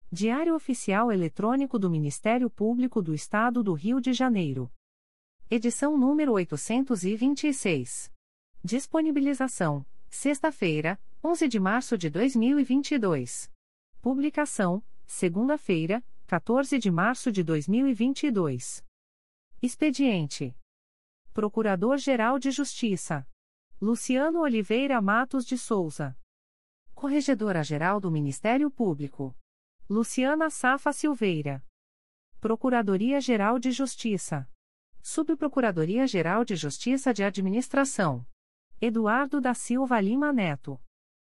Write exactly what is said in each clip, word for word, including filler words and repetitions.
Diário Oficial Eletrônico do Ministério Público do Estado do Rio de Janeiro. Edição número oitocentos e vinte e seis. Disponibilização: sexta-feira, onze de março de dois mil e vinte e dois. Publicação: segunda-feira, quatorze de março de dois mil e vinte e dois. Expediente: Procurador-Geral de Justiça Luciano Oliveira Matos de Souza. Corregedora-Geral do Ministério Público Luciana Safa Silveira. Procuradoria-Geral de Justiça. Subprocuradoria-Geral de Justiça de Administração. Eduardo da Silva Lima Neto.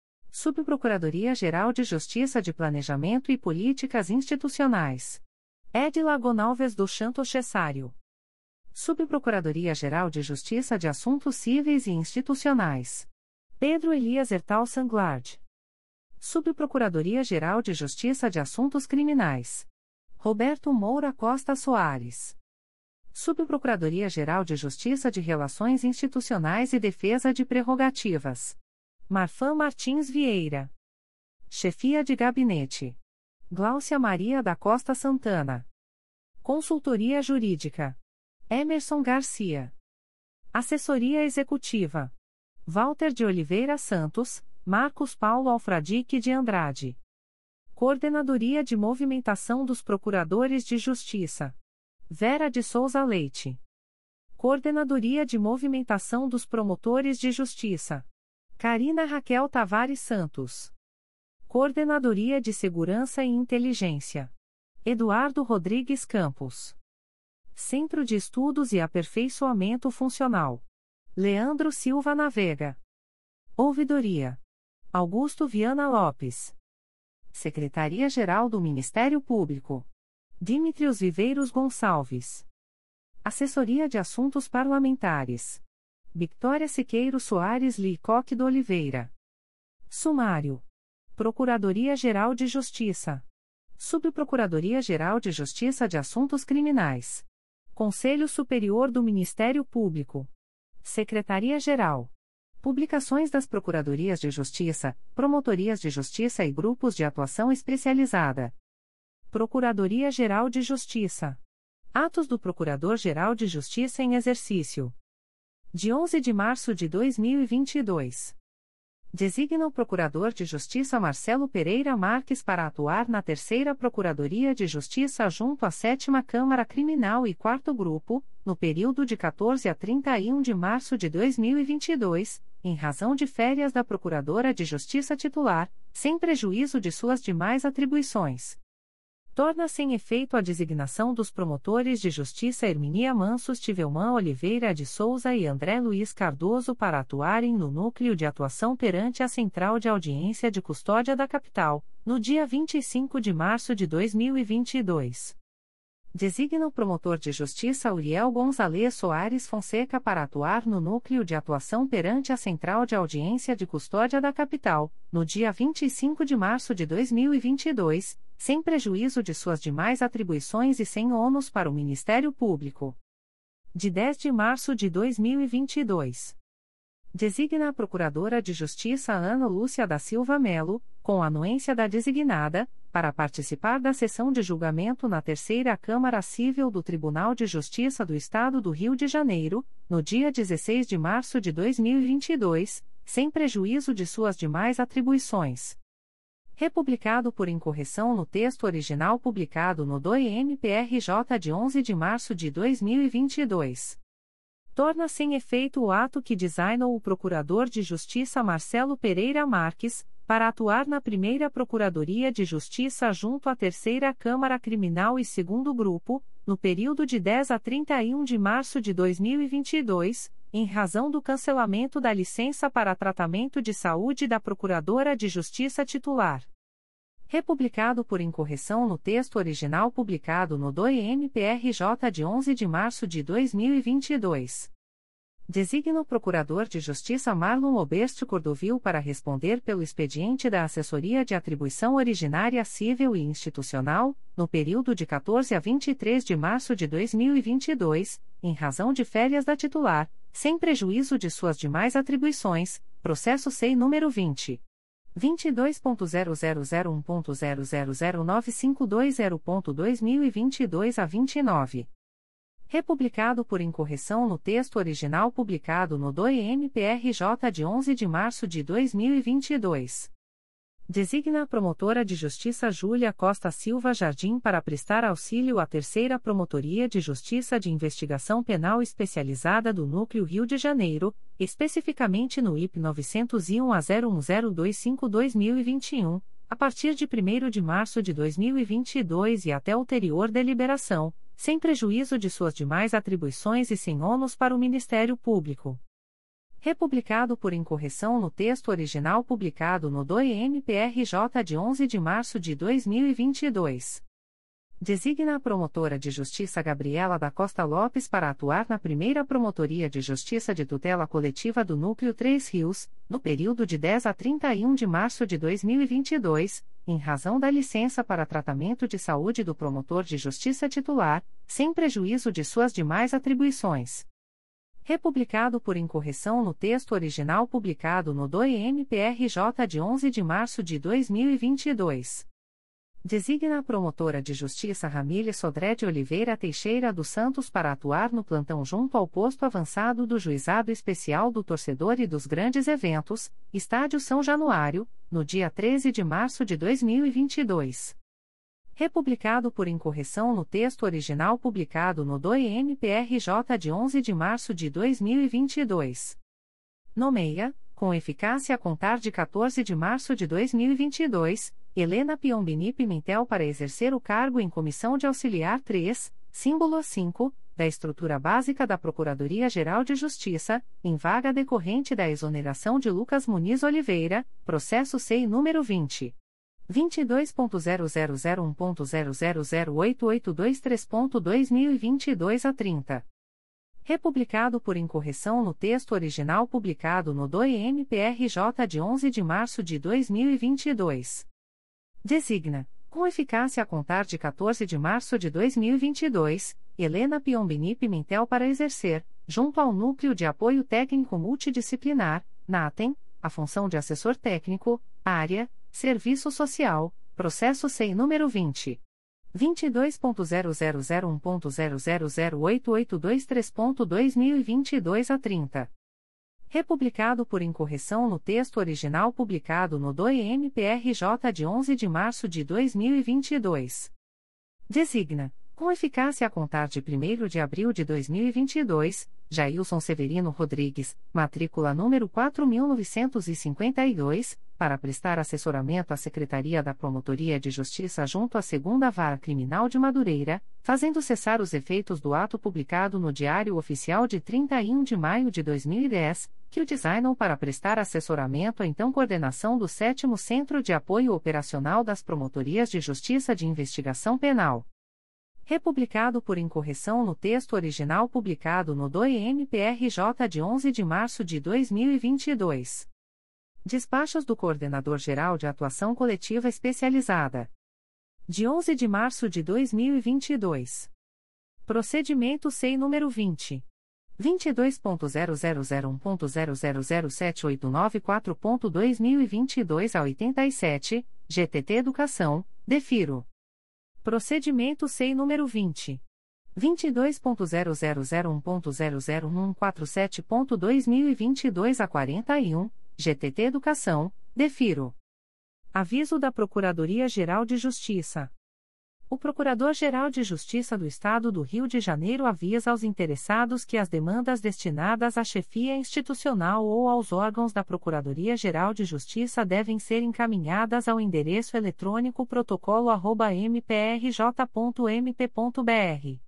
Subprocuradoria-Geral de Justiça de Planejamento e Políticas Institucionais. Edila Gonalves do Chanto Cessário. Subprocuradoria-Geral de Justiça de Assuntos Cíveis e Institucionais. Pedro Elias Ertal Sanglard. Subprocuradoria-Geral de Justiça de Assuntos Criminais. Roberto Moura Costa Soares. Subprocuradoria-Geral de Justiça de Relações Institucionais e Defesa de Prerrogativas. Marfan Martins Vieira. Chefia de Gabinete: Gláucia Maria da Costa Santana. Consultoria Jurídica: Emerson Garcia. Assessoria Executiva: Walter de Oliveira Santos, Marcos Paulo Alfradique de Andrade. Coordenadoria de Movimentação dos Procuradores de Justiça: Vera de Souza Leite. Coordenadoria de Movimentação dos Promotores de Justiça: Carina Raquel Tavares Santos. Coordenadoria de Segurança e Inteligência: Eduardo Rodrigues Campos. Centro de Estudos e Aperfeiçoamento Funcional: Leandro Silva Navega. Ouvidoria: Augusto Viana Lopes. Secretaria-Geral do Ministério Público: Dimitrios Viveiros Gonçalves. Assessoria de Assuntos Parlamentares: Victória Siqueiro Soares Licoque do Oliveira. Sumário: Procuradoria-Geral de Justiça. Subprocuradoria-Geral de Justiça de Assuntos Criminais. Conselho Superior do Ministério Público. Secretaria-Geral. Publicações das Procuradorias de Justiça, Promotorias de Justiça e Grupos de Atuação Especializada. Procuradoria-Geral de Justiça. Atos do Procurador-Geral de Justiça em exercício. De onze de março de dois mil e vinte e dois. Designa o Procurador de Justiça Marcelo Pereira Marques para atuar na Terceira Procuradoria de Justiça junto à Sétima Câmara Criminal e Quarto Grupo, no período de quatorze a trinta e um de março de dois mil e vinte e dois, em razão de férias da Procuradora de Justiça titular, sem prejuízo de suas demais atribuições. Torna-se em efeito a designação dos promotores de justiça Herminia Mansos Tivelman Oliveira de Souza e André Luiz Cardoso para atuarem no núcleo de atuação perante a Central de Audiência de Custódia da Capital, no dia vinte e cinco de março de dois mil e vinte e dois. Designa o promotor de justiça Uriel Gonzalez Soares Fonseca para atuar no núcleo de atuação perante a Central de Audiência de Custódia da Capital, no dia vinte e cinco de março de dois mil e vinte e dois, sem prejuízo de suas demais atribuições e sem ônus para o Ministério Público. De dez de março de dois mil e vinte e dois. Designa a Procuradora de Justiça Ana Lúcia da Silva Melo, com anuência da designada, para participar da sessão de julgamento na Terceira Câmara Cível do Tribunal de Justiça do Estado do Rio de Janeiro, no dia dezesseis de março de dois mil e vinte e dois, sem prejuízo de suas demais atribuições. Republicado por incorreção no texto original publicado no D O I-M P R J de onze de março de dois mil e vinte e dois. Torna-se em efeito o ato que designou o Procurador de Justiça Marcelo Pereira Marques, para atuar na Primeira Procuradoria de Justiça junto à Terceira Câmara Criminal e Segundo Grupo, no período de dez a trinta e um de março de dois mil e vinte e dois, em razão do cancelamento da licença para tratamento de saúde da Procuradora de Justiça titular. Republicado por incorreção no texto original publicado no D O I-M P R J de onze de março de dois mil e vinte e dois. Designa o Procurador de Justiça Marlon Oberste Cordovil para responder pelo expediente da Assessoria de Atribuição Originária Cível e Institucional, no período de quatorze a vinte e três de março de dois mil e vinte e dois, em razão de férias da titular, sem prejuízo de suas demais atribuições, processo S E I número vinte. vinte e dois ponto zero zero zero um ponto zero zero zero nove cinco dois zero ponto dois mil e vinte e dois a vinte e nove. Republicado por incorreção no texto original publicado no D O I-M P R J de onze de março de dois mil e vinte e dois. Designa a promotora de justiça Júlia Costa Silva Jardim para prestar auxílio à Terceira Promotoria de Justiça de Investigação Penal Especializada do Núcleo Rio de Janeiro, especificamente no I P novecentos e um a zero um zero dois cinco barra dois mil e vinte e um, a partir de primeiro de março de dois mil e vinte e dois e até ulterior deliberação, sem prejuízo de suas demais atribuições e sem ônus para o Ministério Público. Republicado por incorreção no texto original publicado no D O I-M P R J de onze de março de dois mil e vinte e dois. Designa a promotora de justiça Gabriela da Costa Lopes para atuar na primeira Promotoria de Justiça de Tutela Coletiva do Núcleo Três Rios, no período de dez a trinta e um de março de dois mil e vinte e dois, em razão da licença para tratamento de saúde do promotor de justiça titular, sem prejuízo de suas demais atribuições. Republicado por incorreção no texto original publicado no D O I-M P R J de onze de março de dois mil e vinte e dois. Designa a promotora de justiça Ramília Sodré de Oliveira Teixeira dos Santos para atuar no plantão junto ao posto avançado do Juizado Especial do Torcedor e dos Grandes Eventos, Estádio São Januário, no dia treze de março de dois mil e vinte e dois. Republicado por incorreção no texto original publicado no D O I-M P R J de onze de março de dois mil e vinte e dois. Nomeia, com eficácia a contar de quatorze de março de dois mil e vinte e dois, Helena Piombini Pimentel para exercer o cargo em Comissão de Auxiliar três, símbolo cinco, da estrutura básica da Procuradoria-Geral de Justiça, em vaga decorrente da exoneração de Lucas Muniz Oliveira, processo S E I número vinte. vinte e dois ponto zero zero zero um ponto zero zero zero oito oito dois três ponto dois mil e vinte e dois a trinta. Republicado por incorreção no texto original publicado no D O I-M P R J de onze de março de dois mil e vinte e dois. Designa, com eficácia a contar de quatorze de março de dois mil e vinte e dois, Helena Piombini Pimentel para exercer, junto ao Núcleo de Apoio Técnico Multidisciplinar, NATEM, a função de assessor técnico, área, Serviço Social, processo S E I número vinte. vinte e dois ponto zero zero zero um ponto zero zero zero oito oito dois três ponto dois mil e vinte e dois a trinta. Republicado por incorreção no texto original publicado no D O I-M P R J de onze de março de dois mil e vinte e dois. Designa, com eficácia a contar de primeiro de abril de dois mil e vinte e dois, Jailson Severino Rodrigues, matrícula número quatro mil novecentos e cinquenta e dois, para prestar assessoramento à Secretaria da Promotoria de Justiça junto à Segunda Vara Criminal de Madureira, fazendo cessar os efeitos do ato publicado no Diário Oficial de trinta e um de maio de dois mil e dez, que o designam para prestar assessoramento à então coordenação do sétimo Centro de Apoio Operacional das Promotorias de Justiça de Investigação Penal. Republicado por incorreção no texto original publicado no D O I-M P R J de onze de março de dois mil e vinte e dois. Despachos do Coordenador-Geral de Atuação Coletiva Especializada. De onze de março de dois mil e vinte e dois. Procedimento S E I número vinte. vinte e dois ponto zero zero zero um ponto zero zero zero sete oito nove quatro ponto dois mil e vinte e dois a oitenta e sete, G T T Educação, defiro. Procedimento S E I número vinte. vinte e dois ponto zero zero zero um ponto zero zero um quatro sete ponto dois mil e vinte e dois a quarenta e um, G T T Educação, defiro. Aviso da Procuradoria-Geral de Justiça. O Procurador-Geral de Justiça do Estado do Rio de Janeiro avisa aos interessados que as demandas destinadas à chefia institucional ou aos órgãos da Procuradoria-Geral de Justiça devem ser encaminhadas ao endereço eletrônico protocolo arroba m p r j ponto m p ponto b r.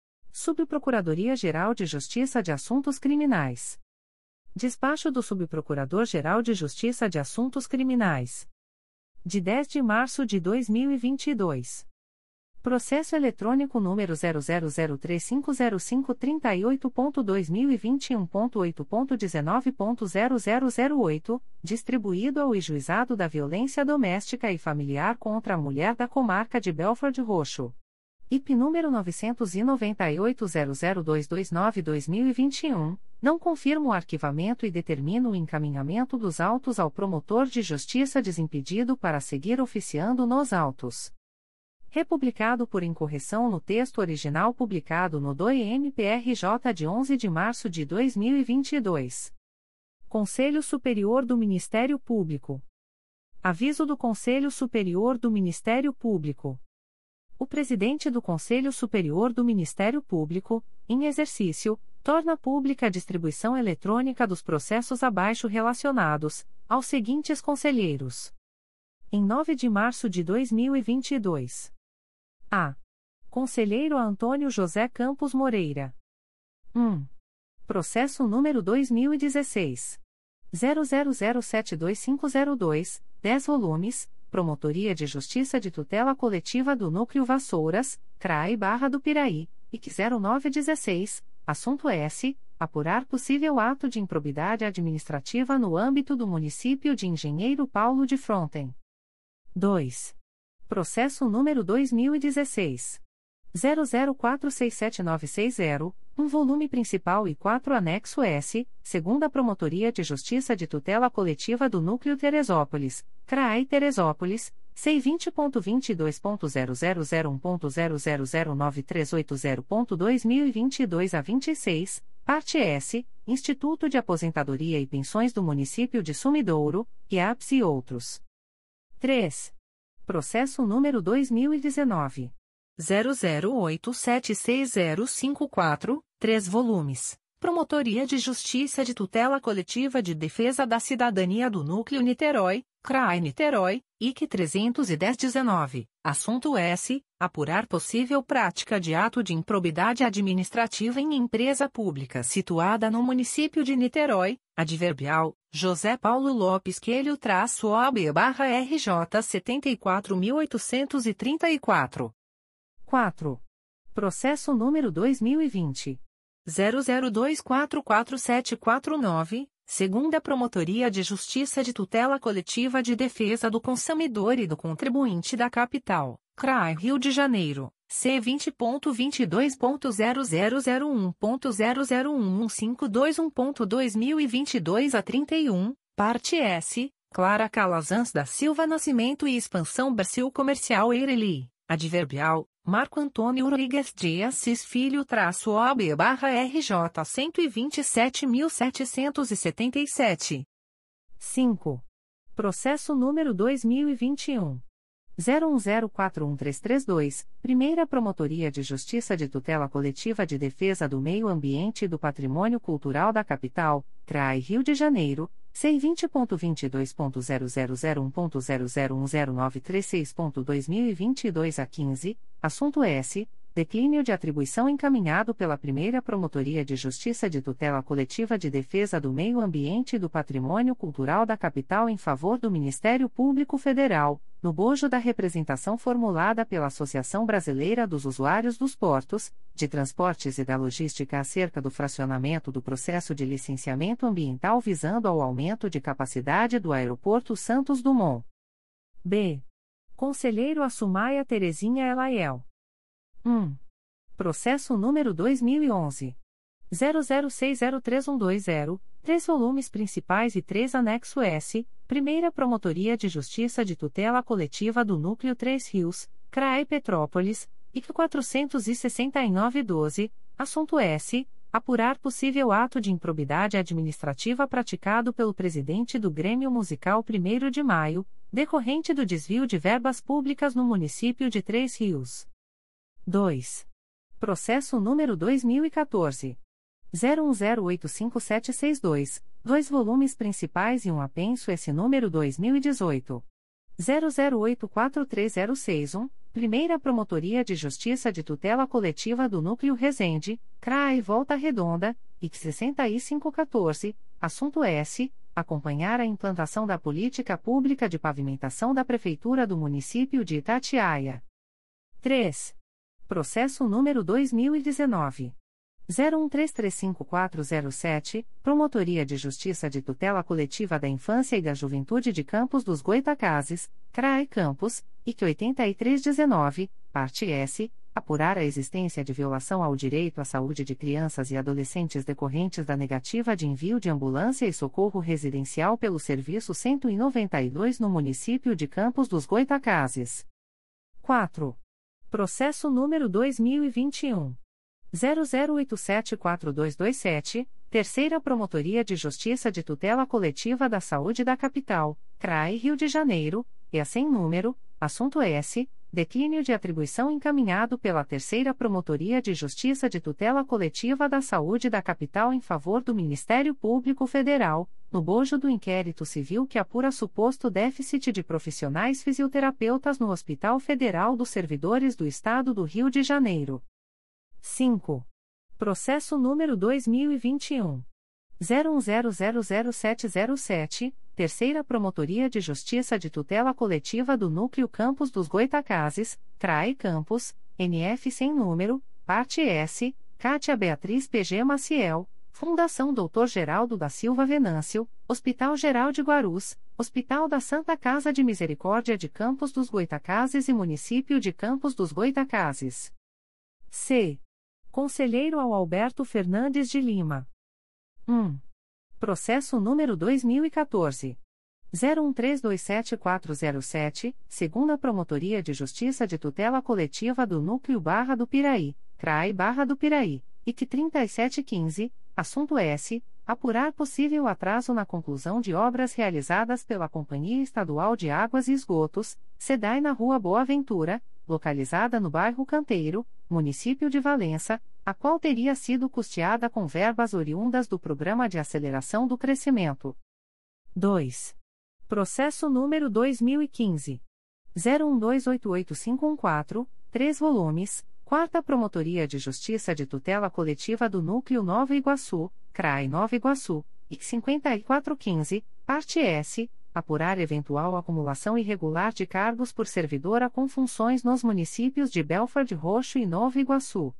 Subprocuradoria-Geral de Justiça de Assuntos Criminais. Despacho do Subprocurador-Geral de Justiça de Assuntos Criminais. De dez de março de dois mil e vinte e dois. Processo eletrônico número zero zero zero três cinco zero cinco três oito ponto dois mil e vinte e um ponto oito ponto dezenove ponto zero zero zero oito, distribuído ao Juizado da Violência Doméstica e Familiar contra a Mulher da Comarca de Belford Roxo. I P número novecentos e noventa e oito ponto zero zero dois dois nove barra dois mil e vinte e um, não confirmo o arquivamento e determino o encaminhamento dos autos ao promotor de justiça desimpedido para seguir oficiando nos autos. Republicado por incorreção no texto original publicado no D O I-M P R J de onze de março de dois mil e vinte e dois. Conselho Superior do Ministério Público. Aviso do Conselho Superior do Ministério Público. O presidente do Conselho Superior do Ministério Público, em exercício, torna pública a distribuição eletrônica dos processos abaixo relacionados, aos seguintes conselheiros. Em nove de março de dois mil e vinte e dois. A. Conselheiro Antônio José Campos Moreira. um. Processo número dois mil e dezesseis. zero zero zero sete dois cinco zero dois, dez volumes, Promotoria de Justiça de Tutela Coletiva do Núcleo Vassouras, C R A I Barra do Piraí, I C zero nove um seis, assunto S. Apurar possível ato de improbidade administrativa no âmbito do município de Engenheiro Paulo de Fronten. dois. Processo número dois mil e dezesseis. zero zero quatro seis sete nove seis zero, um volume principal e quatro anexo S, segunda Promotoria de Justiça de Tutela Coletiva do Núcleo Teresópolis, C R A I Teresópolis, C vinte ponto vinte e dois ponto zero zero zero um ponto zero zero zero nove três oito zero ponto dois mil e vinte e dois a vinte e seis, parte S, Instituto de Aposentadoria e Pensões do Município de Sumidouro, I A P S e outros. três. Processo número dois mil e dezenove. zero zero oito sete seis zero cinco quatro, três volumes. Promotoria de Justiça de Tutela Coletiva de Defesa da Cidadania do Núcleo Niterói, C R A I Niterói, I C trezentos e dez dezenove. Assunto S. Apurar possível prática de ato de improbidade administrativa em empresa pública situada no município de Niterói, adverbial, José Paulo Lopes Coelho-O A B barra R J setenta e quatro mil oitocentos e trinta e quatro. quatro. Processo número dois mil e vinte. zero zero dois quatro quatro sete quatro nove, segunda Promotoria de Justiça de Tutela Coletiva de Defesa do Consumidor e do Contribuinte da Capital, C R A I Rio de Janeiro, C vinte ponto vinte e dois ponto zero zero zero um ponto zero zero um um cinco dois um ponto dois mil e vinte e dois a trinta e um, parte S, Clara Calazans da Silva Nascimento e Expansão Brasil Comercial Eireli, adverbial, Marco Antônio Rodrigues Dias Cis Filho traço O A B barra R J cento e vinte e sete mil setecentos e setenta e sete. cinco. Processo número dois mil e vinte e um. zero um zero quatro um três três dois, Primeira Promotoria de Justiça de Tutela Coletiva de Defesa do Meio Ambiente e do Patrimônio Cultural da Capital, C R A I Rio de Janeiro, C vinte ponto vinte e dois ponto zero zero zero um ponto zero zero um zero nove três seis ponto dois mil e vinte e dois a quinze, assunto S. Declínio de atribuição encaminhado pela Primeira Promotoria de Justiça de Tutela Coletiva de Defesa do Meio Ambiente e do Patrimônio Cultural da Capital em favor do Ministério Público Federal, no bojo da representação formulada pela Associação Brasileira dos Usuários dos Portos, de Transportes e da Logística acerca do fracionamento do processo de licenciamento ambiental visando ao aumento de capacidade do Aeroporto Santos Dumont. B. Conselheiro Assumaia Terezinha Elaiel. um. Processo número dois mil e onze. zero zero seis zero três um dois zero, três volumes principais e três anexo S, Primeira Promotoria de Justiça de Tutela Coletiva do Núcleo Três Rios, C R A I Petrópolis, I C quatrocentos e sessenta e nove doze, assunto S. Apurar possível ato de improbidade administrativa praticado pelo presidente do Grêmio Musical primeiro de maio, decorrente do desvio de verbas públicas no município de Três Rios. dois. Processo número dois mil e quatorze. zero um zero oito cinco sete seis dois, dois volumes principais e um apenso S número dois mil e dezoito. zero zero oito quatro três zero seis um, Primeira Promotoria de Justiça de Tutela Coletiva do Núcleo Resende, C R A I Volta Redonda, I C sessenta e cinco quatorze, assunto S. Acompanhar a implantação da política pública de pavimentação da Prefeitura do Município de Itatiaia. três. Processo número dois mil e dezenove. zero um três três cinco quatro zero sete, Promotoria de Justiça de Tutela Coletiva da Infância e da Juventude de Campos dos Goitacazes, C R A I Campos, I C oitenta e três dezenove, parte S, apurar a existência de violação ao direito à saúde de crianças e adolescentes decorrentes da negativa de envio de ambulância e socorro residencial pelo Serviço cento e noventa e dois no município de Campos dos Goytacazes. quatro. Processo número dois mil e vinte e um. zero zero oito sete quatro dois dois sete, Terceira Promotoria de Justiça de Tutela Coletiva da Saúde da Capital, C R A I Rio de Janeiro, E A sem número, assunto S. Declínio de atribuição encaminhado pela Terceira Promotoria de Justiça de Tutela Coletiva da Saúde da Capital em favor do Ministério Público Federal, no bojo do inquérito civil que apura suposto déficit de profissionais fisioterapeutas no Hospital Federal dos Servidores do Estado do Rio de Janeiro. cinco. Processo número dois mil e vinte e um. zero um zero zero zero sete zero sete, Terceira Promotoria de Justiça de Tutela Coletiva do Núcleo Campos dos Goytacazes, C R A I Campos, N F sem número, parte S, Cátia Beatriz P G Maciel, Fundação doutor Geraldo da Silva Venâncio, Hospital Geral de Guarus, Hospital da Santa Casa de Misericórdia de Campos dos Goytacazes e Município de Campos dos Goytacazes. C. Conselheiro ao Alberto Fernandes de Lima. um. Processo número dois mil e quatorze. zero um três dois sete quatro zero sete, Segunda Promotoria de Justiça de Tutela Coletiva do Núcleo Barra do Piraí, C R A I Barra do Piraí, I C trinta e sete quinze, assunto S. Apurar possível atraso na conclusão de obras realizadas pela Companhia Estadual de Águas e Esgotos, SEDAI na Rua Boa Ventura, localizada no bairro Canteiro, município de Valença, a qual teria sido custeada com verbas oriundas do Programa de Aceleração do Crescimento. dois. Processo número dois mil e quinze. zero um dois oito oito cinco um quatro, três volumes, Quarta Promotoria de Justiça de Tutela Coletiva do Núcleo Nova Iguaçu, C R A I Nova Iguaçu, I C cinquenta e quatro quinze, parte S, apurar eventual acumulação irregular de cargos por servidora com funções nos municípios de Belford Roxo e Nova Iguaçu.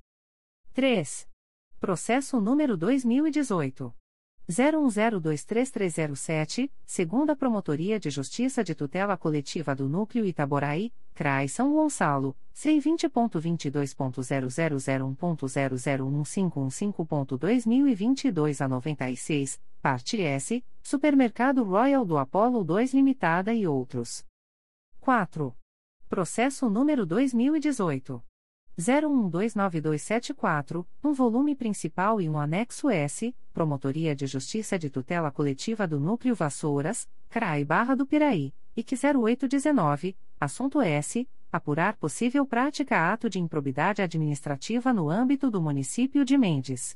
três. Processo número dois mil e dezoito. zero um zero dois três três zero sete, Segunda Promotoria de Justiça de Tutela Coletiva do Núcleo Itaboraí, C R A I São Gonçalo, C vinte ponto vinte e dois ponto zero zero zero um ponto zero zero um cinco um cinco ponto dois mil e vinte e dois a noventa e seis, parte S, Supermercado Royal do Apollo dois Limitada e outros. quatro. Processo número dois mil e dezoito. zero um dois nove dois sete quatro, um volume principal e um anexo S, Promotoria de Justiça de Tutela Coletiva do Núcleo Vassouras, C R A I Barra do Piraí, I C zero oito dezenove, assunto S, apurar possível prática ato de improbidade administrativa no âmbito do município de Mendes.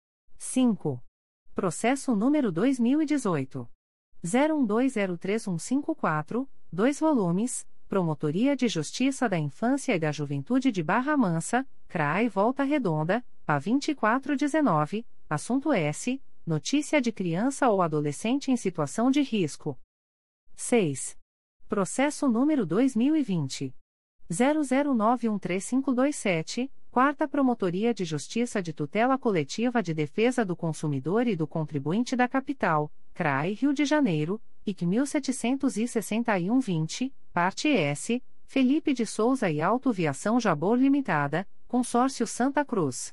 cinco. Processo número dois mil e dezoito. zero um dois zero três um cinco quatro, dois volumes, Promotoria de Justiça da Infância e da Juventude de Barra Mansa, C R A I Volta Redonda, P A vinte e quatro dezenove, assunto S, notícia de criança ou adolescente em situação de risco. seis. Processo número dois mil e vinte. zero zero nove um três cinco dois sete, Quarta Promotoria de Justiça de Tutela Coletiva de Defesa do Consumidor e do Contribuinte da Capital, C R A I Rio de Janeiro, I C mil setecentos e sessenta e um vinte, parte S, Felipe de Souza e Autoviação Jabor Limitada, Consórcio Santa Cruz.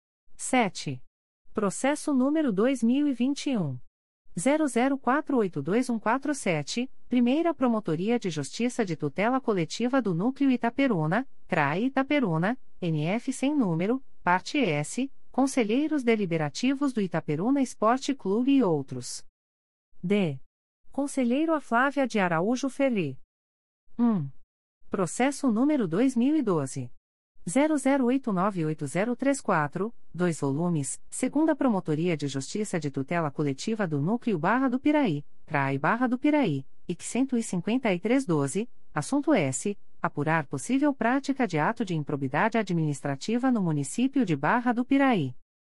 sete. Processo número dois mil e vinte e um. zero zero quatro oito dois um quatro sete, Primeira Promotoria de Justiça de Tutela Coletiva do Núcleo Itaperuna, C R A I Itaperuna, N F sem número, parte S, Conselheiros Deliberativos do Itaperuna Esporte Clube e outros. D. Conselheiro a Flávia de Araújo Ferri. um. Processo número dois mil e doze. zero zero oito nove oito zero três quatro, dois volumes, Segunda Promotoria de Justiça de Tutela Coletiva do Núcleo Barra do Piraí, C R A I Barra do Piraí, I C cento e cinquenta e três doze, assunto S, apurar possível prática de ato de improbidade administrativa no município de Barra do Piraí.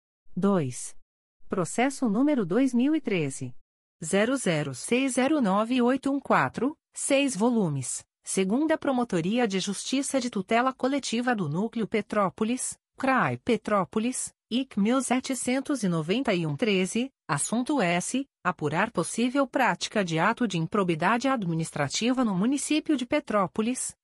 dois. Processo número dois mil e treze. zero zero seis zero nove oito um quatro, seis volumes. Segunda Promotoria de Justiça de Tutela Coletiva do Núcleo Petrópolis, C R A I Petrópolis, I C mil setecentos e noventa e um treze, assunto S, apurar possível prática de ato de improbidade administrativa no município de Petrópolis,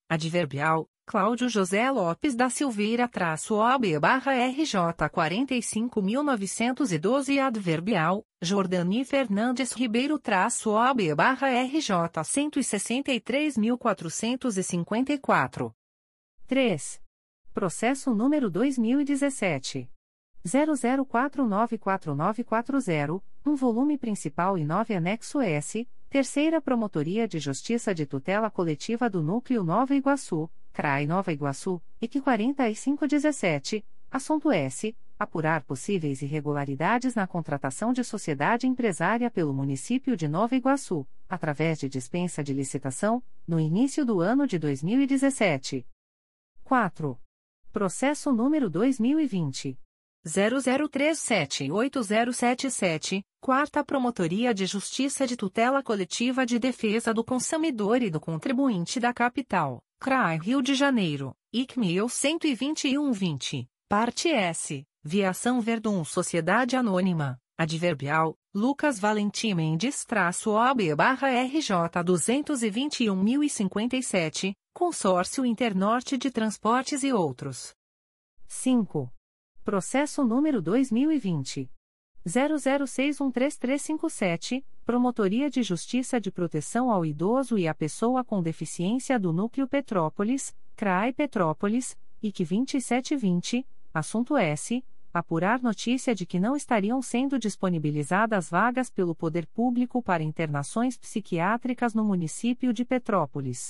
Adverbial, Cláudio José Lopes da Silveira-O B barra R J quarenta e cinco mil novecentos e doze. Adverbial, Jordani Fernandes Ribeiro-O B barra R J cento e sessenta e três mil quatrocentos e cinquenta e quatro. três. Processo número dois mil e dezessete. zero zero quatro nove quatro nove quatro zero, um volume principal e nove anexo S, Terceira Promotoria de Justiça de Tutela Coletiva do Núcleo Nova Iguaçu, C R A I Nova Iguaçu, I C quarenta e cinco dezessete, assunto S. Apurar possíveis irregularidades na contratação de sociedade empresária pelo município de Nova Iguaçu, através de dispensa de licitação, no início do ano de dois mil e dezessete. quatro. Processo número dois mil e vinte. zero zero três sete oito zero sete sete, Quarta Promotoria de Justiça de Tutela Coletiva de Defesa do Consumidor e do Contribuinte da Capital, C R A I Rio de Janeiro, I C mil cento e vinte e um vinte, Parte S, Viação Verdun Sociedade Anônima, Adverbial, Lucas Valentim Mendes-O B barra R J duzentos e vinte e um mil e cinquenta e sete, Consórcio Internorte de Transportes e outros. cinco. Processo número dois mil e vinte. zero zero seis um três três cinco sete, Promotoria de Justiça de Proteção ao Idoso e à Pessoa com Deficiência do Núcleo Petrópolis, C R A I Petrópolis, I C vinte e sete vinte, assunto S. Apurar notícia de que não estariam sendo disponibilizadas vagas pelo Poder Público para internações psiquiátricas no município de Petrópolis.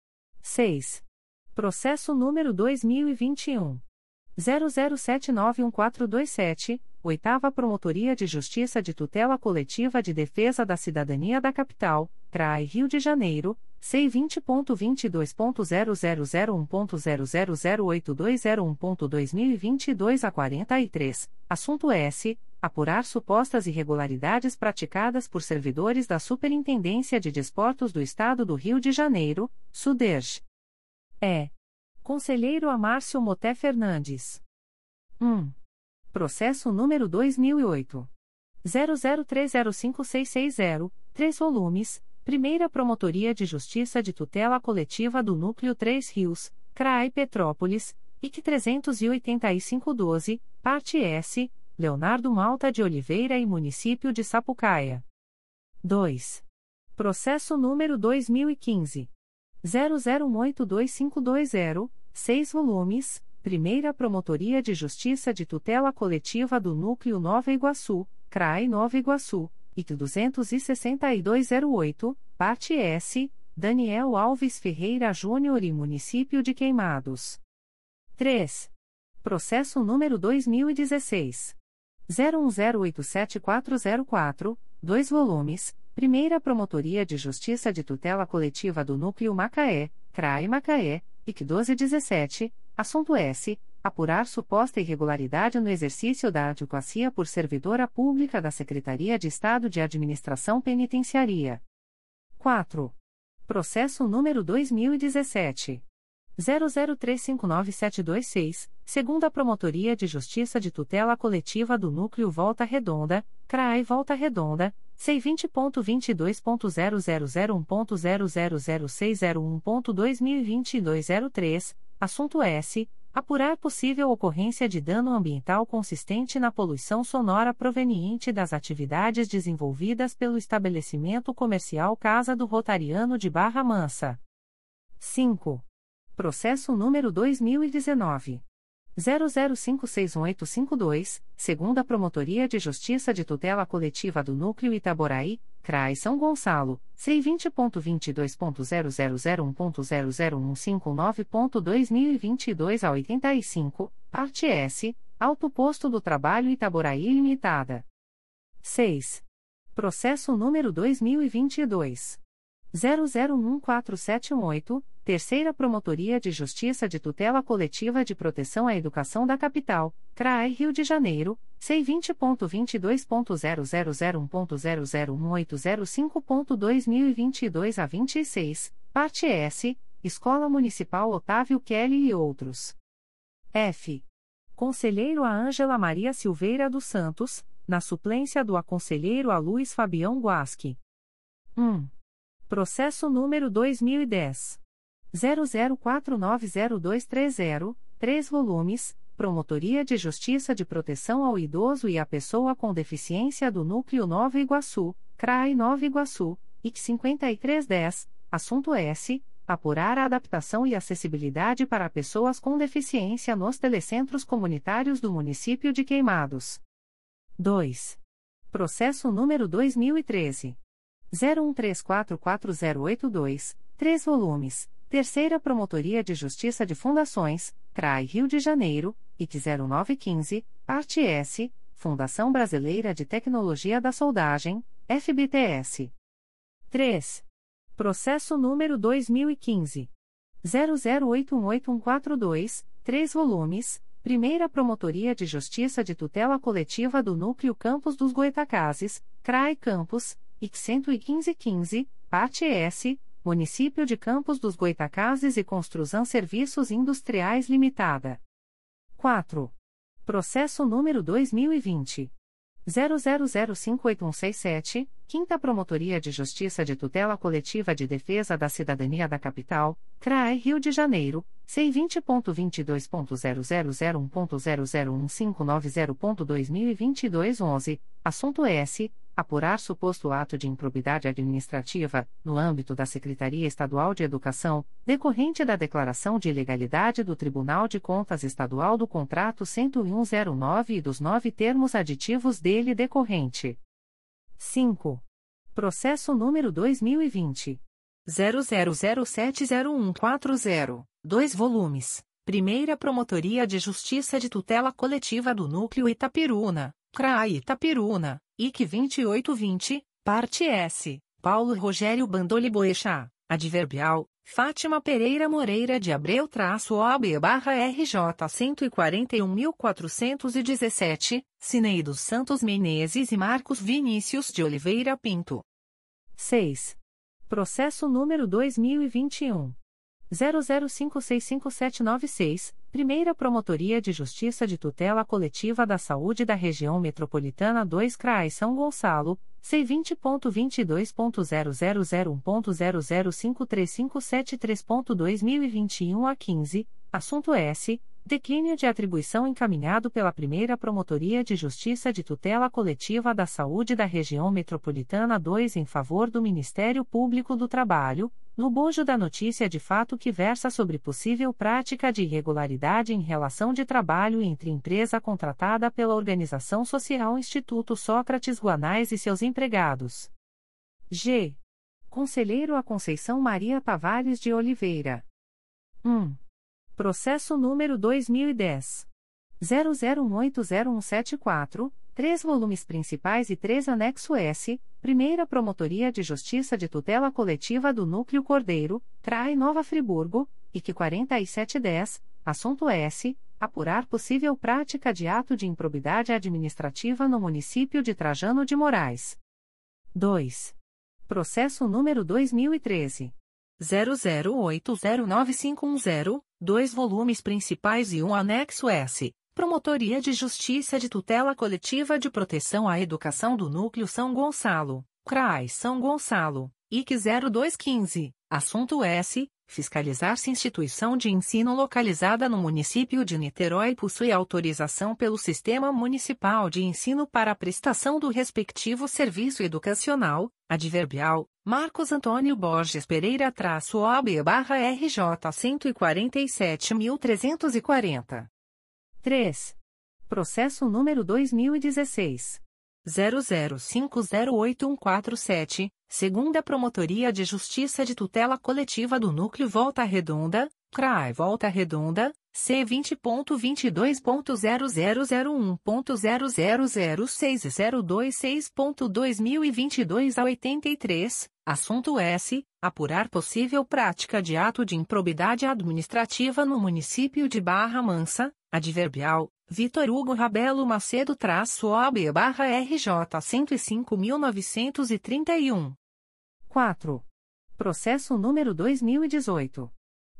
seis. Processo número dois mil e vinte e um. zero zero sete nove um quatro dois sete, Oitava Promotoria de Justiça de Tutela Coletiva de Defesa da Cidadania da Capital, C R A I Rio de Janeiro, C vinte ponto vinte e dois ponto zero zero zero um ponto zero zero zero oito dois zero um ponto dois mil e vinte e dois a quarenta e três, assunto S. Apurar supostas irregularidades praticadas por servidores da Superintendência de Desportos do Estado do Rio de Janeiro, SUDERJ. E. Conselheiro Amárcio Moté Fernandes. um. Processo número dois mil e oito. zero zero três zero cinco seis seis zero, três volumes, Primeira Promotoria de Justiça de Tutela Coletiva do Núcleo Três Rios, C R A I Petrópolis, I C trezentos e oitenta e cinco doze, Parte S, Leonardo Malta de Oliveira e Município de Sapucaia. dois. Processo número dois mil e quinze. zero zero um oito dois cinco dois zero, seis volumes, Primeira Promotoria de Justiça de Tutela Coletiva do Núcleo Nova Iguaçu, C R A I Nova Iguaçu, I C duzentos e sessenta e dois zero oito, Parte S, Daniel Alves Ferreira Júnior e Município de Queimados. três. Processo número dois mil e dezesseis. zero um zero oito sete quatro zero quatro, dois volumes, Primeira Promotoria de Justiça de Tutela Coletiva do Núcleo Macaé, C R A I Macaé, I C doze dezessete, assunto S. Apurar suposta irregularidade no exercício da advocacia por servidora pública da Secretaria de Estado de Administração Penitenciária. quatro. Processo número dois mil e dezessete. zero zero três cinco nove sete dois seis, Segunda Promotoria de Justiça de Tutela Coletiva do Núcleo Volta Redonda, C R A I Volta Redonda, C vinte ponto vinte e dois ponto zero zero zero um ponto zero zero zero seis zero um ponto dois mil e vinte e dois zero três, assunto S. Apurar possível ocorrência de dano ambiental consistente na poluição sonora proveniente das atividades desenvolvidas pelo estabelecimento comercial Casa do Rotariano de Barra Mansa. cinco. Processo número dois mil e dezenove. zero zero cinco seis um oito cinco dois, Segunda Promotoria de Justiça de Tutela Coletiva do Núcleo Itaboraí, C R A I São Gonçalo, C vinte ponto vinte e dois ponto zero zero zero um ponto zero zero um cinco nove ponto dois mil e vinte e dois a oitenta e cinco, Parte S, Alto Posto do Trabalho Itaboraí Limitada. seis. Processo número dois mil e vinte e dois. zero zero um quatro sete um oito, Terceira Promotoria de Justiça de Tutela Coletiva de Proteção à Educação da Capital, C R A I Rio de Janeiro, C vinte ponto vinte e dois ponto zero zero zero um ponto zero zero um oito zero cinco ponto dois mil e vinte e dois a vinte e seis, Parte S, Escola Municipal Otávio Kelly e outros. F. Conselheiro a Ângela Maria Silveira dos Santos, na suplência do aconselheiro a Luiz Fabião Guasque. um. Processo número dois mil e dez. zero zero quatro nove zero dois três zero, três volumes, Promotoria de Justiça de Proteção ao Idoso e à Pessoa com Deficiência do Núcleo Nova Iguaçu, C R A I Nova Iguaçu, I C cinquenta e três dez, assunto S. Apurar a adaptação e acessibilidade para pessoas com deficiência nos telecentros comunitários do município de Queimados. dois. Processo número dois mil e treze. zero um três quatro quatro zero oito dois, três volumes, Terceira Promotoria de Justiça de Fundações, C R A I Rio de Janeiro, I C zero nove um cinco, parte S, Fundação Brasileira de Tecnologia da Soldagem, F B T S. três. Processo número dois mil e quinze. zero zero oito um oito um quatro dois, três volumes, Primeira Promotoria de Justiça de Tutela Coletiva do Núcleo Campos dos Goitacazes, C R A I Campos, I C cento e quinze quinze, parte S, Município de Campos dos Goitacazes e Construção Serviços Industriais Limitada. quatro. Processo número dois mil e vinte. zero zero zero cinco oito um seis sete, Quinta Promotoria de Justiça de Tutela Coletiva de Defesa da Cidadania da Capital, C R A I Rio de Janeiro, C vinte ponto vinte e dois ponto zero zero zero um ponto zero zero um cinco nove zero ponto dois mil e vinte e dois onze, assunto S. Apurar suposto ato de improbidade administrativa, no âmbito da Secretaria Estadual de Educação, decorrente da declaração de ilegalidade do Tribunal de Contas Estadual do Contrato cento e um zero nove e dos nove termos aditivos dele decorrente. cinco. Processo número dois mil e vinte. zero zero zero sete zero um quatro zero, dois volumes. Primeira Promotoria de Justiça de Tutela Coletiva do Núcleo Itapiruna, C R A I Itapiruna, I C vinte e oito vinte, parte S, Paulo Rogério Bandoli Boechat, adverbial, Fátima Pereira Moreira de Abreu traço O B barra R J cento e quarenta e um mil quatrocentos e dezessete, Cineidos Santos Menezes e Marcos Vinícius de Oliveira Pinto. seis. Processo número dois mil e vinte e um. zero zero cinco seis cinco sete nove seis, Primeira Promotoria de Justiça de Tutela Coletiva da Saúde da Região Metropolitana dois C R A I São Gonçalo, C vinte ponto vinte e dois ponto zero zero zero um ponto zero zero cinco três cinco sete três ponto dois mil e vinte e um a quinze, assunto S. Declínio de atribuição encaminhado pela Primeira Promotoria de Justiça de Tutela Coletiva da Saúde da Região Metropolitana dois em favor do Ministério Público do Trabalho, no bojo da notícia de fato que versa sobre possível prática de irregularidade em relação de trabalho entre empresa contratada pela Organização Social Instituto Sócrates Guanais e seus empregados. G. Conselheiro a Conceição Maria Tavares de Oliveira. um. Processo número dois mil e dez. zero zero um oito zero um sete quatro, três volumes principais e três anexo S, Primeira Promotoria de Justiça de Tutela Coletiva do Núcleo Cordeiro, C R A I Nova Friburgo, I C quarenta e sete dez, assunto S. Apurar possível prática de ato de improbidade administrativa no município de Trajano de Moraes. dois. Processo número dois mil e treze. zero zero oito zero nove cinco um zero, dois volumes principais e um anexo S, Promotoria de Justiça de Tutela Coletiva de Proteção à Educação do Núcleo São Gonçalo, C R A I São Gonçalo, I C zero dois quinze, assunto S. Fiscalizar se instituição de ensino localizada no município de Niterói possui autorização pelo Sistema Municipal de Ensino para a prestação do respectivo serviço educacional, adverbial, Marcos Antônio Borges Pereira traço O B barra R J cento e quarenta e sete mil trezentos e quarenta. três. Processo número dois mil e dezesseis. zero zero cinco zero oito um quatro sete, Segunda Promotoria de Justiça de Tutela Coletiva do Núcleo Volta Redonda, C R A I Volta Redonda, C vinte ponto vinte e dois ponto zero zero zero um ponto zero zero zero seis zero dois seis ponto dois mil e vinte e dois a oitenta e três, assunto S. Apurar possível prática de ato de improbidade administrativa no município de Barra Mansa, adverbial, Vitor Hugo Rabelo Macedo traço O B barra R J cento e cinco mil novecentos e trinta e um. quatro. Processo número dois mil e dezoito.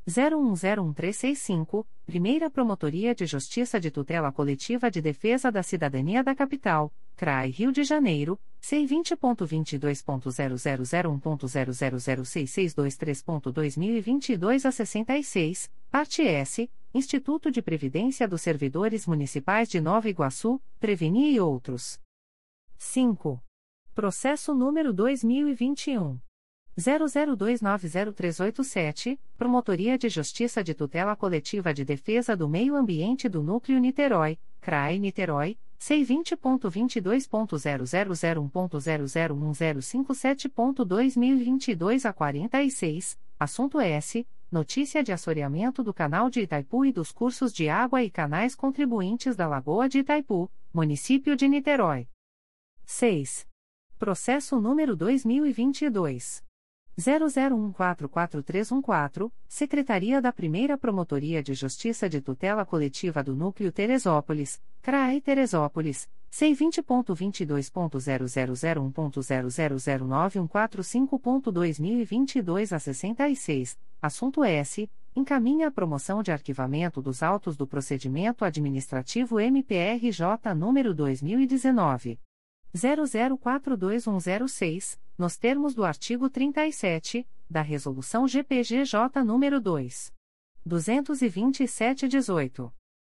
zero um zero um três seis cinco, Primeira Promotoria de Justiça de Tutela Coletiva de Defesa da Cidadania da Capital, C R A I Rio de Janeiro, C vinte ponto vinte e dois ponto zero zero zero um ponto zero zero zero seis seis dois três ponto dois mil e vinte e dois a sessenta e seis, parte S, Instituto de Previdência dos Servidores Municipais de Nova Iguaçu, Preveni e outros. cinco. Processo número dois mil e vinte e um. zero zero dois nove zero três oito sete, Promotoria de Justiça de Tutela Coletiva de Defesa do Meio Ambiente do Núcleo Niterói, C R A I Niterói, C vinte ponto vinte e dois ponto zero zero zero um ponto zero zero um zero cinco sete ponto dois mil e vinte e dois a quarenta e seis, assunto S, notícia de assoreamento do Canal de Itaipu e dos cursos de água e canais contribuintes da Lagoa de Itaipu, município de Niterói. seis. Processo número dois mil e vinte e dois. zero zero um quatro quatro três um quatro, Secretaria da Primeira Promotoria de Justiça de Tutela Coletiva do Núcleo Teresópolis, C R A I Teresópolis, C vinte ponto vinte e dois ponto zero zero zero um ponto zero zero zero nove um quatro cinco ponto dois mil e vinte e dois a sessenta e seis, assunto S, encaminha a promoção de arquivamento dos autos do procedimento administrativo M P R J número dois mil e dezenove. zero zero quatro dois um zero seis, nos termos do artigo trinta e sete, da Resolução G P G J nº dois mil duzentos e vinte e sete dezoito.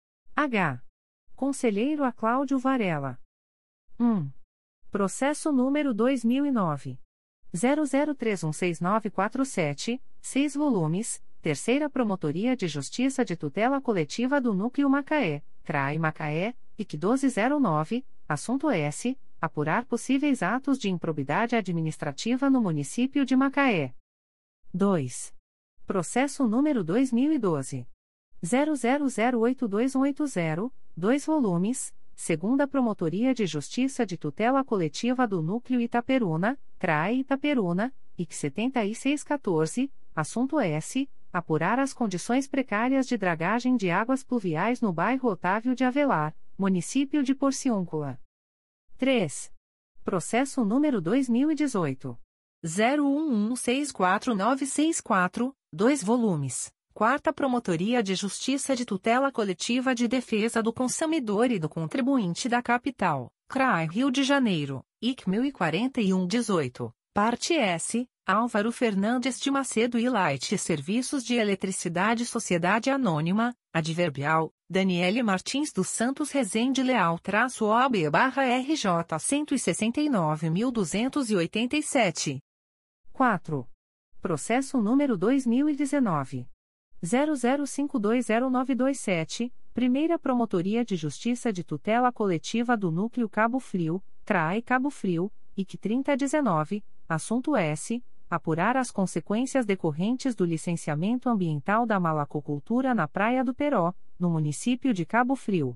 H. Conselheiro a Cláudio Varela. um. Processo número dois mil e nove. zero zero três um seis nove quatro sete, seis volumes, Terceira Promotoria de Justiça de Tutela Coletiva do Núcleo Macaé, C R A I Macaé, I C doze zero nove, assunto S. Apurar possíveis atos de improbidade administrativa no município de Macaé. dois. Processo número dois mil e doze. zero zero zero oito dois um oito zero, dois volumes, Segunda Promotoria de Justiça de Tutela Coletiva do Núcleo Itaperuna, C R A I Itaperuna, I C setenta e seis quatorze, assunto S. Apurar as condições precárias de dragagem de águas pluviais no bairro Otávio de Avelar, município de Porciúncula. três. Processo número dois mil e dezoito. zero um um seis quatro nove seis quatro, dois volumes. Quarta Promotoria de Justiça de Tutela Coletiva de Defesa do Consumidor e do Contribuinte da Capital, C R A I Rio de Janeiro, I C mil e quarenta e um dezoito, parte S, Álvaro Fernandes de Macedo e Light Serviços de Eletricidade Sociedade Anônima, Adverbial, Daniele Martins dos Santos Rezende Leal traço O A B barra R J cento e sessenta e nove mil duzentos e oitenta e sete. quatro. Processo número dois mil e dezenove. zero zero cinco dois zero nove dois sete, Primeira Promotoria de Justiça de Tutela Coletiva do Núcleo Cabo Frio, C R A I Cabo Frio, I C trinta dezenove, assunto S. Apurar as consequências decorrentes do licenciamento ambiental da malacocultura na Praia do Peró, no município de Cabo Frio.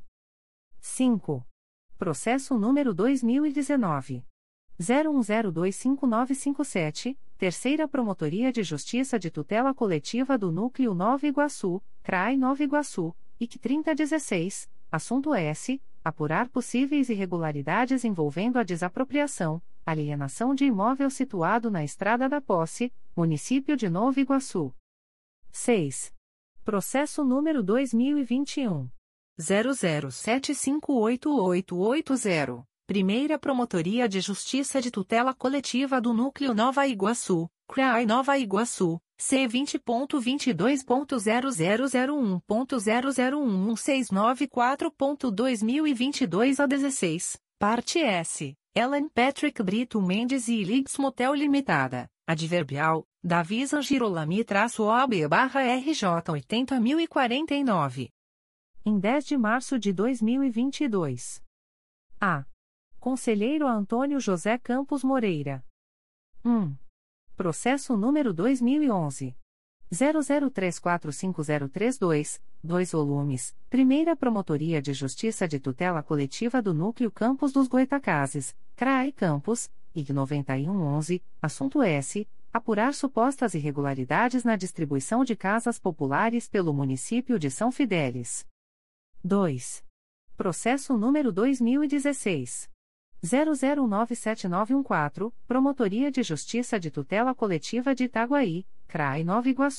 cinco. Processo número dois mil e dezenove. zero um zero dois cinco nove cinco sete, Terceira Promotoria de Justiça de Tutela Coletiva do Núcleo Nova Iguaçu, C R A I Nova Iguaçu, I C trinta dezesseis, assunto S. Apurar possíveis irregularidades envolvendo a desapropriação, alienação de imóvel situado na Estrada da Posse, município de Nova Iguaçu. seis. Processo número dois mil e vinte e um. zero zero sete cinco oito oito oito zero, Primeira Promotoria de Justiça de Tutela Coletiva do Núcleo Nova Iguaçu, C R A I Nova Iguaçu, C vinte ponto vinte e dois ponto zero zero zero um ponto zero zero um um seis nove quatro ponto dois mil e vinte e dois a dezesseis, parte S. Ellen Patrick Brito Mendes e Lix Motel Limitada, Adverbial, Davisa Girolami-O A B barra R J oitenta mil e quarenta e nove. Em dez de março de dois mil e vinte e dois. A. Conselheiro Antônio José Campos Moreira. um. Processo número dois mil e onze. zero zero três quatro cinco zero três dois, dois volumes, Primeira Promotoria de Justiça de Tutela Coletiva do Núcleo Campos dos Goitacazes, C R A I Campos, I C noventa e um onze, assunto S. Apurar supostas irregularidades na distribuição de casas populares pelo município de São Fidélis. dois. Processo número dois mil e dezesseis. zero zero nove sete nove um quatro, Promotoria de Justiça de Tutela Coletiva de Itaguaí, C R A I Nova Iguaçu,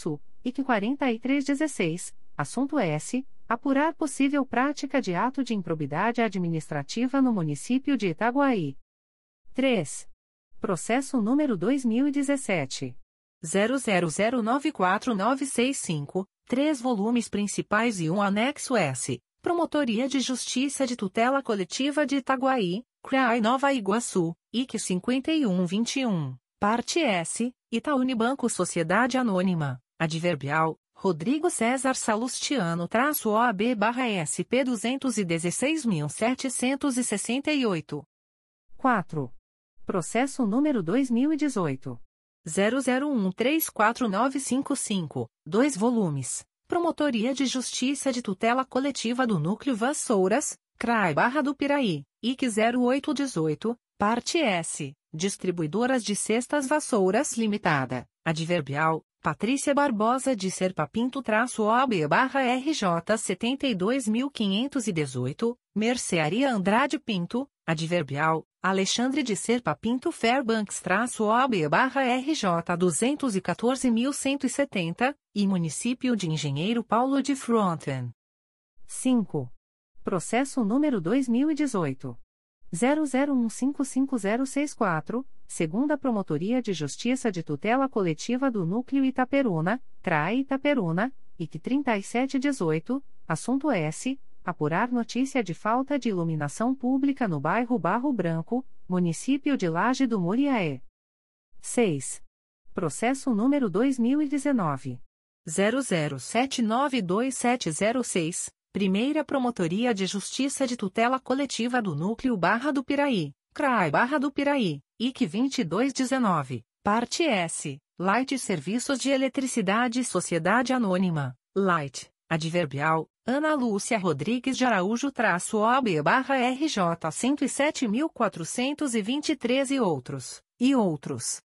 I C quarenta e três dezesseis, assunto S. Apurar possível prática de ato de improbidade administrativa no município de Itaguaí. três. Processo número dois mil e dezessete. zero zero zero nove quatro nove seis cinco, três volumes principais e um anexo S. Promotoria de Justiça de Tutela Coletiva de Itaguaí, C R A I Nova Iguaçu, I C cinquenta e um vinte e um, parte S, Itaú Unibanco Sociedade Anônima, adverbial, Rodrigo César Salustiano-O A B-S P duzentos e dezesseis mil setecentos e sessenta e oito. quatro. Processo número dois mil e dezoito. zero zero um três quatro nove cinco cinco, dois volumes. Promotoria de Justiça de Tutela Coletiva do Núcleo Vassouras, C R A I Barra do Piraí, I C zero oito dezoito, parte S, Distribuidoras de Cestas Vassouras Limitada, adverbial, Patrícia Barbosa de Serpa Pinto-O A B-R J setenta e dois mil quinhentos e dezoito, Mercearia Andrade Pinto, adverbial, Alexandre de Serpa Pinto Fairbanks-O A B-R J duzentos e quatorze mil cento e setenta, e Município de Engenheiro Paulo de Fronten. cinco. Processo número dois mil e dezoito. zero zero um cinco cinco zero seis quatro, segunda Promotoria de Justiça de Tutela Coletiva do Núcleo Itaperuna, C R A I Itaperuna, I C trinta e sete dezoito, assunto S. Apurar notícia de falta de iluminação pública no bairro Barro Branco, município de Laje do Muriaé. seis. Processo número dois mil e dezenove. zero zero sete nove dois sete zero seis, Primeira Promotoria de Justiça de Tutela Coletiva do Núcleo Barra do Piraí, C R A I Barra do Piraí, I C vinte e dois dezenove, parte S, Light Serviços de Eletricidade Sociedade Anônima, Light, adverbial, Ana Lúcia Rodrigues de Araújo-O A B-R J cento e sete mil quatrocentos e vinte e três e outros, e outros.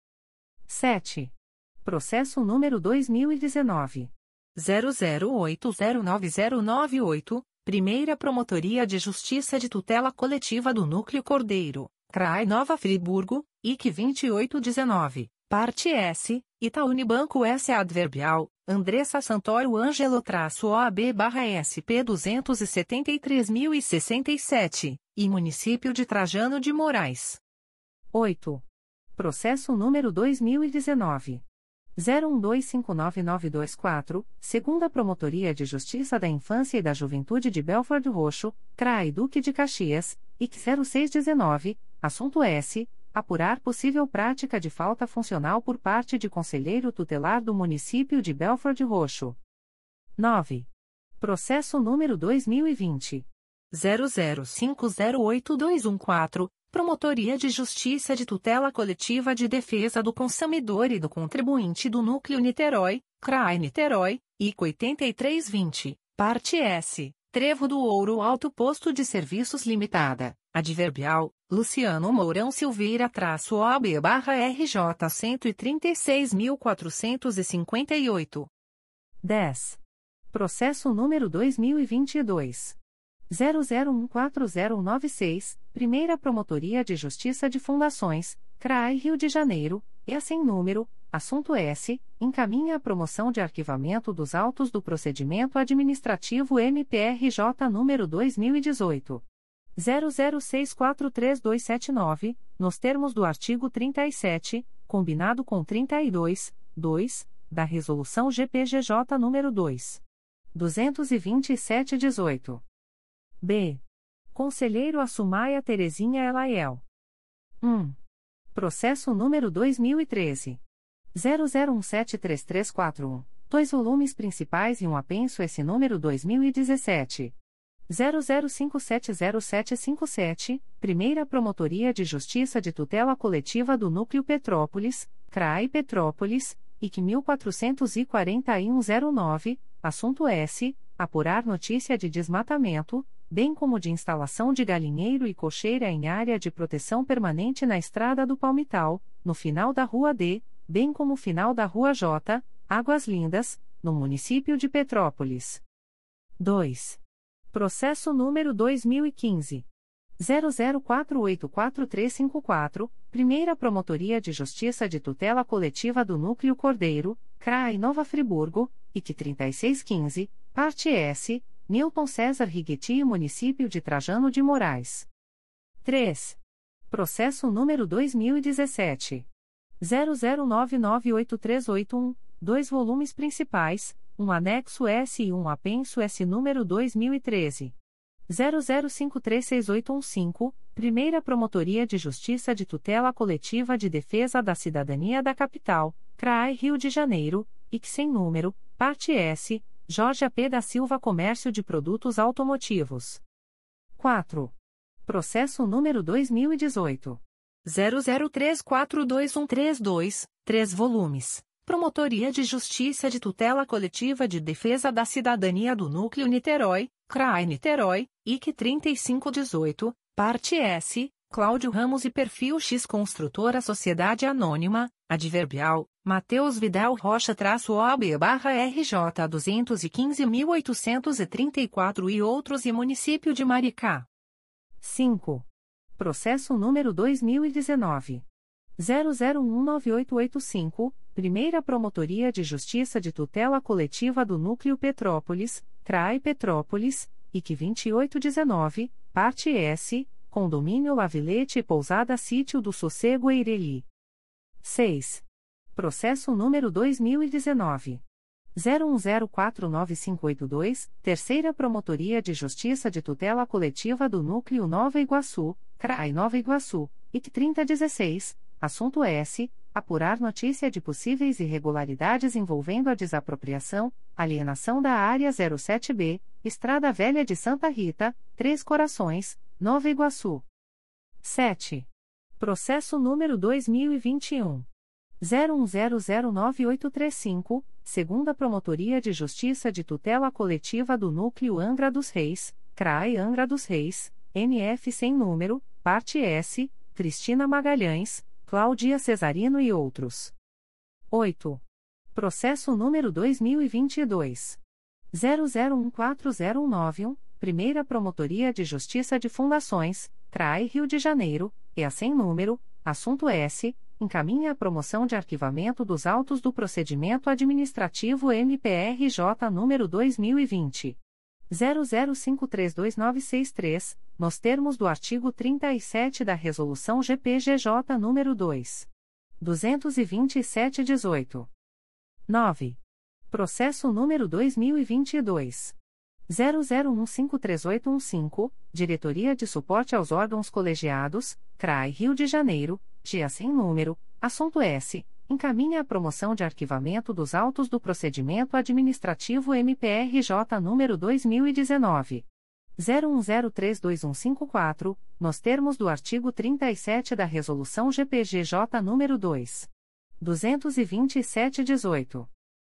sete. Processo número dois mil e dezenove. zero zero oito zero nove zero nove oito, Primeira Promotoria de Justiça de Tutela Coletiva do Núcleo Cordeiro, C R A I Nova Friburgo, I C vinte e oito dezenove, parte S, Itaú Unibanco S A adverbial, Andressa Santoro Ângelo-O A B-S P duzentos e setenta e três mil e sessenta e sete, e Município de Trajano de Moraes. oito. Processo número dois mil e dezenove. zero um dois cinco nove nove dois quatro, segunda Promotoria de Justiça da Infância e da Juventude de Belford Roxo, C R A I Duque de Caxias, I C zero seis dezenove, assunto S. Apurar possível prática de falta funcional por parte de conselheiro tutelar do município de Belford Roxo. nove. Processo número dois mil e vinte. zero zero cinco zero oito dois um quatro, Promotoria de Justiça de Tutela Coletiva de Defesa do Consumidor e do Contribuinte do Núcleo Niterói, C R A I Niterói, I C oitenta e três vinte, parte S, Trevo do Ouro Alto Posto de Serviços Limitada, adverbial, Luciano Mourão Silveira-O A B-R J cento e trinta e seis mil quatrocentos e cinquenta e oito. dez. Processo número dois mil e vinte e dois. zero zero um quatro zero nove seis, Primeira Promotoria de Justiça de Fundações, C R A I Rio de Janeiro, E A sem número, assunto S, encaminha a promoção de arquivamento dos autos do procedimento administrativo M P R J número dois mil e dezoito. zero zero seis quatro três dois sete nove, nos termos do artigo trinta e sete, combinado com trinta e dois, dois, da Resolução G P G J nº dois mil duzentos e vinte e sete traço dezoito. B. Conselheiro Assumaia Terezinha Elaiel. um. Processo número dois mil e treze. zero zero um sete três três quatro um, dois volumes principais e um apenso S número dois mil e dezessete. zero zero cinco sete zero sete cinco sete, Primeira Promotoria de Justiça de Tutela Coletiva do Núcleo Petrópolis, C R A I Petrópolis, I C mil quatrocentos e quarenta e um zero nove, assunto S. Apurar notícia de desmatamento, bem como de instalação de galinheiro e cocheira em área de proteção permanente na Estrada do Palmital, no final da Rua D, bem como final da Rua J, Águas Lindas, no município de Petrópolis. dois. Processo número dois mil e quinze. zero zero quatro oito quatro três cinco quatro, Primeira Promotoria de Justiça de Tutela Coletiva do Núcleo Cordeiro, C R A I Nova Friburgo, I C trinta e seis quinze, parte S, Newton César Righetti e Município de Trajano de Moraes. três. Processo número dois mil e dezessete. zero zero nove nove oito três oito um, dois volumes principais, um anexo S e um apenso S número dois mil e treze. zero zero cinco três seis oito um cinco, Primeira Promotoria de Justiça de Tutela Coletiva de Defesa da Cidadania da Capital, C R A I Rio de Janeiro, I C sem número, parte S, Jorge A. P. da Silva Comércio de Produtos Automotivos. quatro. Processo número dois mil e dezoito. zero zero três quatro dois um três dois, três volumes. Promotoria de Justiça de Tutela Coletiva de Defesa da Cidadania do Núcleo Niterói, C R A I Niterói, I C trinta e cinco dezoito, parte S, Cláudio Ramos e Perfil X Construtora Sociedade Anônima, Adverbial, Matheus Vidal Rocha-O A B barra R J duzentos e quinze mil oitocentos e trinta e quatro e outros e Município de Maricá. cinco. Processo número dois mil e dezenove. zero zero um nove oito oito cinco, Primeira Promotoria de Justiça de Tutela Coletiva do Núcleo Petrópolis, C R A I Petrópolis, I C vinte e oito dezenove, parte S, Condomínio Lavilete e Pousada Sítio do Sossego Eireli. seis. Processo número dois mil e dezenove. zero um zero quatro nove cinco oito dois, Terceira Promotoria de Justiça de Tutela Coletiva do Núcleo Nova Iguaçu, C R A I Nova Iguaçu, I C trinta dezesseis, assunto S. Apurar notícia de possíveis irregularidades envolvendo a desapropriação, alienação da Área zero sete B, Estrada Velha de Santa Rita, Três Corações, Nova Iguaçu. sete. Processo número dois mil e vinte e um. zero um zero zero nove oito três cinco, Segunda Promotoria de Justiça de Tutela Coletiva do Núcleo Angra dos Reis, C R A I Angra dos Reis, N F sem número, parte S, Cristina Magalhães, Cláudia Cesarino e outros. oito. Processo número dois mil e vinte e dois. zero zero um quatro zero um nove um, Primeira Promotoria de Justiça de Fundações, C R A I Rio de Janeiro, E A sem número, assunto S. Encaminha a promoção de arquivamento dos autos do procedimento administrativo M P R J número dois mil e vinte. zero zero cinco três dois nove seis três, nos termos do artigo trinta e sete da Resolução G P G J nº dois mil duzentos e vinte e sete traço dezoito. nove. Processo número dois mil e vinte e dois. zero zero um cinco três oito um cinco, Diretoria de Suporte aos Órgãos Colegiados, C R A I Rio de Janeiro, G A sem número, assunto S. Encaminha a promoção de arquivamento dos autos do procedimento administrativo M P R J número dois mil e dezenove. zero um zero três dois um cinco quatro, nos termos do artigo trinta e sete da Resolução G P G J número dois mil duzentos e vinte e sete traço dezoito.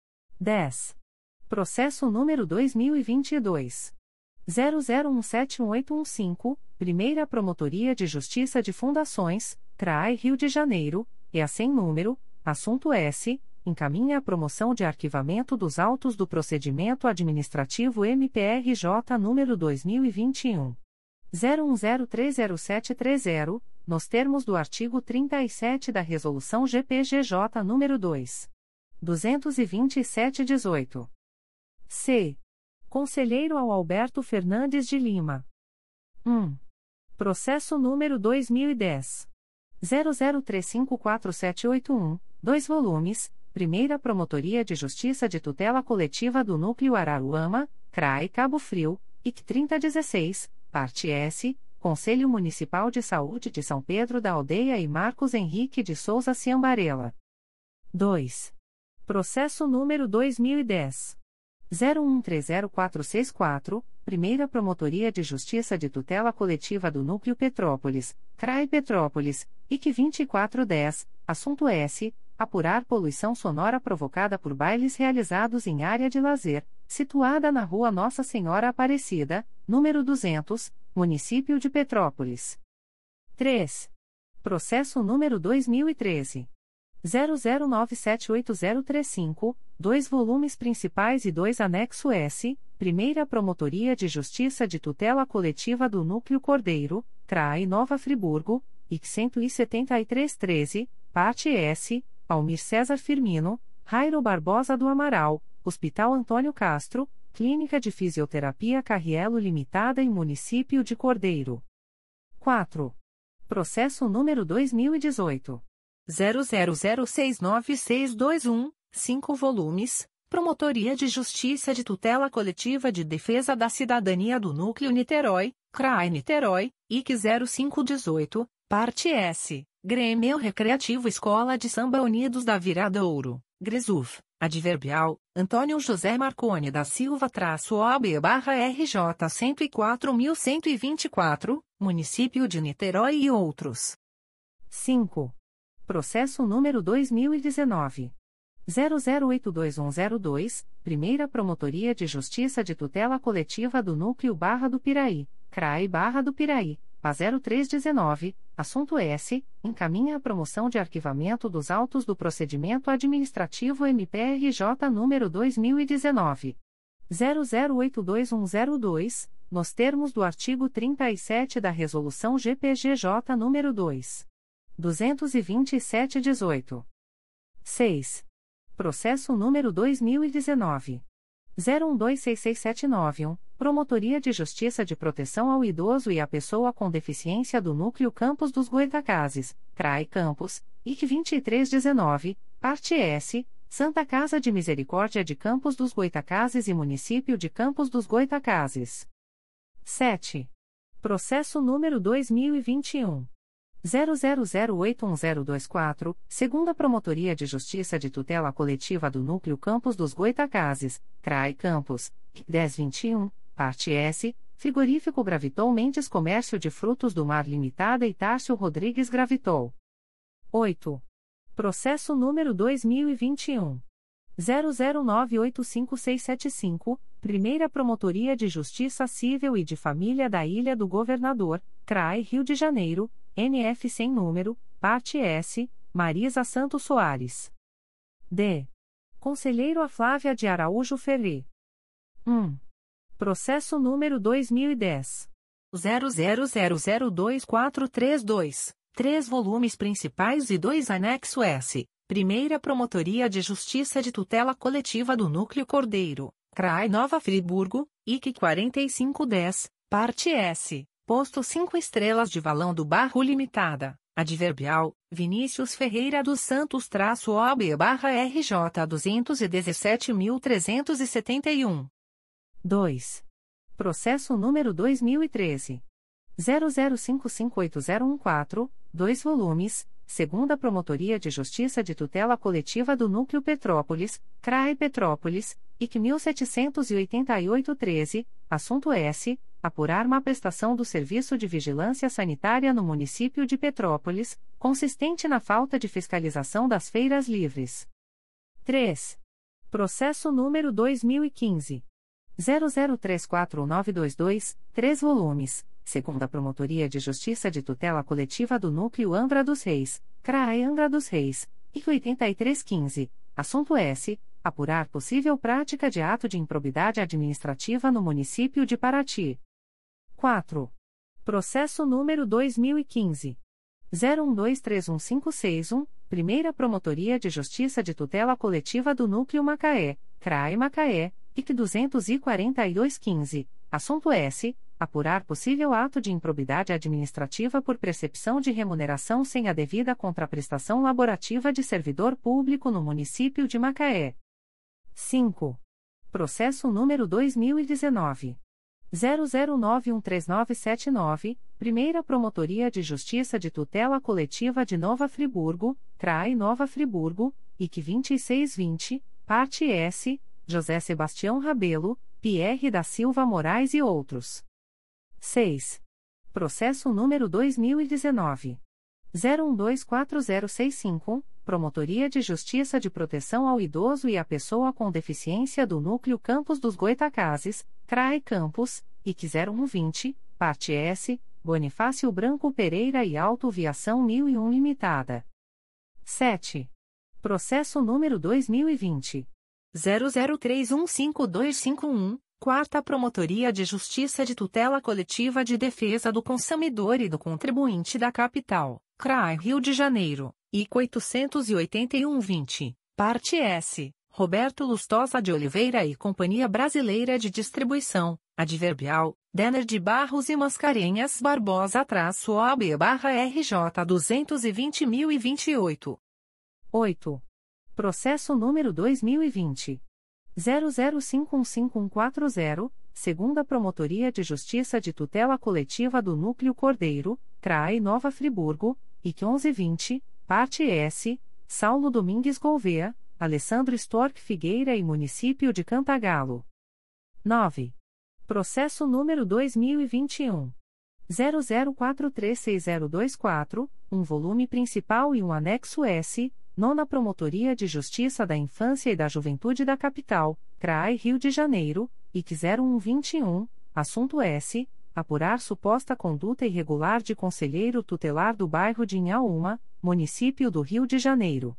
dez. Processo número dois mil e vinte e dois. zero zero um sete um oito um cinco, Primeira Promotoria de Justiça de Fundações, C R A I Rio de Janeiro, E A sem número, assunto S. Encaminha a promoção de arquivamento dos autos do procedimento administrativo M P R J número dois mil e vinte e um. zero um zero três zero sete três zero, nos termos do artigo trinta e sete da Resolução G P G J número dois mil duzentos e vinte e sete traço dezoito. C. Conselheiro ao Alberto Fernandes de Lima. um. Processo número dois mil e dez. zero zero três cinco quatro sete oito um, dois volumes, Primeira Promotoria de Justiça de Tutela Coletiva do Núcleo Araruama, C R A I Cabo Frio, I C trinta dezesseis, parte S, Conselho Municipal de Saúde de São Pedro da Aldeia e Marcos Henrique de Souza Ciambarela. dois. Processo número dois mil e dez. zero um três zero quatro seis quatro, Primeira Promotoria de Justiça de Tutela Coletiva do Núcleo Petrópolis, C R A I Petrópolis, I C vinte e quatro dez, assunto S. Apurar poluição sonora provocada por bailes realizados em área de lazer, situada na Rua Nossa Senhora Aparecida, número duzentos, Município de Petrópolis. três. Processo número dois mil e treze. zero zero nove sete oito zero três cinco, dois volumes principais e dois anexo S, Primeira Promotoria de Justiça de Tutela Coletiva do Núcleo Cordeiro, C R A I Nova Friburgo, I C cento e setenta e três treze, parte S, Almir César Firmino, Jairo Barbosa do Amaral, Hospital Antônio Castro, Clínica de Fisioterapia Carrielo Limitada e Município de Cordeiro. quatro. Processo número dois mil e dezoito. zero zero zero seis nove seis dois um, cinco volumes, Promotoria de Justiça de Tutela Coletiva de Defesa da Cidadania do Núcleo Niterói, C R A I Niterói, I C zero cinco dezoito, Parte S, Grêmio Recreativo Escola de Samba Unidos da Viradouro, Gresuf, Adverbial, Antônio José Marconi da Silva traço O B barra R J cento e quatro mil cento e vinte e quatro, Município de Niterói e outros. cinco. Processo número dois mil e dezenove. zero zero oito dois um zero dois, Primeira Promotoria de Justiça de Tutela Coletiva do Núcleo Barra do Piraí, C R A I Barra do Piraí, P A zero três dezenove, assunto S, encaminha a promoção de arquivamento dos autos do procedimento administrativo M P R J número dois mil e dezenove. zero zero oito dois um zero dois, nos termos do artigo trinta e sete da Resolução G P G J número dois mil duzentos e vinte e sete traço dezoito. seis. Processo número dois mil e dezenove. zero um dois seis seis sete nove um, Promotoria de Justiça de Proteção ao Idoso e à Pessoa com Deficiência do Núcleo Campos dos Goitacazes, C R A I Campos, I C vinte e três dezenove, Parte S, Santa Casa de Misericórdia de Campos dos Goitacazes e Município de Campos dos Goitacazes. sete. Processo número dois mil e vinte e um. zero zero zero oito um zero dois quatro, Segunda Promotoria de Justiça de Tutela Coletiva do Núcleo Campos dos Goitacazes, C R A I Campos, dez vinte e um, Parte S, Frigorífico Gravitol Mendes Comércio de Frutos do Mar Limitada e Tárcio Rodrigues Gravitol. oito. Processo número dois mil e vinte e um. zero zero nove oito cinco seis sete cinco, Primeira Promotoria de Justiça Civil e de Família da Ilha do Governador, C R A I Rio de Janeiro, N F sem número, Parte S, Marisa Santos Soares. D. Conselheiro a Flávia de Araújo Ferri. um. Processo número dois mil e dez. zero zero zero zero dois quatro três dois, três volumes principais e dois anexo S, Primeira Promotoria de Justiça de Tutela Coletiva do Núcleo Cordeiro, C R A I Nova Friburgo, I C quarenta e cinco dez, Parte S, Posto cinco Estrelas de Valão do Barro Limitada, Adverbial, Vinícius Ferreira dos Santos traço O B barra R J duzentos e dezessete mil trezentos e setenta e um. dois. Processo número dois mil e treze. zero zero cinco cinco oito zero um quatro, dois volumes, Segunda Promotoria de Justiça de Tutela Coletiva do Núcleo Petrópolis, C R A I Petrópolis, I C mil setecentos e oitenta e oito treze, assunto S, apurar má prestação do Serviço de Vigilância Sanitária no município de Petrópolis, consistente na falta de fiscalização das feiras livres. três. Processo número dois mil e quinze. zero zero três quatro nove dois dois, três volumes, Segunda Promotoria de Justiça de Tutela Coletiva do Núcleo Angra dos Reis, C R A I Angra dos Reis, I C oitenta e três quinze, assunto S, apurar possível prática de ato de improbidade administrativa no município de Paraty. quatro. Processo número dois mil e quinze. zero um dois três um cinco seis um, Primeira Promotoria de Justiça de Tutela Coletiva do Núcleo Macaé, C R A I Macaé, I C duzentos e quarenta e dois quinze, assunto S, apurar possível ato de improbidade administrativa por percepção de remuneração sem a devida contraprestação laborativa de servidor público no município de Macaé. cinco. Processo número dois mil e dezenove. zero zero nove um três nove sete nove, Primeira Promotoria de Justiça de Tutela Coletiva de Nova Friburgo, C R A I Nova Friburgo, I C vinte e seis vinte, Parte S, José Sebastião Rabelo, Pierre da Silva Moraes e outros. seis. Processo número dois mil e dezenove. zero um dois quatro zero seis cinco, Promotoria de Justiça de Proteção ao Idoso e à Pessoa com Deficiência do Núcleo Campos dos Goitacazes, C R A I Campos, I C zero um vinte, Parte S, Bonifácio Branco Pereira e Autoviação mil e um Limitada. sete. Processo número dois mil e vinte. zero zero três um cinco dois cinco um, Quarta Promotoria de Justiça de Tutela Coletiva de Defesa do Consumidor e do Contribuinte da Capital, C R A I Rio de Janeiro, I C oitocentos e oitenta e um vinte, Parte S, Roberto Lustosa de Oliveira e Companhia Brasileira de Distribuição, Adverbial, Denner de Barros e Mascarenhas Barbosa traço O A B barra R J duzentos e vinte mil e vinte e oito. oito. Processo número dois mil e vinte. zero zero cinco um cinco um quatro zero, segunda Promotoria de Justiça de Tutela Coletiva do Núcleo Cordeiro, C R A I Nova Friburgo, I C onze vinte, parte S, Saulo Domingues Gouveia, Alessandro Storck Figueira e Município de Cantagalo. nove. Processo número dois mil e vinte e um. zero zero quatro três seis zero dois quatro, um volume principal e um anexo S, nona Promotoria de Justiça da Infância e da Juventude da Capital, C R A I Rio de Janeiro, I C zero um vinte e um, assunto S, apurar suposta conduta irregular de conselheiro tutelar do bairro de Inhaúma, Município do Rio de Janeiro.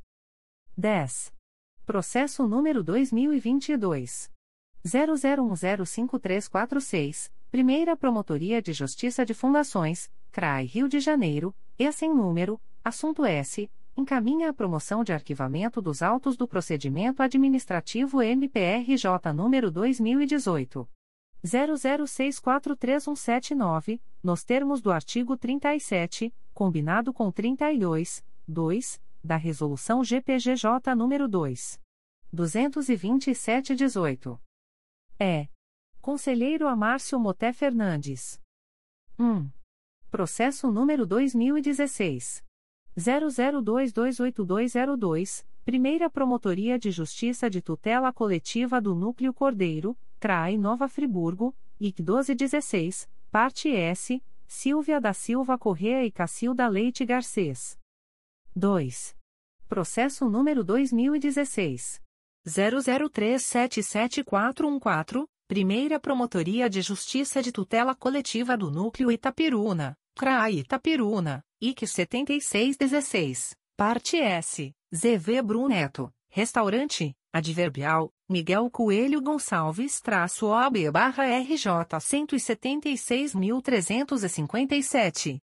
dez. Processo número dois mil e vinte e dois. zero zero um zero cinco três quatro seis, Primeira Promotoria de Justiça de Fundações, C R A I Rio de Janeiro, E sem número, assunto S, encaminha a promoção de arquivamento dos autos do procedimento administrativo M P R J número dois mil e dezoito. zero zero seis quatro três um sete nove, nos termos do artigo trinta e sete, combinado com trinta e dois, dois, da Resolução G P G J nº dois mil duzentos e vinte e sete traço dezoito. É. Conselheiro Amárcio Moté Fernandes. um. Processo número dois mil e dezesseis. zero zero dois dois oito dois zero dois, Primeira Promotoria de Justiça de Tutela Coletiva do Núcleo Cordeiro, C R A I Nova Friburgo, I C doze dezesseis, parte S, Silvia da Silva Correa e Cacilda Leite Garcês. dois. Processo número dois mil e dezesseis. zero zero três sete sete quatro um quatro, Primeira Promotoria de Justiça de Tutela Coletiva do Núcleo Itapiruna, C R A I Itapiruna, I C setenta e seis dezesseis, parte S, Z V Bruneto, Restaurante, Adverbial, Miguel Coelho Gonçalves traço O A B barra R J cento e setenta e seis mil trezentos e cinquenta e sete.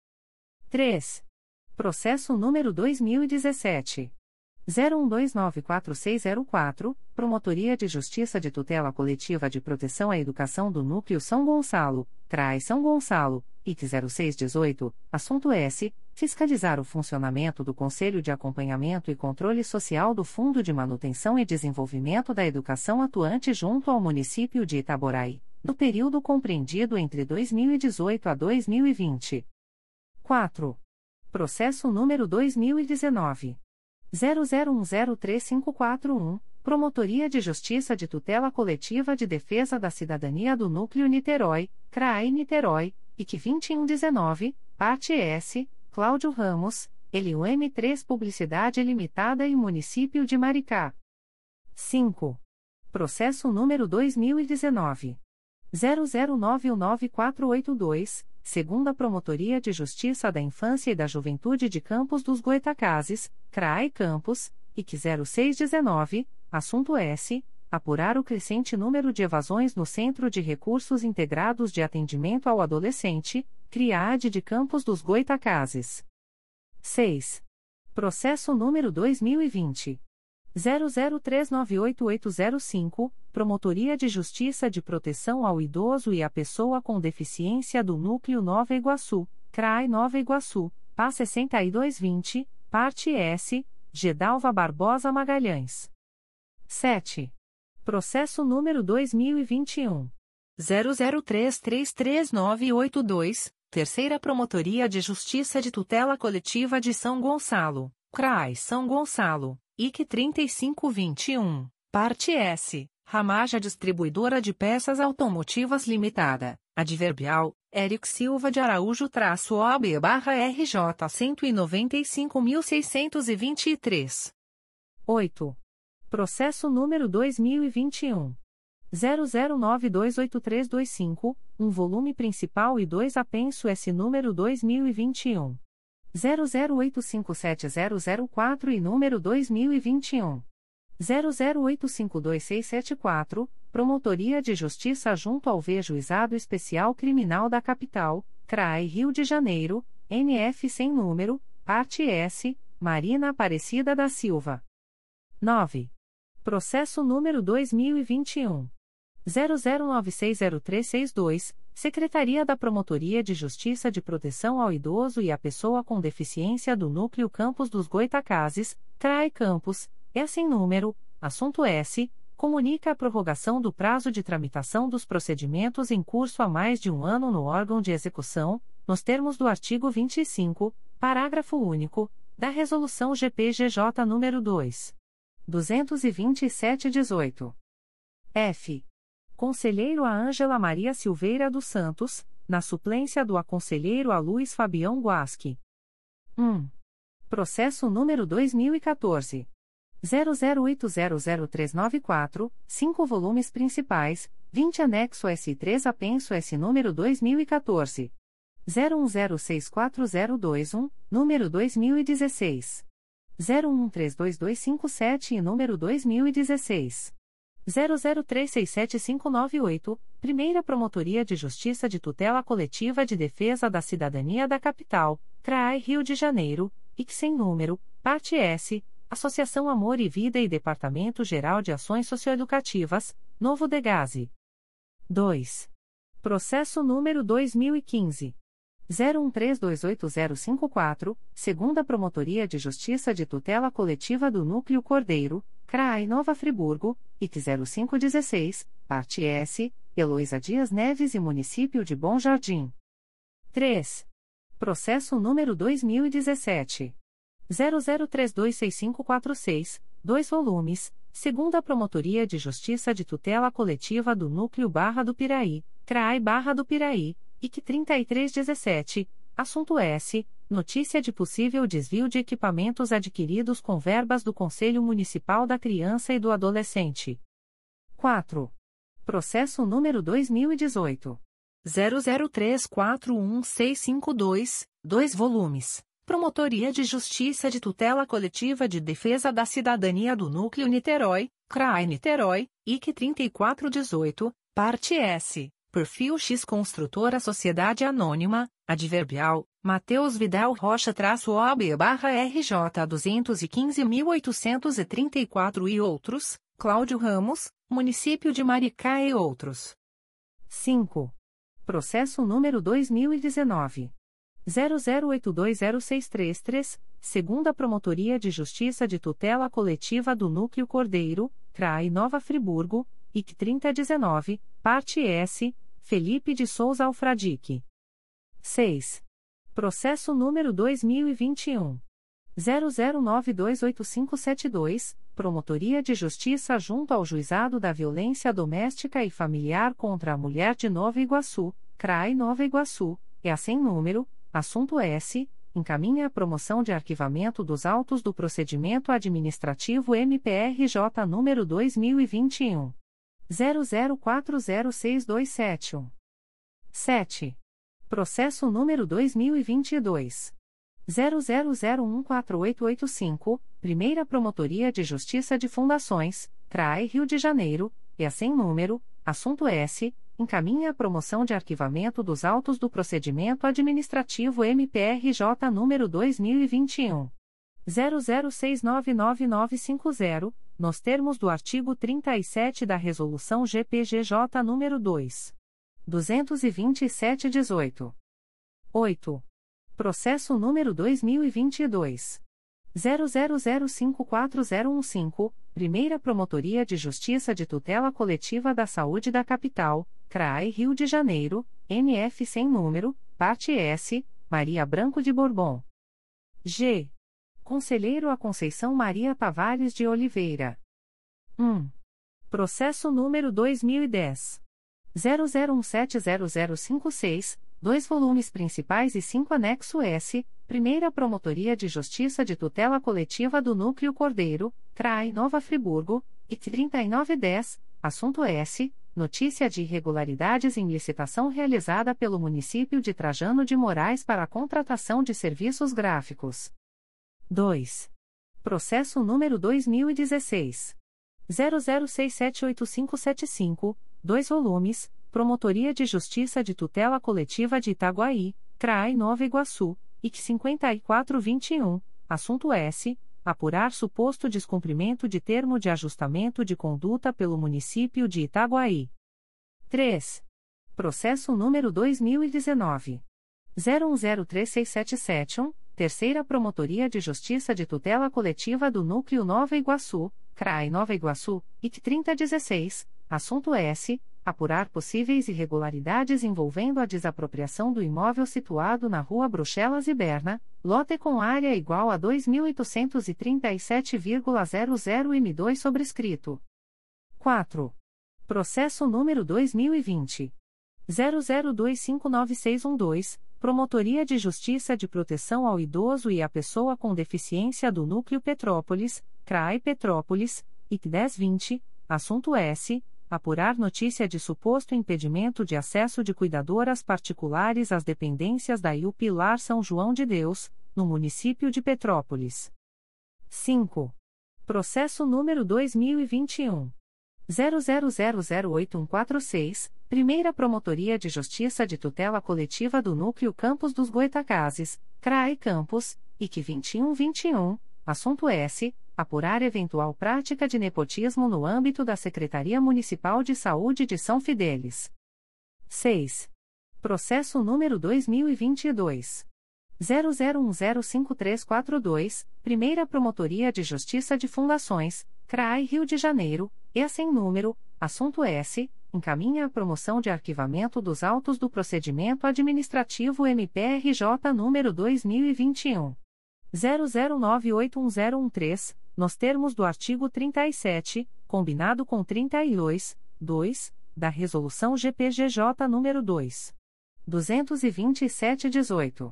três. Processo número dois mil e dezessete. zero um dois nove quatro seis zero quatro, Promotoria de Justiça de Tutela Coletiva de Proteção à Educação do Núcleo São Gonçalo, C R A I São Gonçalo, I C zero seis dezoito, assunto S, fiscalizar o funcionamento do Conselho de Acompanhamento e Controle Social do Fundo de Manutenção e Desenvolvimento da Educação atuante junto ao município de Itaboraí, no período compreendido entre dois mil e dezoito a dois mil e vinte. quatro. Processo número dois mil e dezenove. zero zero um zero três cinco quatro um, Promotoria de Justiça de Tutela Coletiva de Defesa da Cidadania do Núcleo Niterói, C R A I Niterói, I C vinte e um dezenove, parte S, Cláudio Ramos, Elio M três Publicidade Limitada e Município de Maricá. cinco. Processo número dois mil e dezenove. zero zero nove um nove quatro oito dois, Segunda Promotoria de Justiça da Infância e da Juventude de Campos dos Goitacazes, C R A I Campos, I C zero seis dezenove, assunto S, apurar o crescente número de evasões no Centro de Recursos Integrados de Atendimento ao Adolescente, CRIAD de Campos dos Goitacazes. seis. Processo número dois mil e vinte. zero zero três nove oito oito zero cinco, Promotoria de Justiça de Proteção ao Idoso e à Pessoa com Deficiência do Núcleo Nova Iguaçu, C R A I Nova Iguaçu, P A sessenta e dois vinte, parte S, Gedalva Barbosa Magalhães. sete. Processo número dois mil e vinte e um. zero zero três três três nove oito dois, Terceira Promotoria de Justiça de Tutela Coletiva de São Gonçalo, C R A I São Gonçalo, I C trinta e cinco vinte e um, parte S, Ramaja Distribuidora de Peças Automotivas Limitada, Adverbial, Érico Silva de Araújo traço O A B barra R J cento e noventa e cinco mil seiscentos e vinte e três. oito. Processo número dois mil e vinte e um. zero zero nove dois oito três dois cinco, um volume principal e dois apenso S número dois mil e vinte e um. zero zero oito cinco sete zero zero quatro e número dois mil e vinte e um. zero zero oito cinco dois seis sete quatro, Promotoria de Justiça junto ao V-Juizado Especial Criminal da Capital, C R A I Rio de Janeiro, N F sem número, parte S, Marina Aparecida da Silva. nove. Processo número dois mil e vinte e um. zero zero nove seis zero três seis dois, Secretaria da Promotoria de Justiça de Proteção ao Idoso e à Pessoa com Deficiência do Núcleo Campos dos Goitacazes, C R A I Campos, S em número, assunto S, comunica a prorrogação do prazo de tramitação dos procedimentos em curso há mais de um ano no órgão de execução, nos termos do artigo vinte e cinco, parágrafo único, da Resolução G P G J nº dois mil duzentos e vinte e sete traço dezoito. F. Conselheiro a Ângela Maria Silveira dos Santos, na suplência do aconselheiro a Luiz Fabião Guasque. um. Processo número dois mil e quatorze. zero zero oito zero zero três nove quatro, cinco volumes principais, vinte anexo S três apenso S número dois mil e quatorze. zero um zero seis quatro zero dois um, número dois mil e dezesseis. zero um três dois dois cinco sete e número dois mil e dezesseis. zero zero três seis sete cinco nove oito, Primeira Promotoria de Justiça de Tutela Coletiva de Defesa da Cidadania da Capital, C R A I Rio de Janeiro, I C sem número, parte S, Associação Amor e Vida e Departamento Geral de Ações Socioeducativas, Novo Degase. dois. Processo número dois mil e quinze. zero um três dois oito zero cinco quatro, Segunda Promotoria de Justiça de Tutela Coletiva do Núcleo Cordeiro, C R A I Nova Friburgo, I C zero cinco um seis, parte S, Heloísa Dias Neves e Município de Bom Jardim. três. Processo número dois mil e dezessete. zero zero três dois seis cinco quatro seis, dois volumes, Segunda Promotoria de Justiça de Tutela Coletiva do Núcleo Barra do Piraí, C R A I Barra do Piraí, I C trinta e três dezessete, assunto S, notícia de possível desvio de equipamentos adquiridos com verbas do Conselho Municipal da Criança e do Adolescente. quatro. Processo número dois mil e dezoito. zero zero três quatro um seis cinco dois, dois volumes. Promotoria de Justiça de Tutela Coletiva de Defesa da Cidadania do Núcleo Niterói, C R A I Niterói, I C trinta e quatro dezoito, parte S. Perfil X Construtora Sociedade Anônima, Adverbial, Mateus Vidal Rocha-O B barra R J duzentos e quinze mil oitocentos e trinta e quatro e outros, Cláudio Ramos, Município de Maricá e outros. cinco. Processo número dois mil e dezenove. zero zero oito dois zero seis três três, Segunda Promotoria de Justiça de Tutela Coletiva do Núcleo Cordeiro, C R A I Nova Friburgo, I C trinta dezenove, parte S, Felipe de Souza Alfradique. seis. Processo número dois mil e vinte e um. zero zero nove dois oito cinco sete dois, Promotoria de Justiça junto ao Juizado da Violência Doméstica e Familiar contra a Mulher de Nova Iguaçu, C R A I Nova Iguaçu, E A sem número, assunto S, encaminha a promoção de arquivamento dos autos do procedimento administrativo M P R J número dois mil e vinte e um. zero zero quatro zero seis dois sete um. sete. Processo número dois mil e vinte e dois. zero zero zero um quatro oito oito cinco, Primeira Promotoria de Justiça de Fundações, C R A I Rio de Janeiro, E A sem número, assunto S, encaminha a promoção de arquivamento dos autos do procedimento administrativo M P R J número dois mil e vinte e um. zero zero seis nove nove nove cinco zero, nos termos do artigo trinta e sete da Resolução G P G J nº dois mil duzentos e vinte e sete traço dezoito. oito. Processo número dois mil e vinte e dois. zero zero zero cinco quatro zero um cinco, Primeira Promotoria de Justiça de Tutela Coletiva da Saúde da Capital, C R A I Rio de Janeiro, N F sem número, parte S, Maria Branco de Bourbon. G. Conselheiro a Conceição Maria Tavares de Oliveira. um. Processo número dois mil e dez. zero zero um sete zero zero cinco seis, dois volumes principais e cinco anexo S, Primeira Promotoria de Justiça de Tutela Coletiva do Núcleo Cordeiro, C R A I Nova Friburgo, I C trinta e nove dez, assunto S, notícia de irregularidades em licitação realizada pelo município de Trajano de Moraes para a contratação de serviços gráficos. dois. Processo número dois mil e dezesseis. zero zero seis sete oito cinco sete cinco, dois volumes, Promotoria de Justiça de Tutela Coletiva de Itaguaí, C R A I Nova Iguaçu, I C cinquenta e quatro vinte e um, assunto S, apurar suposto descumprimento de termo de ajustamento de conduta pelo município de Itaguaí. três. Processo número dois mil e dezenove. zero um zero três seis sete sete um, Terceira Promotoria de Justiça de Tutela Coletiva do Núcleo Nova Iguaçu, C R A I Nova Iguaçu, I C trinta dezesseis, assunto S. Apurar possíveis irregularidades envolvendo a desapropriação do imóvel situado na Rua Bruxelas e Berna, lote com área igual a dois mil oitocentos e trinta e sete vírgula zero zero M dois sobrescrito. quatro. Processo número dois mil e vinte. zero zero dois cinco nove seis um dois, Promotoria de Justiça de Proteção ao Idoso e à Pessoa com Deficiência do Núcleo Petrópolis, C R A I Petrópolis, I C dez vinte, assunto S. Apurar notícia de suposto impedimento de acesso de cuidadoras particulares às dependências da I U Pilar São João de Deus, no município de Petrópolis. cinco. Processo número dois mil e vinte e um. zero zero zero zero oito um quatro seis, Primeira Promotoria de Justiça de Tutela Coletiva do Núcleo Campos dos Goitacazes, C R A I Campos, I C vinte e um vinte e um, assunto S. Apurar eventual prática de nepotismo no âmbito da Secretaria Municipal de Saúde de São Fidélis. seis. Processo número dois mil e vinte e dois. zero zero um zero cinco três quatro dois, Primeira Promotoria de Justiça de Fundações, C R A I Rio de Janeiro, E A sem número, assunto S. Encaminha a promoção de arquivamento dos autos do procedimento administrativo M P R J número dois mil e vinte e um. zero zero nove oito um zero um três, nos termos do artigo trinta e sete, combinado com trinta e dois, dois, da Resolução G P G J nº dois mil duzentos e vinte e sete traço dezoito.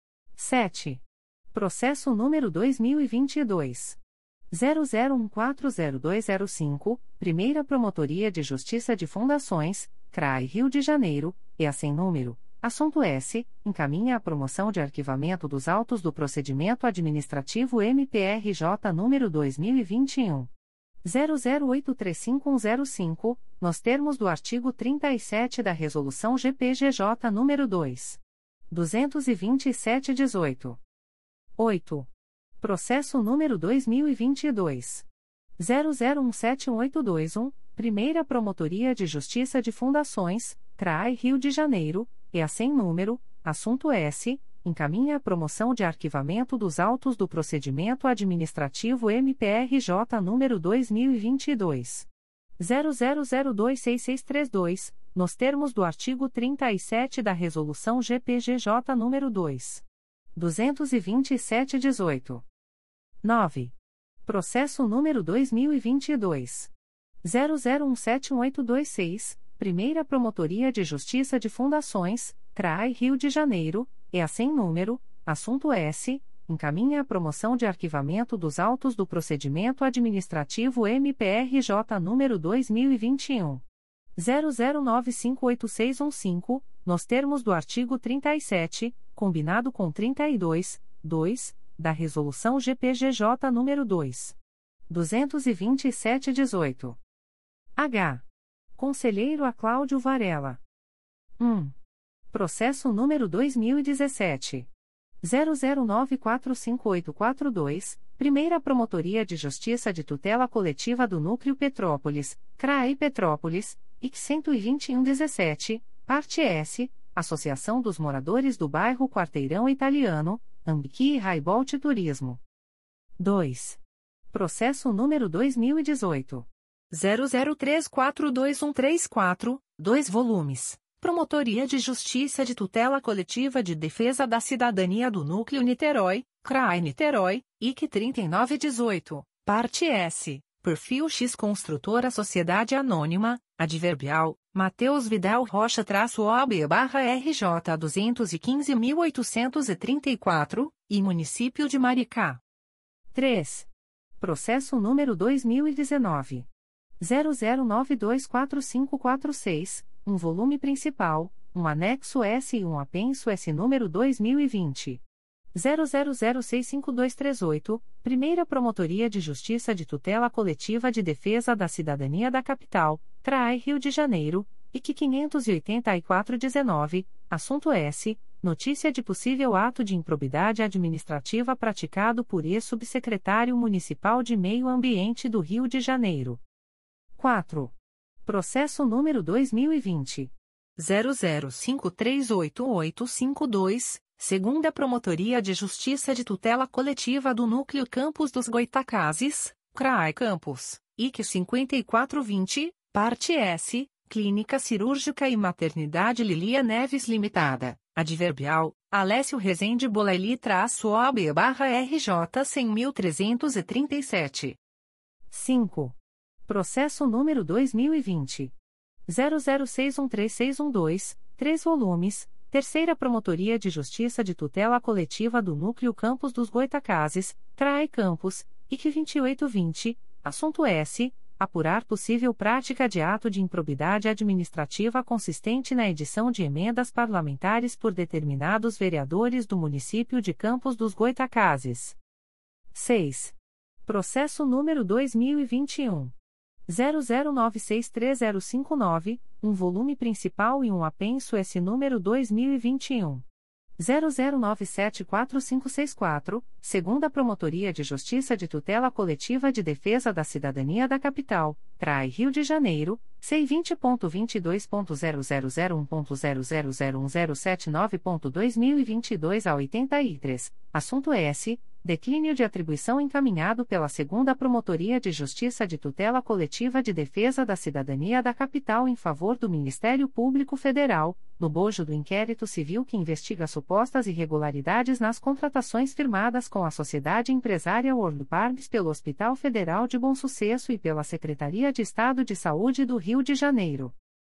sete. Processo número dois mil e vinte e dois. zero zero um quatro zero dois zero cinco, Primeira Promotoria de Justiça de Fundações, C R A I Rio de Janeiro, E A sem número, assunto S. Encaminha a promoção de arquivamento dos autos do procedimento administrativo M P R J número dois mil e vinte e um. zero zero oito três cinco um zero cinco, nos termos do artigo trinta e sete da Resolução G P G J número dois mil duzentos e vinte e sete traço dezoito. oito. Processo número dois mil e vinte e dois. zero zero um sete um oito dois um, Primeira Promotoria de Justiça de Fundações, C R A I Rio de Janeiro, E A sem número, assunto S. Encaminha a promoção de arquivamento dos autos do procedimento administrativo M P R J número dois mil e vinte e dois. zero zero zero dois seis seis três dois, nos termos do artigo trinta e sete da Resolução G P G J número dois mil duzentos e vinte e sete traço dezoito. nove. Processo número dois mil e vinte e dois. zero zero um sete um oito dois seis, Primeira Promotoria de Justiça de Fundações, C R A I Rio de Janeiro, E A sem número, assunto S. Encaminha a promoção de arquivamento dos autos do procedimento administrativo M P R J número dois mil e vinte e um. zero zero nove cinco oito seis um cinco, nos termos do artigo trinta e sete, combinado com trinta e dois, dois, da Resolução G P G J nº dois mil duzentos e vinte e sete traço dezoito. H. Conselheiro a Cláudio Varela. um. Processo número dois mil e dezessete. zero zero nove quatro cinco oito quatro dois, Primeira Promotoria de Justiça de Tutela Coletiva do Núcleo Petrópolis, C R A I Petrópolis, I C cento e vinte e um dezessete, parte S, Associação dos Moradores do Bairro Quarteirão Italiano, Ambique e Raibolt Turismo. dois. Processo número dois mil e dezoito. zero zero três quatro dois um três quatro, dois volumes. Promotoria de Justiça de Tutela Coletiva de Defesa da Cidadania do Núcleo Niterói, C R A I Niterói, I C trinta e nove dezoito, parte S, Perfil X Construtora Sociedade Anônima, Adverbial, Mateus Vidal Rocha-O B barra R J duzentos e quinze mil oitocentos e trinta e quatro, e Município de Maricá. três. Processo número dois mil e dezenove. zero zero nove dois quatro cinco quatro seis, um volume principal, um anexo S e um apenso S número dois mil e vinte. zero zero zero seis cinco dois três oito, Primeira Promotoria de Justiça de Tutela Coletiva de Defesa da Cidadania da Capital, C R A I Rio de Janeiro, I C quinhentos e oitenta e quatro dezenove, assunto S. Notícia de possível ato de improbidade administrativa praticado por ex-subsecretário municipal de Meio Ambiente do Rio de Janeiro. quatro. Processo número dois mil e vinte. zero zero cinco três oito oito cinco dois, segunda Promotoria de Justiça de Tutela Coletiva do Núcleo Campos dos Goitacazes, C R A I Campos, I C cinquenta e quatro vinte, parte S, Clínica Cirúrgica e Maternidade Lilia Neves Limitada, adverbial, Alessio Rezende Bolaili-O B-R J cem mil trezentos e trinta e sete. cinco. Processo número dois mil e vinte. zero zero seis um três seis um dois, três volumes, Terceira Promotoria de Justiça de Tutela Coletiva do Núcleo Campos dos Goitacazes, C R A I Campos, I C vinte e oito vinte, assunto S. Apurar possível prática de ato de improbidade administrativa consistente na edição de emendas parlamentares por determinados vereadores do município de Campos dos Goitacazes. seis. Processo número dois mil e vinte e um. zero zero nove seis três zero cinco nove, um volume principal e um apenso S número dois mil e vinte e um. zero zero nove sete quatro cinco seis quatro, segunda Promotoria de Justiça de Tutela Coletiva de Defesa da Cidadania da Capital, C R A I Rio de Janeiro, C vinte ponto vinte e dois ponto zero zero zero um ponto zero zero zero um zero sete nove ponto dois mil e vinte e dois a oitenta e três, assunto S. Declínio de atribuição encaminhado pela segunda Promotoria de Justiça de Tutela Coletiva de Defesa da Cidadania da Capital em favor do Ministério Público Federal, no bojo do inquérito civil que investiga supostas irregularidades nas contratações firmadas com a Sociedade Empresária World Parks pelo Hospital Federal de Bom Sucesso e pela Secretaria de Estado de Saúde do Rio de Janeiro.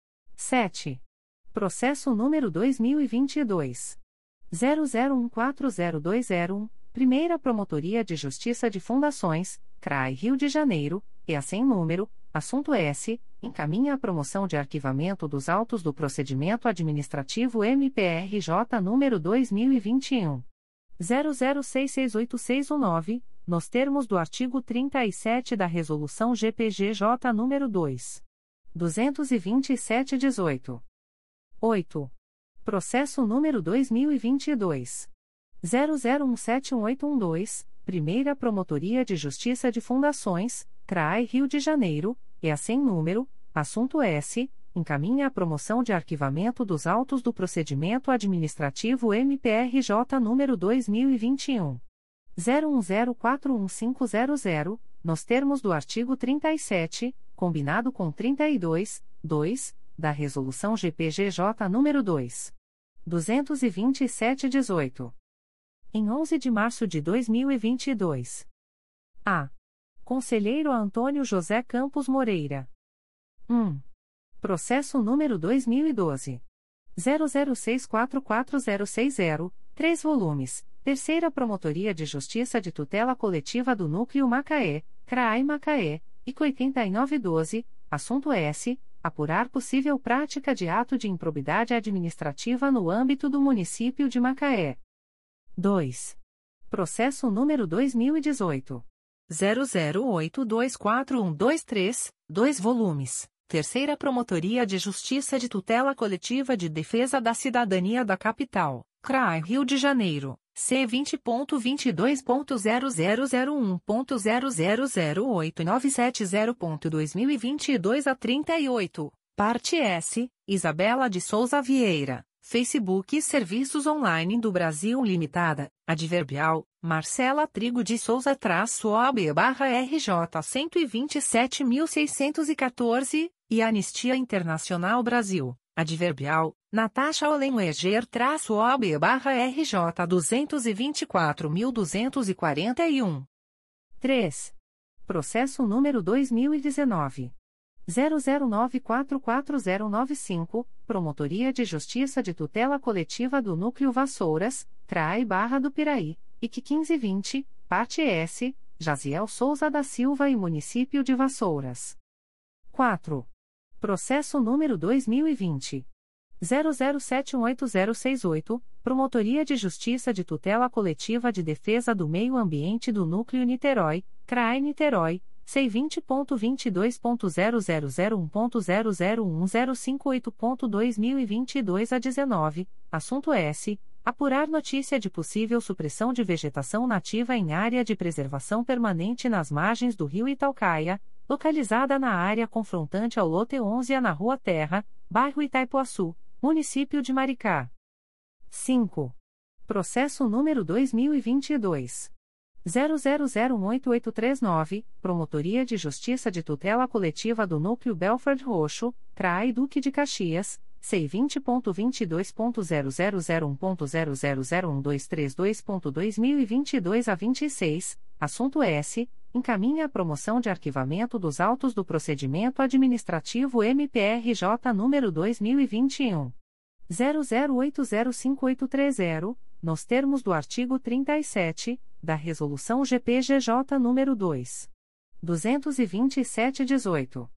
sete. Processo número dois mil e vinte e dois. zero zero um quatro zero dois zero um, Primeira Promotoria de Justiça de Fundações, C R A I Rio de Janeiro, E A sem número, assunto S. Encaminha a promoção de arquivamento dos autos do procedimento administrativo M P R J número dois mil e vinte e um. zero zero seis seis oito seis um nove, nos termos do artigo trinta e sete da Resolução G P G J número dois mil duzentos e vinte e sete traço dezoito. oito. Processo número dois mil e vinte e dois. zero zero um sete um oito um dois, Primeira Promotoria de Justiça de Fundações, C R A I Rio de Janeiro, E A sem número, assunto S. Encaminha a promoção de arquivamento dos autos do procedimento administrativo M P R J número dois mil e vinte e um. zero um zero quatro um cinco zero zero, nos termos do artigo trinta e sete, combinado com trinta e dois, dois, da Resolução G P G J número dois mil duzentos e vinte e sete traço dezoito. Em onze de março de dois mil e vinte e dois. A. Conselheiro Antônio José Campos Moreira. um. Processo número dois mil e doze. zero zero seis quatro quatro zero seis zero, três volumes, Terceira Promotoria de Justiça de Tutela Coletiva do Núcleo Macaé, C R A I Macaé, I C oitenta e nove doze, assunto S. Apurar possível prática de ato de improbidade administrativa no âmbito do município de Macaé. dois. Processo número dois mil e dezoito. zero zero oito dois quatro um dois três, dois volumes, Terceira Promotoria de Justiça de Tutela Coletiva de Defesa da Cidadania da Capital, C R A I Rio de Janeiro, C vinte ponto vinte e dois ponto zero zero zero um ponto zero zero zero oito nove sete zero ponto dois mil e vinte e dois a trinta e oito, parte S, Isabela de Souza Vieira. Facebook Serviços Online do Brasil Limitada, adverbial, Marcela Trigo de Souza traço O B barra R J cento e vinte e sete mil seiscentos e quatorze, e Anistia Internacional Brasil, adverbial, Natasha Olenweger traço O B barra R J duzentos e vinte e quatro mil duzentos e quarenta e um. três. Processo número dois mil e dezenove. zero zero nove quatro quatro zero nove cinco, Promotoria de Justiça de Tutela Coletiva do Núcleo Vassouras, C R A I Barra do Piraí, I C quinze vinte, parte S, Jaziel Souza da Silva e Município de Vassouras. quatro. Processo número dois mil e vinte. zero zero sete um oito zero seis oito, Promotoria de Justiça de Tutela Coletiva de Defesa do Meio Ambiente do Núcleo Niterói, C R A I Niterói, C vinte ponto vinte e dois ponto zero zero zero um ponto zero zero um zero cinco oito ponto dois mil e vinte e dois a dezenove, assunto S. Apurar notícia de possível supressão de vegetação nativa em área de preservação permanente nas margens do rio Itaucaia, localizada na área confrontante ao lote onze A na Rua Terra, bairro Itaipuaçu, município de Maricá. cinco. Processo número dois mil e vinte e dois. zero zero zero um oito oito três nove, Promotoria de Justiça de Tutela Coletiva do Núcleo Belford Roxo, C R A I Duque de Caxias, C vinte ponto vinte e dois ponto zero zero zero um ponto zero zero zero um dois três dois ponto dois mil e vinte e dois a vinte e seis, assunto S. Encaminha a promoção de arquivamento dos autos do procedimento administrativo M P R J número dois mil e vinte e um. zero zero oito zero cinco oito três zero, nos termos do artigo trinta e sete, da Resolução G P G J nº dois mil duzentos e vinte e sete traço dezoito.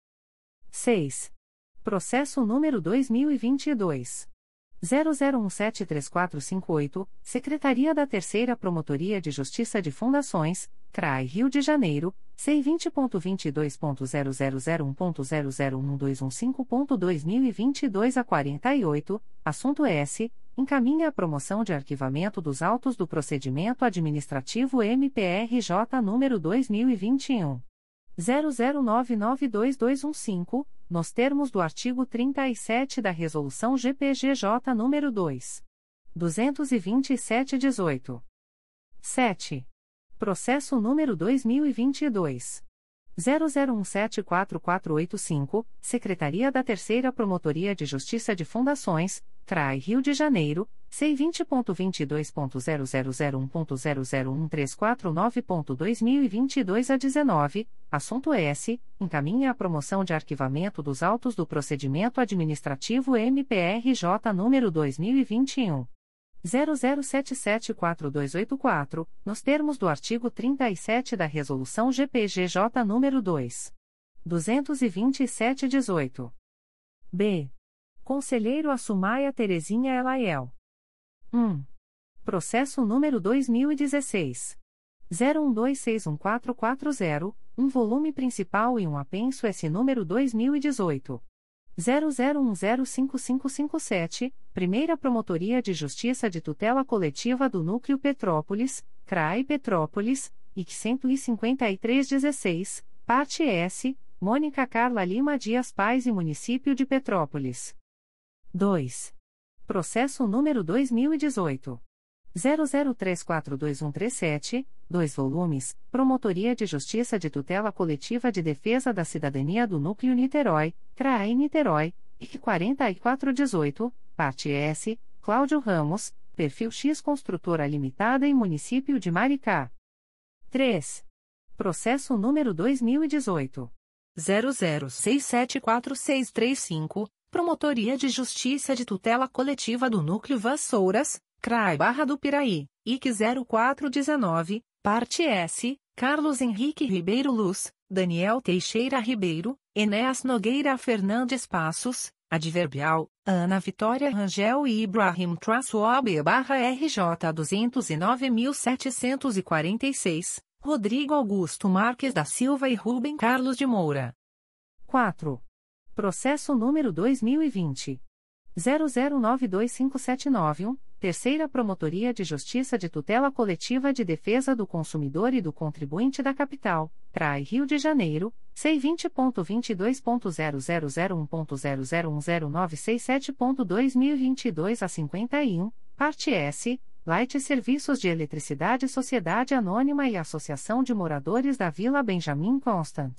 seis. Processo número dois mil e vinte e dois. zero zero um sete três quatro cinco oito, Secretaria da Terceira Promotoria de Justiça de Fundações, C R A I Rio de Janeiro, C vinte ponto vinte e dois ponto zero zero zero um ponto zero zero um dois um cinco ponto dois mil e vinte e dois a quarenta e oito, assunto S. Encaminha a promoção de arquivamento dos autos do procedimento administrativo M P R J número dois mil e vinte e um. zero zero nove nove dois dois um cinco, nos termos do artigo trinta e sete da Resolução G P G J nº dois mil duzentos e vinte e sete traço dezoito. sete. Processo número dois mil e vinte e dois. zero zero um sete quatro quatro oito cinco, Secretaria da Terceira Promotoria de Justiça de Fundações, C R A I Rio de Janeiro, C vinte ponto vinte e dois ponto zero zero zero um ponto zero zero um três quatro nove ponto dois mil e vinte e dois a dezenove, assunto S. Encaminha a promoção de arquivamento dos autos do procedimento administrativo M P R J número dois mil e vinte e um. zero zero sete sete quatro dois oito quatro, nos termos do artigo trinta e sete da Resolução G P G J nº dois mil duzentos e vinte e sete traço dezoito. B. Conselheiro Assumaia Terezinha Elaiel. um. Processo número dois mil e dezesseis. zero um dois seis um quatro quatro zero, um volume principal e um apenso S número dois mil e dezoito. zero zero um zero cinco cinco cinco sete, Primeira Promotoria de Justiça de Tutela Coletiva do Núcleo Petrópolis, C R A I Petrópolis, I C cento e cinquenta e três dezesseis, parte S, Mônica Carla Lima Dias Pais e Município de Petrópolis. dois. Processo número dois mil e dezoito. zero zero três quatro dois um três sete, dois volumes, Promotoria de Justiça de Tutela Coletiva de Defesa da Cidadania do Núcleo Niterói, C R A I Niterói, I C quarenta e quatro dezoito, parte S, Cláudio Ramos, Perfil X Construtora Limitada e Município de Maricá. três. Processo número dois mil e dezoito. zero zero seis sete quatro seis três cinco, Promotoria de Justiça de Tutela Coletiva do Núcleo Vassouras, C R A I Barra do Piraí, I C zero quatro dezenove, parte S, Carlos Henrique Ribeiro Luz, Daniel Teixeira Ribeiro, Enéas Nogueira Fernandes Passos, Adverbial, Ana Vitória Rangel e Ibrahim Traçoab barra R J duzentos e nove mil setecentos e quarenta e seis, Rodrigo Augusto Marques da Silva e Rubem Carlos de Moura. quatro. Processo número dois mil e vinte. zero zero nove dois cinco sete nove um, Terceira Promotoria de Justiça de Tutela Coletiva de Defesa do Consumidor e do Contribuinte da Capital, C R A I Rio de Janeiro, C vinte ponto vinte e dois ponto zero zero zero um ponto zero zero um zero nove seis sete ponto dois mil e vinte e dois a cinquenta e um, parte S, Light Serviços de Eletricidade Sociedade Anônima e Associação de Moradores da Vila Benjamin Constant.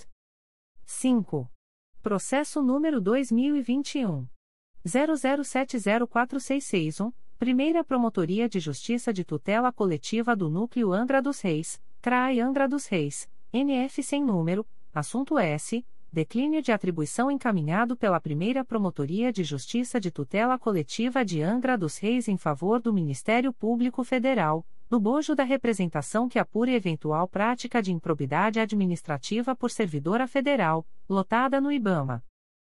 cinco. Processo número dois mil e vinte e um. zero zero sete zero quatro seis seis um, Primeira Promotoria de Justiça de Tutela Coletiva do Núcleo Angra dos Reis, C R A I Angra dos Reis, N F sem número, assunto S. Declínio de atribuição encaminhado pela Primeira Promotoria de Justiça de Tutela Coletiva de Angra dos Reis em favor do Ministério Público Federal, no bojo da representação que apure eventual prática de improbidade administrativa por servidora federal, lotada no IBAMA.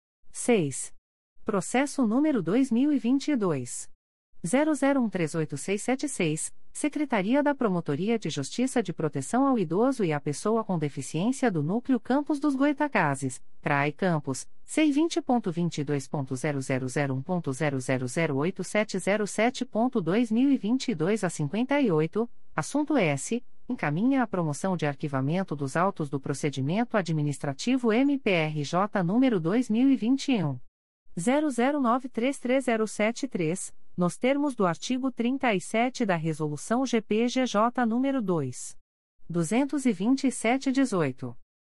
seis. Processo número dois mil e vinte e dois. zero zero um três oito seis sete seis, Secretaria da Promotoria de Justiça de Proteção ao Idoso e à Pessoa com Deficiência do Núcleo Campos dos Goitacazes, C R A I Campos, C vinte ponto vinte e dois ponto zero zero zero um ponto zero zero zero oito sete zero sete ponto dois mil e vinte e dois a cinquenta e oito, assunto S. Encaminha a promoção de arquivamento dos autos do procedimento administrativo M P R J número dois mil e vinte e um. zero zero nove três três zero sete três, nos termos do artigo trinta e sete da Resolução G P G J nº dois mil duzentos e vinte e sete traço dezoito.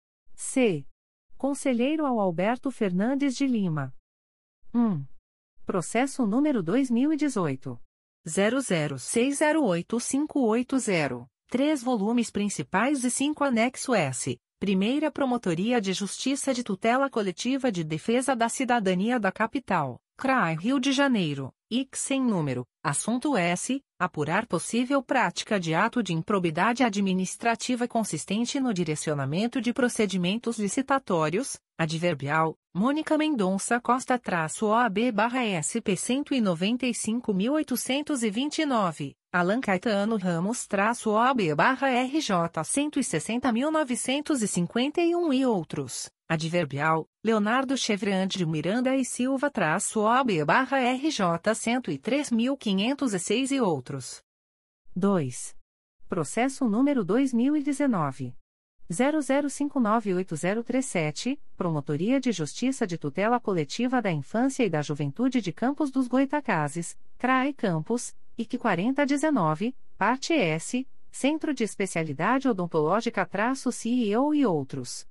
C. Conselheiro ao Alberto Fernandes de Lima. um. Processo número dois mil e dezoito. zero zero seis zero oito cinco oito zero. Três volumes principais e cinco anexo S. Primeira Promotoria de Justiça de Tutela Coletiva de Defesa da Cidadania da Capital, C R A I Rio de Janeiro, I C sem número, assunto S. Apurar possível prática de ato de improbidade administrativa consistente no direcionamento de procedimentos licitatórios, adverbial, Mônica Mendonça Costa-O A B-S P cento e noventa e cinco mil oitocentos e vinte e nove, Alan Caetano Ramos-O A B-R J cento e sessenta mil novecentos e cinquenta e um e outros, adverbial, Leonardo Chevreand de Miranda e Silva-O A B-R J cento e três mil quinhentos e seis e outros. dois. Processo número dois mil e dezenove. zero zero cinco nove oito zero três sete, Promotoria de Justiça de Tutela Coletiva da Infância e da Juventude de Campos dos Goitacazes, C R A I Campos, I C quarenta dezenove, parte S, Centro de Especialidade Odontológica-C E O e outros.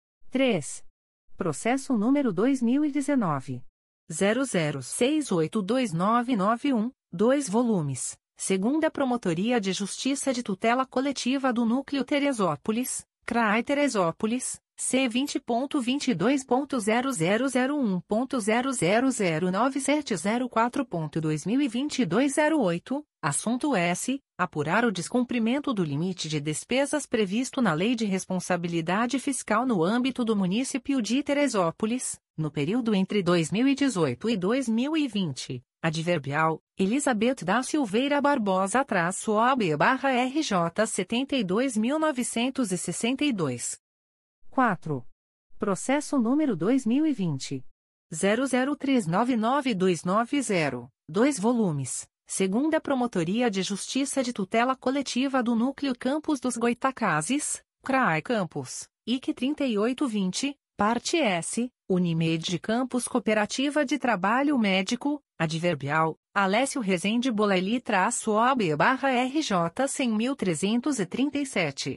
três. Processo número dois mil e dezenove. zero zero seis oito dois nove nove um, dois volumes. Segunda Promotoria de Justiça de Tutela Coletiva do Núcleo Teresópolis, C R A I Teresópolis, C vinte ponto vinte e dois ponto zero zero zero um ponto zero zero zero nove sete zero quatro ponto dois mil e vinte e dois a zero oito, assunto S. Apurar o descumprimento do limite de despesas previsto na Lei de Responsabilidade Fiscal no âmbito do município de Teresópolis, no período entre dois mil e dezoito e dois mil e vinte. Adverbial, Elizabeth da Silveira Barbosa-O A B-R J setenta e dois mil novecentos e sessenta e dois. quatro. Processo número dois mil e vinte. zero zero três nove nove dois nove zero, dois volumes. Segunda Promotoria de Justiça de Tutela Coletiva do Núcleo Campos dos Goitacazes, C R A I Campos, I C trinta e oito vinte, parte S, Unimed Campos Cooperativa de Trabalho Médico, adverbial, Alessio Rezende Bolelli-O A B-R J cem mil trezentos e trinta e sete.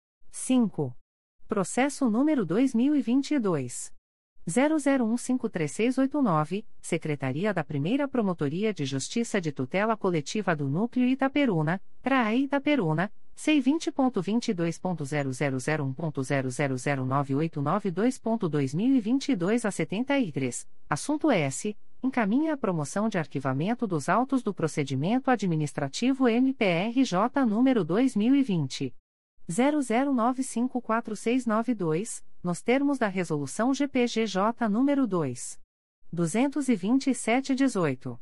cinco. Processo número dois mil e vinte e dois. zero zero um cinco três seis oito nove, Secretaria da Primeira Promotoria de Justiça de Tutela Coletiva do Núcleo Itaperuna, C R A I Itaperuna, C vinte ponto vinte e dois ponto zero zero zero um ponto zero zero zero nove oito nove dois ponto dois mil e vinte e dois a setenta e três, assunto S. Encaminha a promoção de arquivamento dos autos do procedimento administrativo M P R J número dois mil e vinte. zero zero nove cinco quatro seis nove dois, nos termos da Resolução G P G J nº dois mil duzentos e vinte e sete traço dezoito.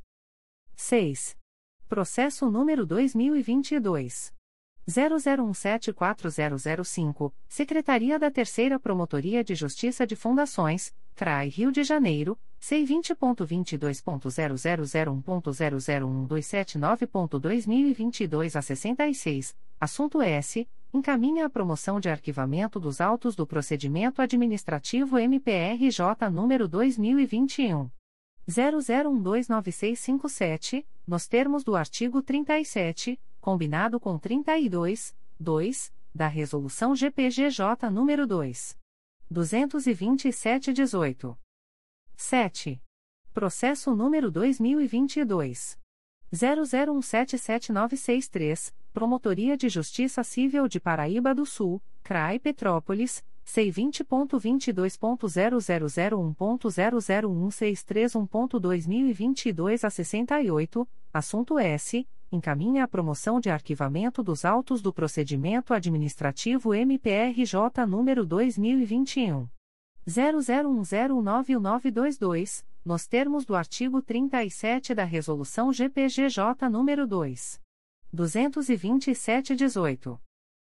seis. Processo número dois mil e vinte e dois. zero zero um sete quatro zero zero cinco, Secretaria da Terceira Promotoria de Justiça de Fundações, C R A I Rio de Janeiro, C vinte ponto vinte e dois ponto zero zero zero um ponto zero zero um dois sete nove ponto dois mil e vinte e dois a sessenta e seis, assunto S. Encaminha a promoção de arquivamento dos autos do procedimento administrativo M P R J número dois mil e vinte e um. zero zero um dois nove seis cinco sete, nos termos do artigo trinta e sete, combinado com trinta e dois, dois, da Resolução G P G J número dois mil duzentos e vinte e sete traço dezoito. sete. Processo número dois mil e vinte e dois. zero zero um sete sete nove seis três, Promotoria de Justiça Civil de Paraíba do Sul, C R A I Petrópolis, C vinte ponto vinte e dois ponto zero zero zero um ponto zero zero um seis três um ponto dois mil e vinte e dois a sessenta e oito, assunto S. Encaminha a promoção de arquivamento dos autos do procedimento administrativo M P R J número dois mil e vinte e um. zero zero um zero nove nove dois dois, nos termos do artigo trinta e sete da Resolução G P G J número dois mil duzentos e vinte e sete ponto dezoito.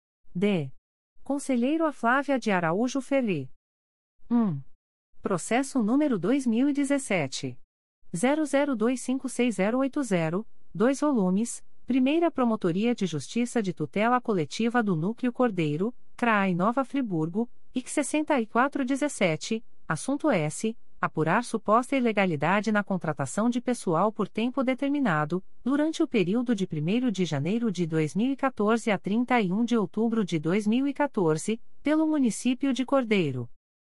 D. Conselheiro a Flávia de Araújo Ferri. um. Processo número dois mil e dezessete. zero zero dois cinco seis zero oito zero, dois volumes, Primeira Promotoria de Justiça de Tutela Coletiva do Núcleo Cordeiro, C R A I Nova Friburgo, I C sessenta e quatro dezessete, assunto S. Apurar suposta ilegalidade na contratação de pessoal por tempo determinado, durante o período de primeiro de janeiro de dois mil e quatorze a trinta e um de outubro de dois mil e quatorze, pelo município de Cordeiro.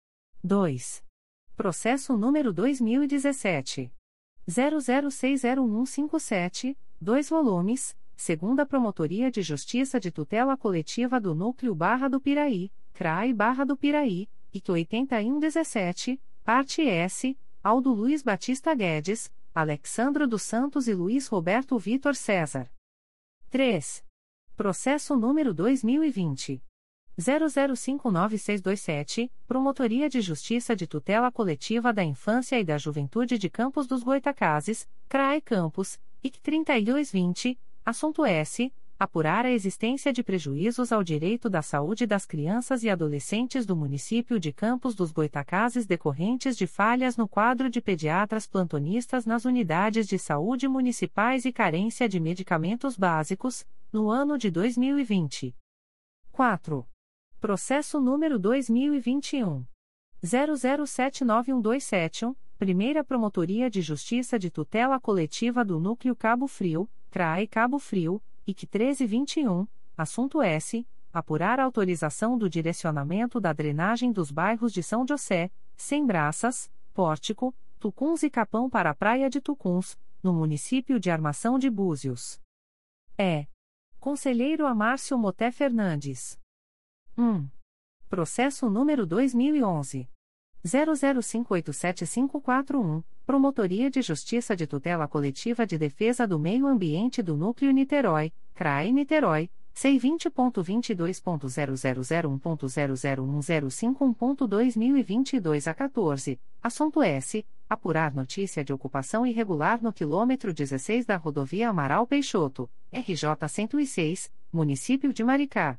dois. Processo número dois mil e dezessete. zero zero seis zero um cinco sete, dois volumes, Segunda Promotoria de Justiça de Tutela Coletiva do Núcleo Barra do Piraí, C R A I Barra do Piraí, I C oitenta e um dezessete, parte S, Aldo Luiz Batista Guedes, Alexandro dos Santos e Luiz Roberto Vitor César. três. Processo número dois mil e vinte. zero zero cinco nove seis dois sete, Promotoria de Justiça de Tutela Coletiva da Infância e da Juventude de Campos dos Goitacazes, C R A I Campos, I C trinta e dois vinte, assunto S. Apurar a existência de prejuízos ao direito da saúde das crianças e adolescentes do município de Campos dos Goitacazes decorrentes de falhas no quadro de pediatras plantonistas nas unidades de saúde municipais e carência de medicamentos básicos, no ano de dois mil e vinte. quatro. Processo número dois mil e vinte e um. zero zero sete nove um dois sete um, Primeira Promotoria de Justiça de Tutela Coletiva do Núcleo Cabo Frio, C R A I Cabo Frio, I C treze vinte e um, assunto S. Apurar a autorização do direcionamento da drenagem dos bairros de São José, Sem Braças, Pórtico, Tucuns e Capão para a Praia de Tucuns, no município de Armação de Búzios. É. Conselheiro Amárcio Moté Fernandes. um. Processo número dois mil e onze. zero zero cinco oito sete cinco quatro um, Promotoria de Justiça de Tutela Coletiva de Defesa do Meio Ambiente do Núcleo Niterói, C R A I Niterói, C vinte ponto vinte e dois ponto zero zero zero um ponto zero zero um zero cinco um ponto dois mil e vinte e dois a quatorze, assunto S. Apurar notícia de ocupação irregular no quilômetro dezesseis da rodovia Amaral Peixoto, R J cento e seis, município de Maricá.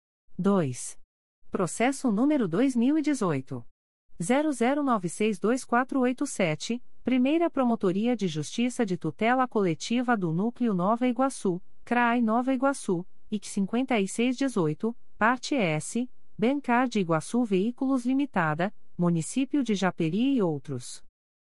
dois. Processo número dois mil e dezoito. zero zero nove seis dois quatro oito sete, Primeira Promotoria de Justiça de Tutela Coletiva do Núcleo Nova Iguaçu, C R A I Nova Iguaçu, I C cinquenta e seis dezoito, parte S, Bencar de Iguaçu Veículos Limitada, Município de Japeri e outros.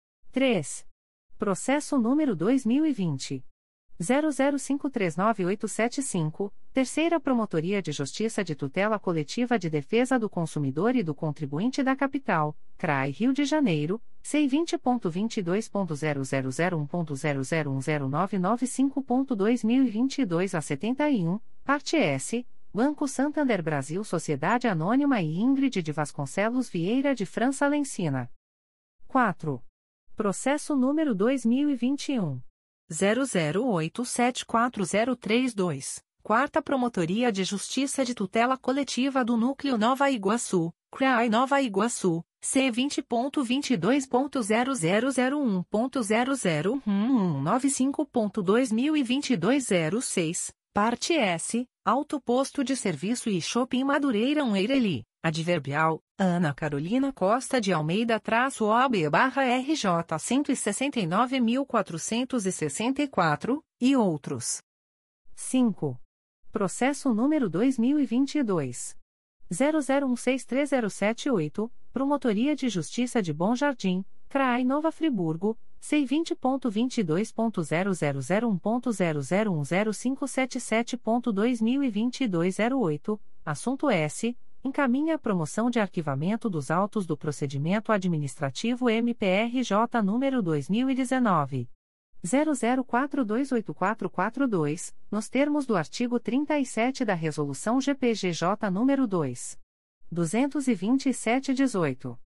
três. Processo número dois mil e vinte. zero zero cinco três nove oito sete cinco, Terceira Promotoria de Justiça de Tutela Coletiva de Defesa do Consumidor e do Contribuinte da Capital, C R A I Rio de Janeiro, C vinte ponto vinte e dois ponto zero zero zero um ponto zero zero um zero nove nove cinco ponto dois mil e vinte e dois a setenta e um, parte S, Banco Santander Brasil Sociedade Anônima e Ingrid de Vasconcelos Vieira de França Lencina. quatro. Processo número dois mil e vinte e um. zero zero oito sete quatro zero três dois, Quarta Promotoria de Justiça de Tutela Coletiva do Núcleo Nova Iguaçu, C R A I Nova Iguaçu, C vinte ponto vinte e dois ponto zero zero zero um ponto zero zero um um nove cinco ponto dois mil e vinte e dois a zero seis, parte S, Alto Posto de Serviço e Shopping Madureira um Eireli, adverbial, Ana Carolina Costa de Almeida-O A B R J cento e sessenta e nove mil quatrocentos e sessenta e quatro, e outros. cinco. Processo número dois mil e vinte e dois. zero zero um seis três zero sete oito, Promotoria de Justiça de Bom Jardim, C R A I Nova Friburgo, C vinte ponto vinte e dois ponto zero zero zero um ponto zero zero um zero cinco sete sete ponto dois mil e vinte e dois a zero oito, assunto S. Encaminha a promoção de arquivamento dos autos do procedimento administrativo M P R J número dois mil e dezenove. zero zero quatro dois oito quatro quatro dois, nos termos do artigo trinta e sete da Resolução G P G J nº dois mil duzentos e vinte e sete traço dezoito.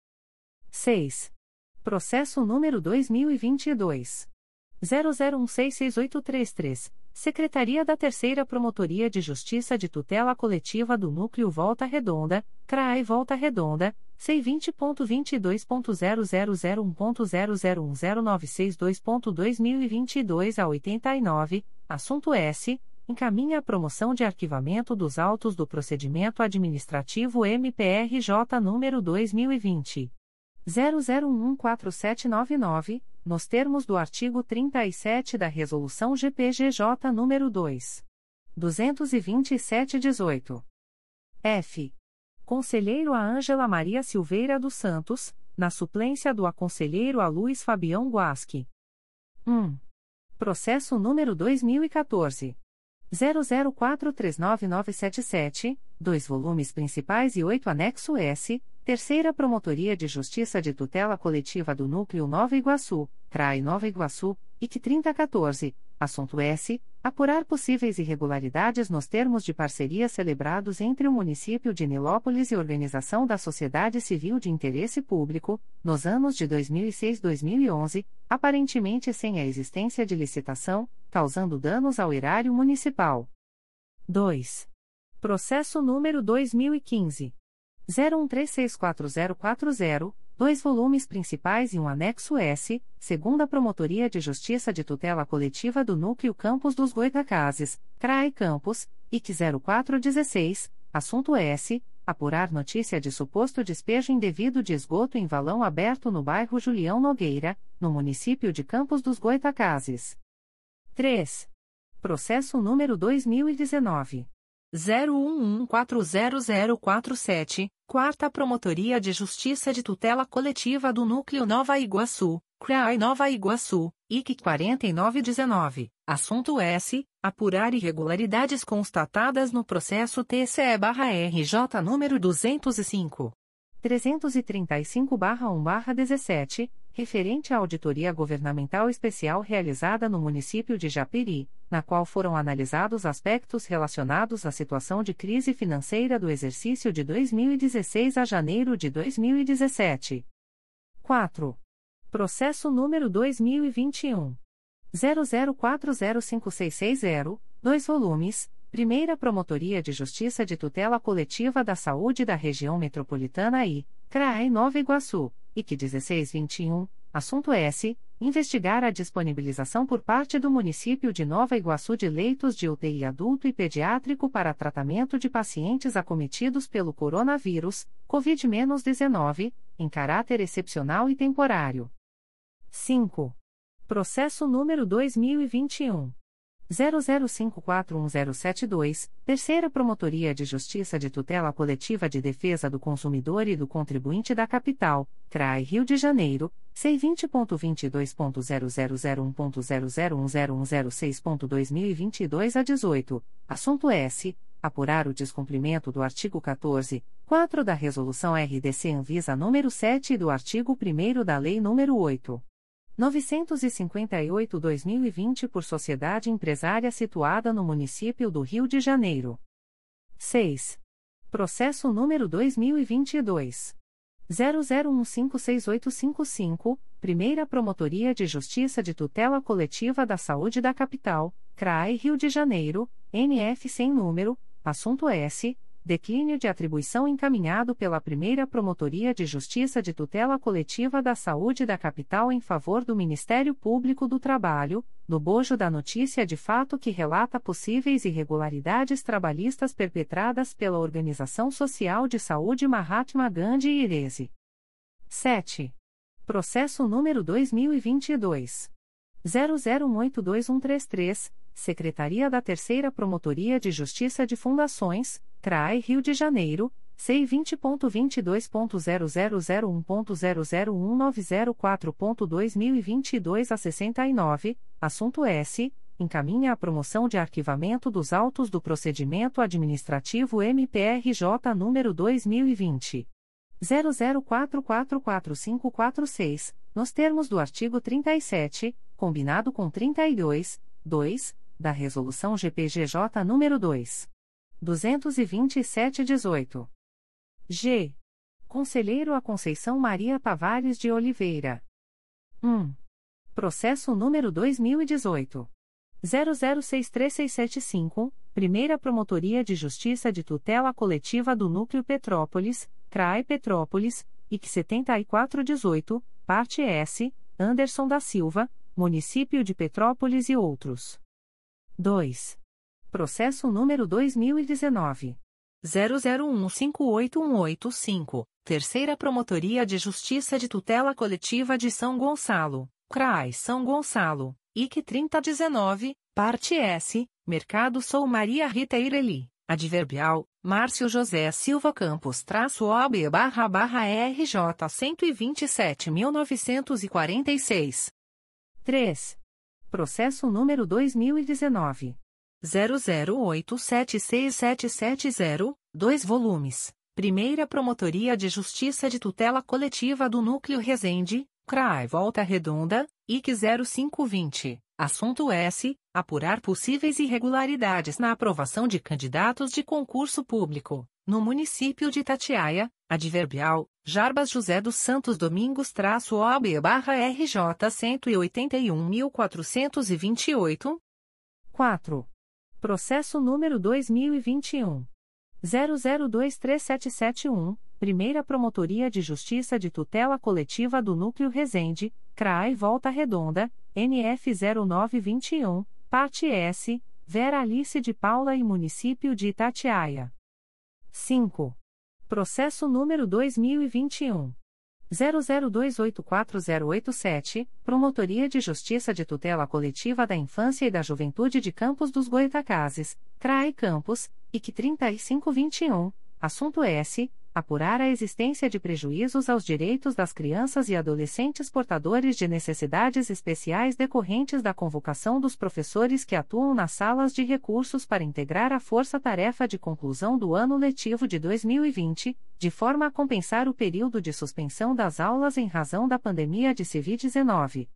seis. Processo número dois mil e vinte e dois. zero zero um seis seis oito três três, Secretaria da Terceira Promotoria de Justiça de Tutela Coletiva do Núcleo Volta Redonda, C R A I Volta Redonda, C vinte ponto vinte e dois ponto zero zero zero um ponto zero zero um zero nove seis dois ponto dois mil e vinte e dois a oitenta e nove, assunto S. encaminha a promoção de arquivamento dos autos do procedimento administrativo M P R J número dois mil e vinte. zero zero um quatro sete nove nove, nos termos do artigo trinta e sete da Resolução G P G J número dois mil duzentos e vinte e sete traço dezoito. F. Conselheiro a Ângela Maria Silveira dos Santos, na suplência do aconselheiro a Luiz Fabião Guasque. um. Processo número dois mil e quatorze. zero zero quatro três nove nove sete sete, dois volumes principais e oito anexo S, Terceira Promotoria de Justiça de Tutela Coletiva do Núcleo Nova Iguaçu, C R A I Nova Iguaçu, I C trinta quatorze, assunto S. Apurar possíveis irregularidades nos termos de parceria celebrados entre o município de Nilópolis e Organização da Sociedade Civil de Interesse Público, nos anos de dois mil e seis a dois mil e onze, aparentemente sem a existência de licitação, causando danos ao erário municipal. dois. Processo número dois mil e quinze. zero um três seis quatro zero quatro zero, dois volumes principais e um anexo S, segunda Promotoria de Justiça de Tutela Coletiva do Núcleo Campos dos Goitacazes, C R A I Campos, I C zero quatro dezesseis, assunto S. Apurar notícia de suposto despejo indevido de esgoto em valão aberto no bairro Julião Nogueira, no município de Campos dos Goitacazes. três. Processo número dois mil e dezenove. zero um um quatro zero zero quatro sete, quarta Promotoria de Justiça de Tutela Coletiva do Núcleo Nova Iguaçu, C R A I Nova Iguaçu, I C quarenta e nove dezenove, assunto S. Apurar irregularidades constatadas no processo T C E/R J número duzentos e cinco. trezentos e trinta e cinco barra um barra dezessete, referente à auditoria governamental especial realizada no município de Japeri, na qual foram analisados aspectos relacionados à situação de crise financeira do exercício de dois mil e dezesseis a janeiro de dois mil e dezessete. quatro. Processo número dois mil e vinte e um. zero zero quatro zero cinco seis seis zero, dois volumes, Primeira Promotoria de Justiça de Tutela Coletiva da Saúde da Região Metropolitana I, C R A I Nova Iguaçu, I C dezesseis vinte e um, assunto S. Investigar a disponibilização por parte do município de Nova Iguaçu de leitos de U T I adulto e pediátrico para tratamento de pacientes acometidos pelo coronavírus, covid dezenove, em caráter excepcional e temporário. cinco. Processo número dois mil e vinte e um. zero zero cinco quatro um zero sete dois, Terceira Promotoria de Justiça de Tutela Coletiva de Defesa do Consumidor e do Contribuinte da Capital, C R A I Rio de Janeiro, C vinte ponto vinte e dois ponto zero zero zero um ponto zero zero um zero um zero seis ponto dois mil e vinte e dois a dezoito, assunto S. Apurar o descumprimento do artigo quatorze, quatro da Resolução R D C-Anvisa nº sete e do artigo primeiro da Lei nº oito mil novecentos e cinquenta e oito barra dois mil e vinte por sociedade empresária situada no município do Rio de Janeiro. seis. Processo número dois mil e vinte e dois. zero zero um cinco seis oito cinco cinco, Primeira Promotoria de Justiça de Tutela Coletiva da Saúde da Capital, C R A I Rio de Janeiro, N F sem número, assunto S. Declínio de atribuição encaminhado pela Primeira Promotoria de Justiça de Tutela Coletiva da Saúde da Capital em favor do Ministério Público do Trabalho, no bojo da notícia de fato que relata possíveis irregularidades trabalhistas perpetradas pela Organização Social de Saúde Mahatma Gandhi Irese. sete. Processo número dois mil e vinte e dois. zero zero um oito dois um três três, Secretaria da Terceira Promotoria de Justiça de Fundações, C R A I Rio de Janeiro, C vinte ponto vinte e dois ponto zero zero zero um ponto zero zero um nove zero quatro ponto dois mil e vinte e dois a sessenta e nove, assunto S. Encaminha a promoção de arquivamento dos autos do procedimento administrativo M P R J número dois mil e vinte. zero zero quatro quatro quatro cinco quatro seis, nos termos do artigo trinta e sete, combinado com trinta e dois, dois, da Resolução G P G J nº dois mil duzentos e vinte e sete traço dezoito. G. Conselheiro a Conceição Maria Tavares de Oliveira. um. Processo número dois mil e dezoito. zero zero seis três seis sete cinco, Primeira Promotoria de Justiça de Tutela Coletiva do Núcleo Petrópolis, C R A I Petrópolis, I C setenta e quatro dezoito, parte S, Anderson da Silva, Município de Petrópolis e outros. dois. Processo número dois mil e dezenove. zero zero um cinco oito um oito cinco, Terceira Promotoria de Justiça de Tutela Coletiva de São Gonçalo, C R A I São Gonçalo, I C trinta dezenove, Parte S, Mercado Sou Maria Rita Ireli, Adverbial, Márcio José Silva Campos traço O B barra barra R J cento e vinte e sete mil novecentos e quarenta e seis. três. Processo número dois mil e dezenove. zero zero oito sete seis sete sete zero, dois volumes. Primeira Promotoria de Justiça de Tutela Coletiva do Núcleo Resende, C R A I Volta Redonda, I C zero cinco vinte. Assunto S. Apurar possíveis irregularidades na aprovação de candidatos de concurso público, no município de Itatiaia, adverbial, Jarbas José dos Santos Domingos traço O B barra R J cento e oitenta e um mil quatrocentos e vinte e oito. quatro. Processo número dois mil e vinte e um. zero zero dois três sete sete um, Primeira Promotoria de Justiça de Tutela Coletiva do Núcleo Resende, C R A I Volta Redonda, N F zero nove vinte e um, Parte S, Vera Alice de Paula e Município de Itatiaia. cinco. Processo número dois mil e vinte e um. zero zero dois oito quatro zero oito sete, Promotoria de Justiça de Tutela Coletiva da Infância e da Juventude de Campos dos Goitacazes, C R A I Campos, I C trinta e cinco vinte e um, assunto S. Apurar a existência de prejuízos aos direitos das crianças e adolescentes portadores de necessidades especiais decorrentes da convocação dos professores que atuam nas salas de recursos para integrar a força-tarefa de conclusão do ano letivo de dois mil e vinte, de forma a compensar o período de suspensão das aulas em razão da pandemia de covid dezenove.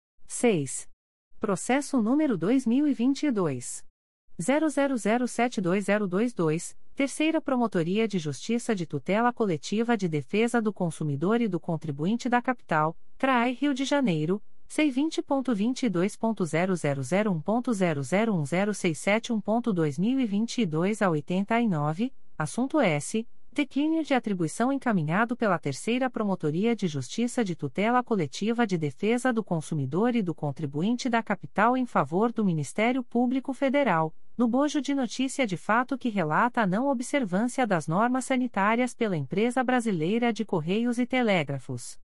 seis. Processo número dois mil e vinte e dois. zero zero zero sete dois zero dois dois, Terceira Promotoria de Justiça de Tutela Coletiva de Defesa do Consumidor e do Contribuinte da Capital, C R A I Rio de Janeiro, C vinte ponto vinte e dois ponto zero zero zero um ponto zero zero um zero seis sete um ponto dois mil e vinte e dois a oitenta e nove, assunto S. Declínio de atribuição encaminhado pela Terceira Promotoria de Justiça de Tutela Coletiva de Defesa do Consumidor e do Contribuinte da Capital em favor do Ministério Público Federal, no bojo de notícia de fato que relata a não observância das normas sanitárias pela Empresa Brasileira de Correios e Telégrafos.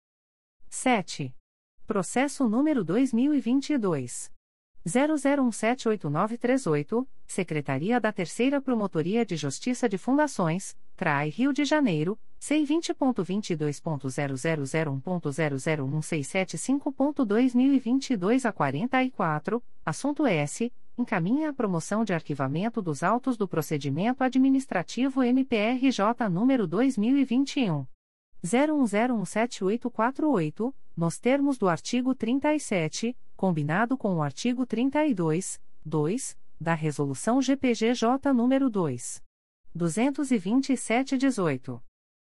sete. Processo número dois mil e vinte e dois. zero zero um sete oito nove três oito, Secretaria da Terceira Promotoria de Justiça de Fundações, C R A I Rio de Janeiro, C vinte ponto vinte e dois ponto zero zero zero um ponto zero zero um seis sete cinco ponto dois mil e vinte e dois a quarenta e quatro, assunto S. Encaminha a promoção de arquivamento dos autos do procedimento administrativo M P R J número dois mil e vinte e um. zero um zero um sete oito quatro oito, nos termos do artigo trinta e sete, combinado com o artigo trinta e dois, dois, da Resolução G P G J nº dois mil duzentos e vinte e sete traço dezoito.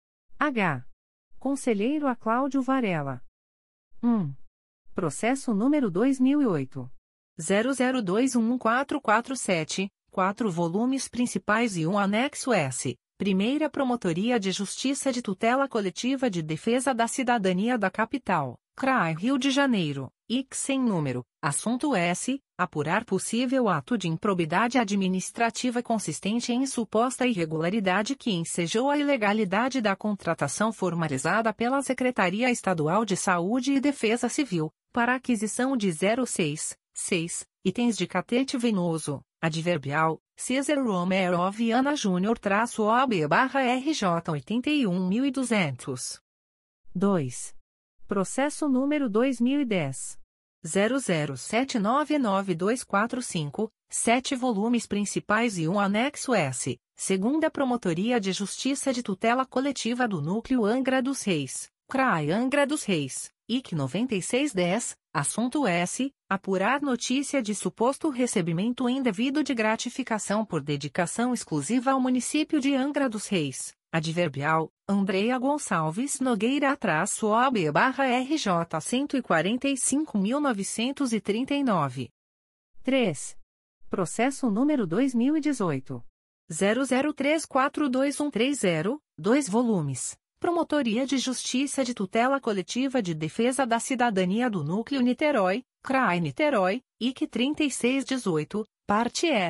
H. Conselheiro a Cláudio Varela. um. Processo número dois mil e oito. zero zero dois um quatro quatro sete, quatro volumes principais e um anexo S. Primeira Promotoria de Justiça de Tutela Coletiva de Defesa da Cidadania da Capital, C R A I Rio de Janeiro, I C sem número, assunto S. Apurar possível ato de improbidade administrativa consistente em suposta irregularidade que ensejou a ilegalidade da contratação formalizada pela Secretaria Estadual de Saúde e Defesa Civil, para aquisição de zero seis, seis, itens de catete venoso, adverbial, César Romero Viana Júnior traço O B barra R J oitenta e um mil e duzentos. dois. Processo número dois mil e dez. zero zero sete nove nove dois quatro cinco, sete volumes principais e um anexo S, segunda Promotoria de Justiça de Tutela Coletiva do Núcleo Angra dos Reis, C R A I Angra dos Reis, I C noventa e seis dez, assunto S. Apurar notícia de suposto recebimento indevido de gratificação por dedicação exclusiva ao município de Angra dos Reis. Adverbial, Andreia Gonçalves Nogueira traço O B barra R J cento e quarenta e cinco mil novecentos e trinta e nove. três. Processo número dois mil e dezoito. zero zero três quatro dois um três zero, dois volumes. Promotoria de Justiça de Tutela Coletiva de Defesa da Cidadania do Núcleo Niterói, C R A I Niterói, I C trinta e seis dezoito, Parte S,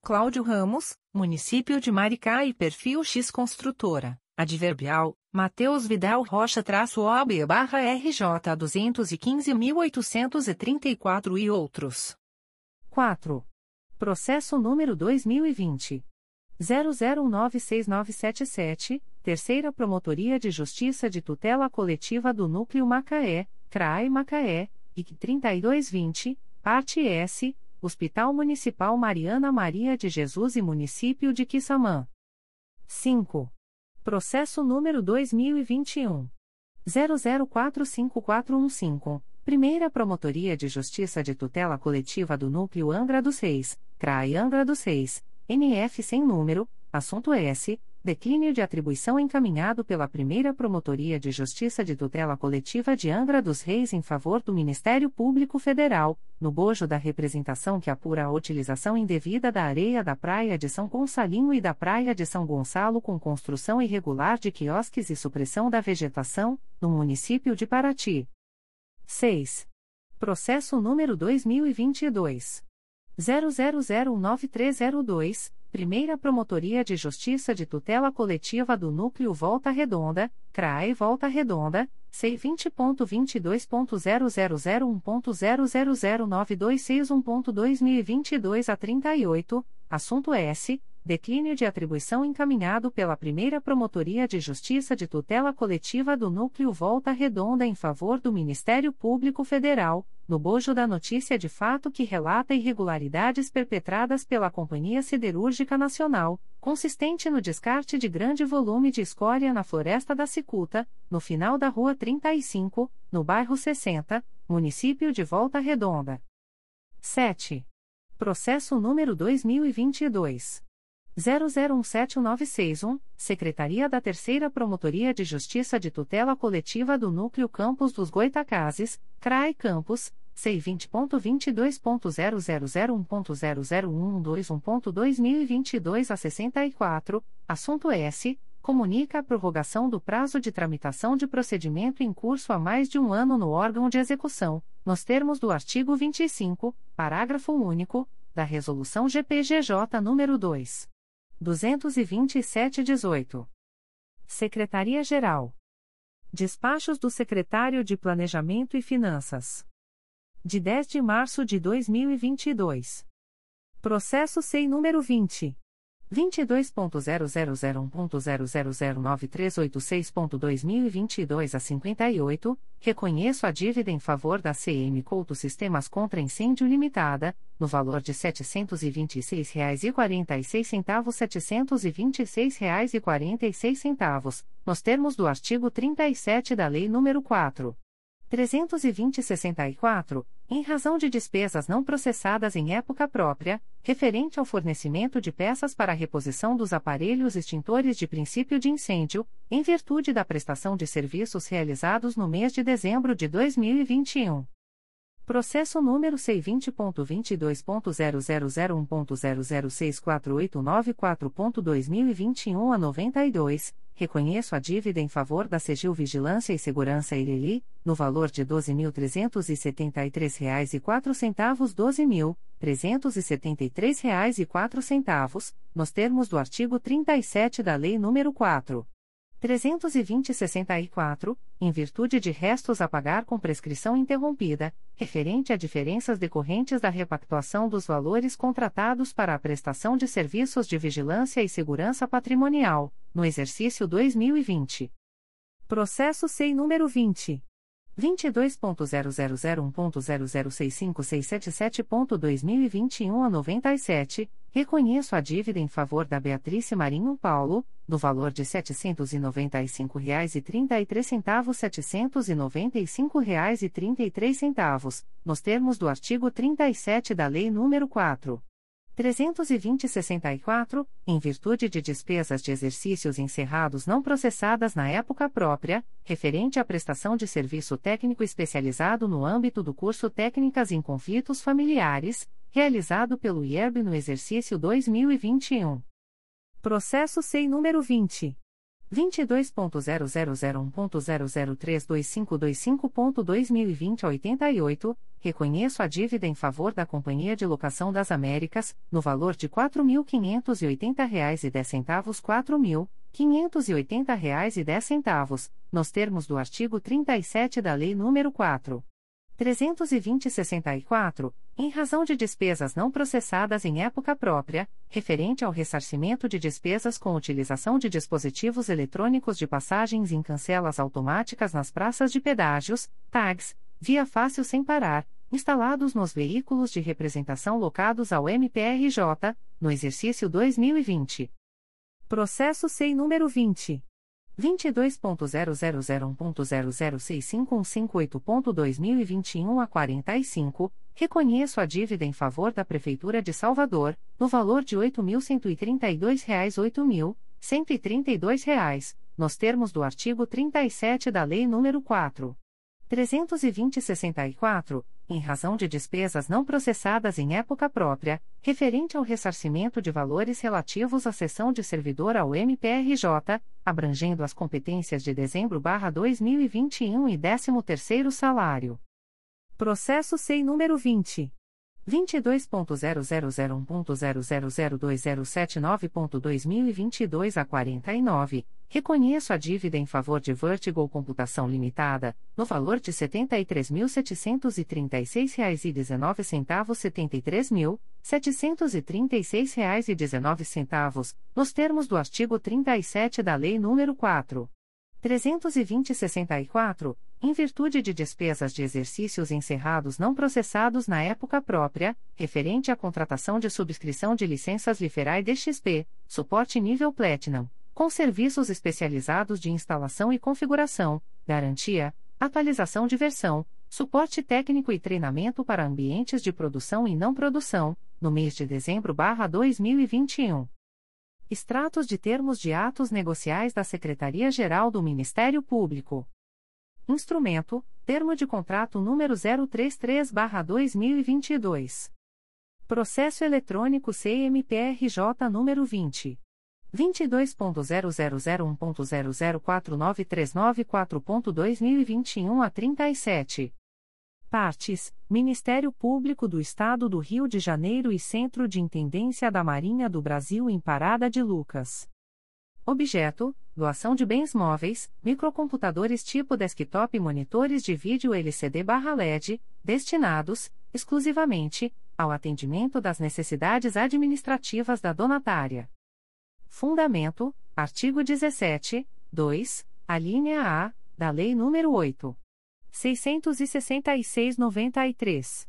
Cláudio Ramos, Município de Maricá e Perfil X Construtora, Adverbial, Matheus Vidal Rocha-O B barra R J duzentos e quinze mil oitocentos e trinta e quatro e outros. quatro. Processo número dois mil e vinte. zero zero um nove seis nove sete sete, Terceira Promotoria de Justiça de Tutela Coletiva do Núcleo Macaé, C R A I Macaé, I C trinta e dois vinte, Parte S, Hospital Municipal Mariana Maria de Jesus e Município de Quissamã. cinco. Processo número dois mil e vinte e um. zero zero quatro cinco quatro um cinco, Primeira Promotoria de Justiça de Tutela Coletiva do Núcleo Angra dos Reis, C R A I Angra dos Reis, N F sem número, assunto S. Declínio de atribuição encaminhado pela Primeira Promotoria de Justiça de Tutela Coletiva de Angra dos Reis em favor do Ministério Público Federal, no bojo da representação que apura a utilização indevida da areia da Praia de São Gonçalinho e da Praia de São Gonçalo com construção irregular de quiosques e supressão da vegetação, no município de Paraty. seis. Processo número dois mil e vinte e dois. zero zero zero um nove três zero dois, Primeira Promotoria de Justiça de Tutela Coletiva do Núcleo Volta Redonda, C R A I Volta Redonda, C vinte ponto vinte e dois ponto zero zero zero um ponto zero zero zero nove dois seis um ponto dois mil e vinte e dois a trinta e oito, assunto S. Declínio de atribuição encaminhado pela Primeira Promotoria de Justiça de Tutela Coletiva do Núcleo Volta Redonda em favor do Ministério Público Federal, no bojo da notícia de fato que relata irregularidades perpetradas pela Companhia Siderúrgica Nacional, consistente no descarte de grande volume de escória na Floresta da Cicuta, no final da Rua trinta e cinco, no bairro sessenta, município de Volta Redonda. sete. Processo número dois mil e vinte e dois. zero zero um sete nove seis um, Secretaria da Terceira Promotoria de Justiça de Tutela Coletiva do Núcleo Campos dos Goitacazes, C R A I Campos, C vinte ponto vinte e dois ponto zero zero zero um ponto zero zero um dois um ponto dois mil e vinte e dois a sessenta e quatro, assunto S. Comunica a prorrogação do prazo de tramitação de procedimento em curso há mais de um ano no órgão de execução, nos termos do artigo vinte e cinco, parágrafo único, da Resolução G P G J nº dois. duzentos e vinte e sete dezoito. Secretaria-Geral. Despachos do Secretário de Planejamento e Finanças. De dez de março de dois mil e vinte e dois. Processo S E I número vinte. vinte e dois ponto zero zero zero um ponto zero zero zero nove três oito seis ponto dois mil e vinte e dois a cinquenta e oito, reconheço a dívida em favor da C M Couto Sistemas contra Incêndio Limitada, no valor de setecentos e vinte e seis reais e quarenta e seis centavos setecentos e vinte e seis reais e quarenta e seis centavos, nos termos do artigo trinta e sete da Lei nº quatro mil trezentos e vinte e sessenta e quatro, em razão de despesas não processadas em época própria, referente ao fornecimento de peças para a reposição dos aparelhos extintores de princípio de incêndio, em virtude da prestação de serviços realizados no mês de dezembro de dois mil e vinte e um. Processo número C vinte ponto vinte e dois ponto zero zero zero um ponto zero zero seis quatro oito nove quatro ponto dois mil e vinte e um a noventa e dois, reconheço a dívida em favor da Segil Vigilância e Segurança Ireli, no valor de doze mil trezentos e setenta e três reais e quatro centavos doze mil trezentos e setenta e três reais e quatro centavos, nos termos do artigo trinta e sete da Lei nº quatro mil trezentos e vinte e sessenta e quatro, em virtude de restos a pagar com prescrição interrompida, referente a diferenças decorrentes da repactuação dos valores contratados para a prestação de serviços de vigilância e segurança patrimonial, no exercício dois mil e vinte. Processo S E I número vinte. vinte e dois ponto zero zero zero um ponto zero zero seis cinco seis sete sete ponto dois mil e vinte e um a noventa e sete, reconheço a dívida em favor da Beatrice Marinho Paulo, no valor de setecentos e noventa e cinco reais e trinta e três centavos setecentos e noventa e cinco reais e trinta e três centavos, nos termos do artigo trinta e sete da Lei nº quatro mil trezentos e vinte e sessenta e quatro, em virtude de despesas de exercícios encerrados não processadas na época própria, referente à prestação de serviço técnico especializado no âmbito do curso Técnicas em Conflitos Familiares, realizado pelo I E R B no exercício dois mil e vinte e um. Processo S E I número vinte. vinte e dois ponto zero zero zero um ponto zero zero três dois cinco dois cinco ponto dois mil e vinte a oitenta e oito, reconheço a dívida em favor da Companhia de Locação das Américas, no valor de quatro mil quinhentos e oitenta reais e dez centavos quatro mil, quinhentos e oitenta reais e dez centavos, nos termos do artigo trinta e sete da Lei nº quatro mil trezentos e vinte e sessenta e quatro, em razão de despesas não processadas em época própria, referente ao ressarcimento de despesas com utilização de dispositivos eletrônicos de passagens em cancelas automáticas nas praças de pedágios, tags, via fácil sem parar, instalados nos veículos de representação locados ao M P R J, no exercício dois mil e vinte. Processo S E I número vinte. vinte e dois ponto zero zero zero um ponto zero zero seis cinco um cinco oito ponto dois mil e vinte e um a quarenta e cinco, reconheço a dívida em favor da Prefeitura de Salvador, no valor de oito mil cento e trinta e dois reais oito mil cento e trinta e dois reais, nos termos do artigo trinta e sete da Lei nº quatro mil trezentos e vinte e sessenta e quatro, em razão de despesas não processadas em época própria, referente ao ressarcimento de valores relativos à cessão de servidor ao M P R J, abrangendo as competências de dezembro barra dois mil e vinte e um e décimo terceiro salário. Processo S E I número vinte. vinte e dois ponto zero zero zero um ponto zero zero zero dois zero sete nove ponto dois mil e vinte e dois a quarenta e nove, reconheço a dívida em favor de Vertigo Computação Limitada, no valor de setenta e três mil setecentos e trinta e seis reais e dezenove centavos setenta e três mil, setecentos e trinta e seis reais e dezenove centavos, nos termos do artigo trinta e sete da Lei nº quatro mil trezentos e vinte e sessenta e quatro, em virtude de despesas de exercícios encerrados não processados na época própria, referente à contratação de subscrição de licenças Liferai D X P, suporte nível Platinum, com serviços especializados de instalação e configuração, garantia, atualização de versão, suporte técnico e treinamento para ambientes de produção e não produção, no mês de dezembro barra dois mil e vinte e um. Extratos de termos de atos negociais da Secretaria-Geral do Ministério Público. Instrumento: Termo de Contrato número zero trinta e três barra dois mil e vinte e dois. Processo Eletrônico C M P R J número vinte. vinte e dois ponto zero zero zero um ponto zero zero quatro nove três nove quatro ponto dois mil e vinte e um a trinta e sete. Partes: Ministério Público do Estado do Rio de Janeiro e Centro de Intendência da Marinha do Brasil em Parada de Lucas. Objeto: doação de bens móveis, microcomputadores tipo desktop e monitores de vídeo L C D/L E D, destinados, exclusivamente, ao atendimento das necessidades administrativas da donatária. Fundamento: artigo dezessete, dois, alínea A, da Lei nº oito mil seiscentos e sessenta e seis barra noventa e três.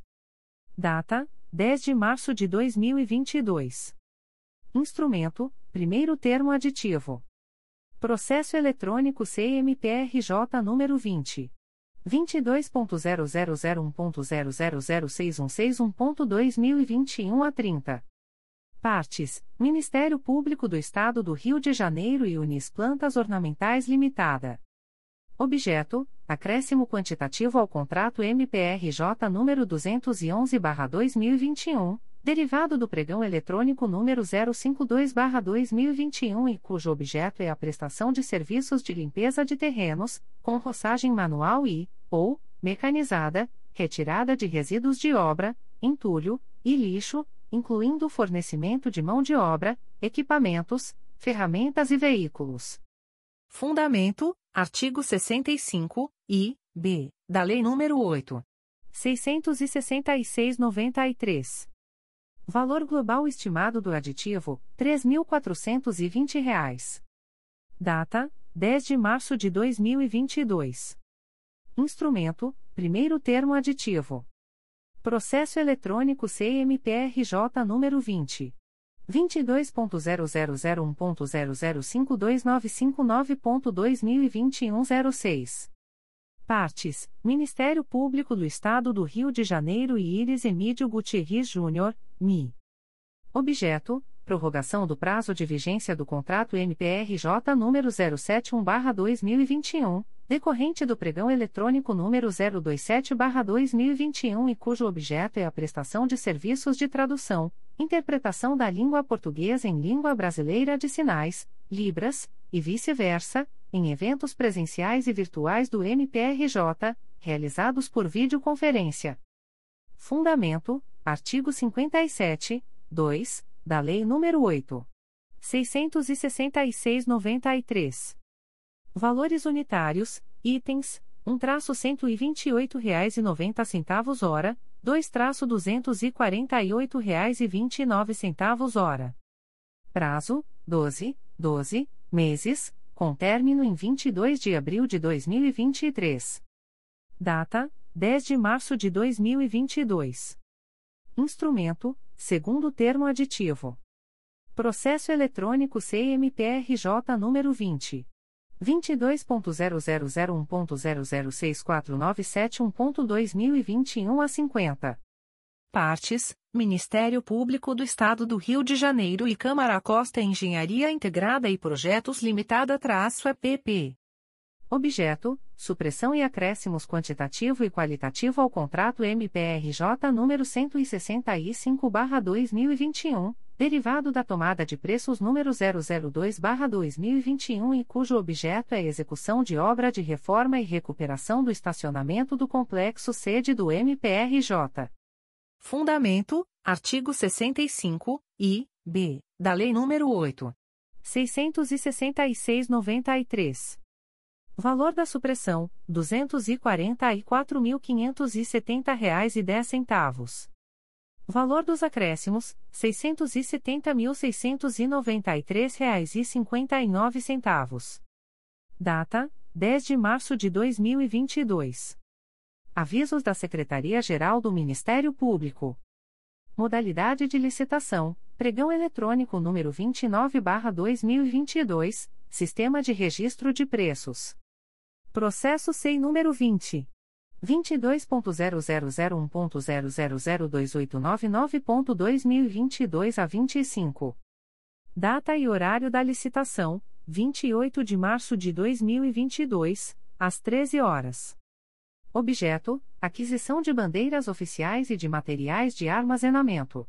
Data: dez de março de dois mil e vinte e dois. Instrumento: primeiro termo aditivo. Processo Eletrônico C M P R J número vinte. vinte e dois ponto zero zero zero um ponto zero zero zero seis um seis um ponto dois mil e vinte e um a trinta. Partes: Ministério Público do Estado do Rio de Janeiro e Unis Plantas Ornamentais Limitada. Objeto: acréscimo quantitativo ao contrato M P R J número duzentos e onze barra dois mil e vinte e um, derivado do pregão eletrônico número zero cinquenta e dois barra dois mil e vinte e um e cujo objeto é a prestação de serviços de limpeza de terrenos, com roçagem manual e, ou, mecanizada, retirada de resíduos de obra, entulho, e lixo, incluindo o fornecimento de mão de obra, equipamentos, ferramentas e veículos. Fundamento: artigo sessenta e cinco, I, B, da Lei nº oito mil seiscentos e sessenta e seis barra noventa e três. Valor global estimado do aditivo: três mil quatrocentos e vinte reais. Data: dez de março de dois mil e vinte e dois. Instrumento: primeiro termo aditivo. Processo Eletrônico C M P R J número vinte. vinte e dois ponto zero zero zero um ponto zero zero cinco dois nove cinco nove ponto dois mil e vinte e um a zero seis. Partes: Ministério Público do Estado do Rio de Janeiro e Iris Emídio Gutierrez Júnior, M I. Objeto: prorrogação do prazo de vigência do contrato M P R J número zero setenta e um barra dois mil e vinte e um, decorrente do pregão eletrônico número zero vinte e sete barra dois mil e vinte e um e cujo objeto é a prestação de serviços de tradução, interpretação da língua portuguesa em língua brasileira de sinais, Libras, e vice-versa, em eventos presenciais e virtuais do M P R J, realizados por videoconferência. Fundamento: artigo cinquenta e sete, dois, da Lei nº oito mil seiscentos e sessenta e seis traço noventa e três. Valores unitários: itens, um traço cento e vinte e oito reais e noventa centavos hora, dois traço duzentos e quarenta e oito reais e vinte e nove centavos hora. Prazo: doze, doze, meses, com término em vinte e dois de abril de dois mil e vinte e três. Data: dez de março de dois mil e vinte e dois. Instrumento: segundo termo aditivo. Processo eletrônico C M P R J número vinte. vinte e dois ponto zero zero zero um ponto zero zero seis quatro nove sete um ponto dois mil e vinte e um a cinquenta. Partes: Ministério Público do Estado do Rio de Janeiro e Câmara Costa Engenharia Integrada e Projetos Limitada-E P P. Objeto: supressão e acréscimos quantitativo e qualitativo ao contrato M P R J número cento e sessenta e cinco barra dois mil e vinte e um, derivado da tomada de preços número zero zero dois barra dois mil e vinte e um e cujo objeto é a execução de obra de reforma e recuperação do estacionamento do complexo sede do M P R J. Fundamento: artigo sessenta e cinco, I, B, da Lei nº oito mil seiscentos e sessenta e seis traço noventa e três. Valor da supressão: duzentos e quarenta e quatro mil quinhentos e setenta reais e dez centavos. Valor dos acréscimos: seiscentos e setenta mil seiscentos e noventa e três reais e cinquenta e nove centavos. Data: dez de março de dois mil e vinte e dois. Avisos da Secretaria-Geral do Ministério Público. Modalidade de licitação: pregão eletrônico número vinte e nove barra dois mil e vinte e dois, Sistema de Registro de Preços. Processo S E I número vinte. vinte e dois ponto zero zero zero um ponto zero zero zero dois oito nove nove ponto dois mil e vinte e dois a vinte e cinco. Data e horário da licitação: vinte e oito de março de dois mil e vinte e dois, às treze horas. Objeto: aquisição de bandeiras oficiais e de materiais de armazenamento.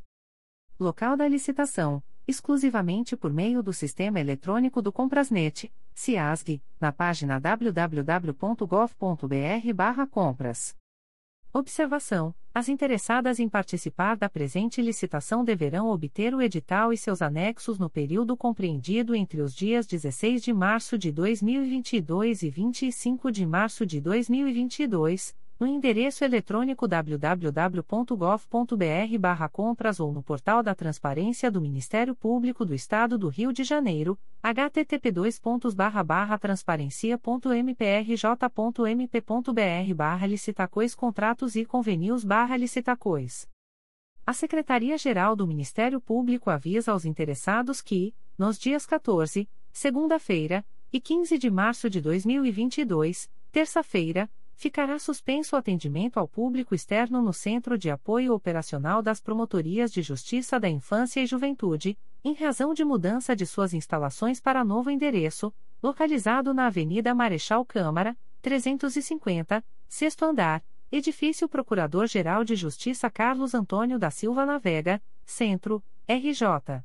Local da licitação: exclusivamente por meio do Sistema Eletrônico do Comprasnet, CIASG, na página w w w ponto gov ponto b r barra compras. Observação: as interessadas em participar da presente licitação deverão obter o edital e seus anexos no período compreendido entre os dias dezesseis de março de dois mil e vinte e dois e vinte e cinco de março de dois mil e vinte e dois, no endereço eletrônico w w w ponto gov ponto b r barra compras ou no portal da Transparência do Ministério Público do Estado do Rio de Janeiro, h t t p dois pontos barra barra transparencia ponto m p r j ponto m p ponto b r barra licitacois contratos e convênios barra licitacois. A Secretaria-Geral do Ministério Público avisa aos interessados que, nos dias quatorze, segunda-feira, e quinze de março de dois mil e vinte e dois, terça-feira, ficará suspenso o atendimento ao público externo no Centro de Apoio Operacional das Promotorias de Justiça da Infância e Juventude, em razão de mudança de suas instalações para novo endereço, localizado na Avenida Marechal Câmara, trezentos e cinquenta, sexto andar, Edifício Procurador-Geral de Justiça Carlos Antônio da Silva Navega, Centro, R J.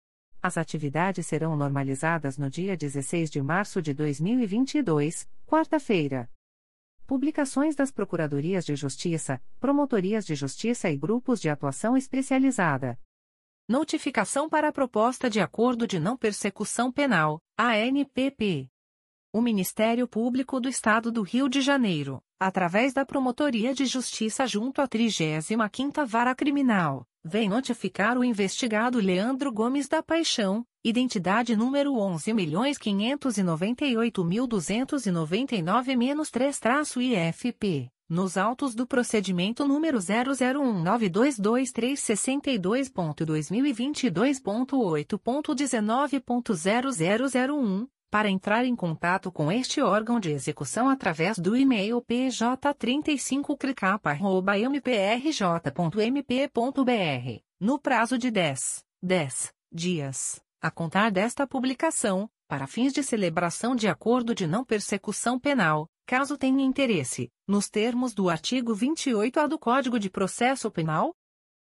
As atividades serão normalizadas no dia dezesseis de março de dois mil e vinte e dois, quarta-feira. Publicações das Procuradorias de Justiça, Promotorias de Justiça e Grupos de Atuação Especializada. Notificação para a Proposta de Acordo de Não Persecução Penal, A N P P. O Ministério Público do Estado do Rio de Janeiro, através da Promotoria de Justiça junto à trigésima quinta Vara Criminal, vem notificar o investigado Leandro Gomes da Paixão, identidade número onze milhões quinhentos e noventa e oito mil duzentos e noventa e nove três I F P, nos autos do procedimento número zero zero um nove dois dois três seis dois ponto dois mil e vinte e dois ponto oito ponto dezenove ponto zero zero zero um, para entrar em contato com este órgão de execução através do e-mail p j trinta e cinco cricapa arroba m p r j ponto m p ponto b r, no prazo de dez, dez dias, a contar desta publicação, para fins de celebração de acordo de não persecução penal, caso tenha interesse, nos termos do artigo vinte e oito A do Código de Processo Penal.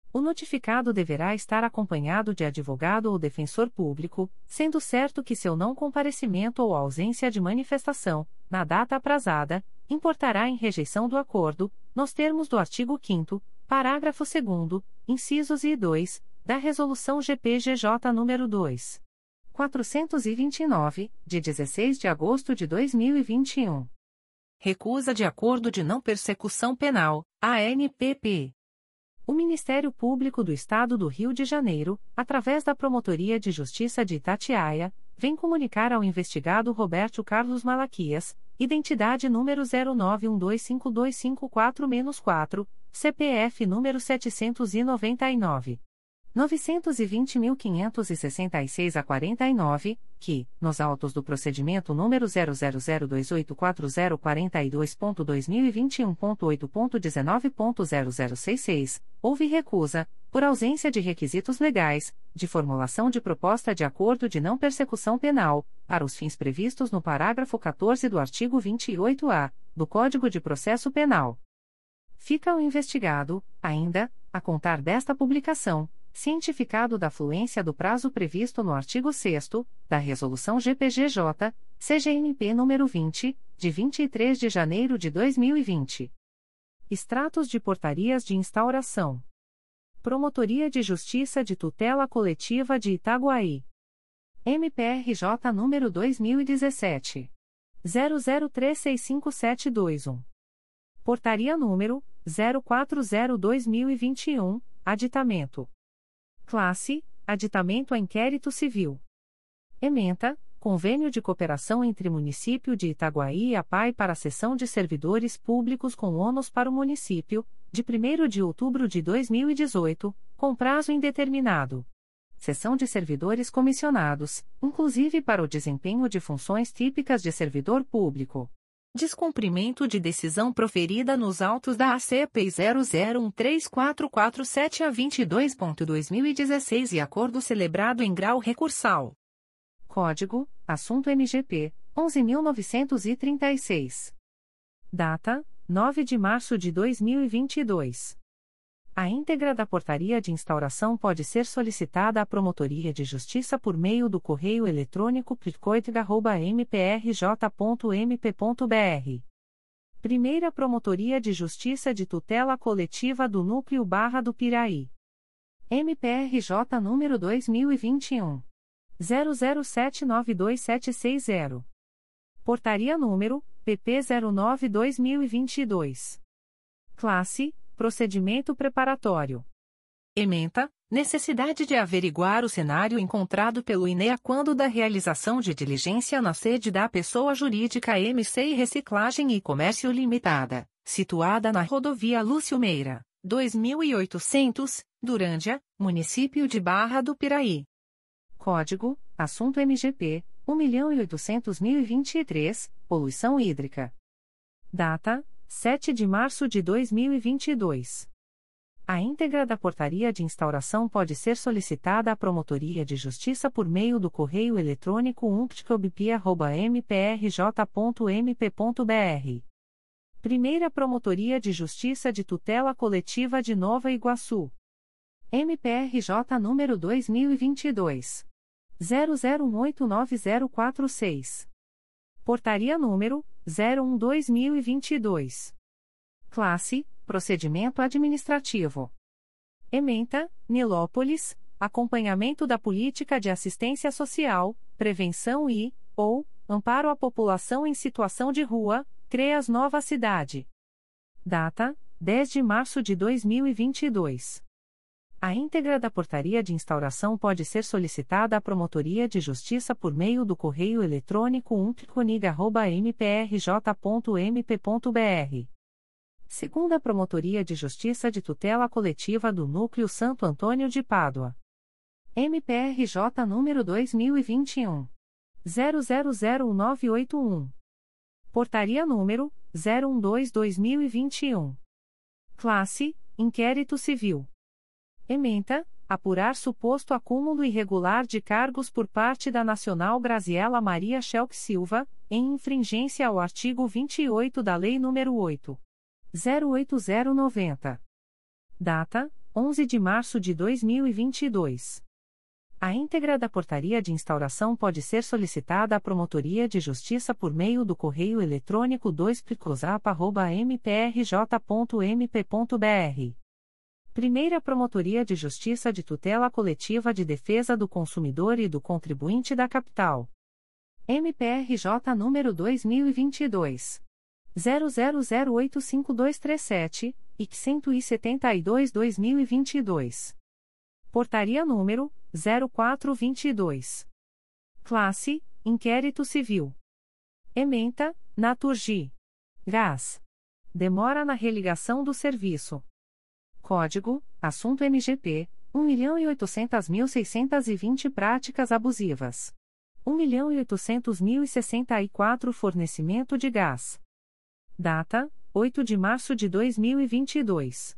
O notificado deverá estar acompanhado de advogado ou defensor público, sendo certo que seu não comparecimento ou ausência de manifestação, na data aprazada, importará em rejeição do acordo, nos termos do artigo quinto, parágrafo segundo, incisos um e dois, da Resolução G P G J nº dois mil quatrocentos e vinte e nove, de dezesseis de agosto de dois mil e vinte e um. Recusa de acordo de não persecução penal, A N P P. O Ministério Público do Estado do Rio de Janeiro, através da Promotoria de Justiça de Itatiaia, vem comunicar ao investigado Roberto Carlos Malaquias, identidade número zero nove um dois cinco dois cinco quatro quatro, C P F número setecentos e noventa e nove, novecentos e vinte mil quinhentos e sessenta e seis a quarenta e nove, que, nos autos do procedimento número zero zero zero dois oito quatro zero quatro dois ponto dois mil e vinte e um ponto oito ponto dezenove ponto zero zero seis seis, houve recusa, por ausência de requisitos legais, de formulação de proposta de acordo de não persecução penal, para os fins previstos no parágrafo quatorze do artigo vinte e oito A, do Código de Processo Penal. Fica o investigado, ainda, a contar desta publicação, cientificado da fluência do prazo previsto no artigo sexto da Resolução G P G J, C G N P número vinte, de vinte e três de janeiro de dois mil e vinte. Extratos de portarias de instauração. Promotoria de Justiça de Tutela Coletiva de Itaguaí. M P R J número dois mil e dezessete. zero zero três seis cinco sete dois um. Portaria número zero quatro zero barra dois mil e vinte e um, aditamento. Classe: Aditamento a Inquérito Civil. Ementa: Convênio de cooperação entre Município de Itaguaí e a P A I para a cessão de servidores públicos com ônus para o município, de primeiro de outubro de dois mil e dezoito, com prazo indeterminado. Cessão de servidores comissionados, inclusive para o desempenho de funções típicas de servidor público. Descumprimento de decisão proferida nos autos da A C P zero zero um três quatro quatro sete a vinte e dois ponto dois mil e dezesseis e acordo celebrado em grau recursal. Código: Assunto M G P onze mil novecentos e trinta e seis. Data: nove de março de dois mil e vinte e dois. A íntegra da portaria de instauração pode ser solicitada à Promotoria de Justiça por meio do correio eletrônico pritcoitga arroba m p r j ponto m p ponto b r. Primeira Promotoria de Justiça de Tutela Coletiva do Núcleo Barra do Piraí. M P R J número dois mil e vinte e um. zero zero sete nove dois sete seis zero. Portaria número P P zero nove barra dois mil e vinte e dois. Classe: Procedimento preparatório. Ementa: necessidade de averiguar o cenário encontrado pelo I N E A quando da realização de diligência na sede da pessoa jurídica M C I Reciclagem e Comércio Limitada, situada na rodovia Lúcio Meira, dois mil e oitocentos, Durândia, município de Barra do Piraí. Código: Assunto M G P um milhão e oitocentos mil e vinte e três, Poluição Hídrica. Data: sete de março de dois mil e vinte e dois. A íntegra da portaria de instauração pode ser solicitada à Promotoria de Justiça por meio do correio eletrônico umptcobp arroba m p r j ponto m p ponto b r. Primeira Promotoria de Justiça de Tutela Coletiva de Nova Iguaçu. M P R J número dois mil e vinte e dois. zero zero um oito nove zero quatro seis. Portaria número zero um barra dois mil e vinte e dois. Classe: Procedimento Administrativo. Ementa: Nilópolis, acompanhamento da política de assistência social, prevenção e, ou, amparo à população em situação de rua, CREAS Nova Cidade. Data: dez de março de dois mil e vinte e dois. A íntegra da portaria de instauração pode ser solicitada à Promotoria de Justiça por meio do correio eletrônico umptconig arroba m p r j ponto m p ponto b r. Segunda Promotoria de Justiça de Tutela Coletiva do Núcleo Santo Antônio de Pádua. M P R J número dois mil e vinte e um. zero zero zero nove oito um. Portaria número zero um dois barra dois mil e vinte e um. Classe: Inquérito Civil. Ementa: apurar suposto acúmulo irregular de cargos por parte da Nacional Graziela Maria Schelk Silva, em infringência ao artigo vinte e oito da Lei nº oito mil oitocentos e noventa. Data: onze de março de dois mil e vinte e dois. A íntegra da portaria de instauração pode ser solicitada à Promotoria de Justiça por meio do correio eletrônico dois picosap arroba m p r j ponto m p ponto b r. Primeira Promotoria de Justiça de Tutela Coletiva de Defesa do Consumidor e do Contribuinte da Capital. M P R J número dois mil e vinte e dois. zero zero zero oito cinco dois três sete, I C cento e setenta e dois barra dois mil e vinte e dois. Portaria número zero quatro vinte e dois. Classe: Inquérito Civil. Ementa: Naturgy. Gás. Demora na religação do serviço. Código: Assunto M G P: um milhão e oitocentos mil seiscentos e vinte Práticas abusivas. um milhão e oitocentos mil e sessenta e quatro Fornecimento de gás. Data: oito de março de dois mil e vinte e dois.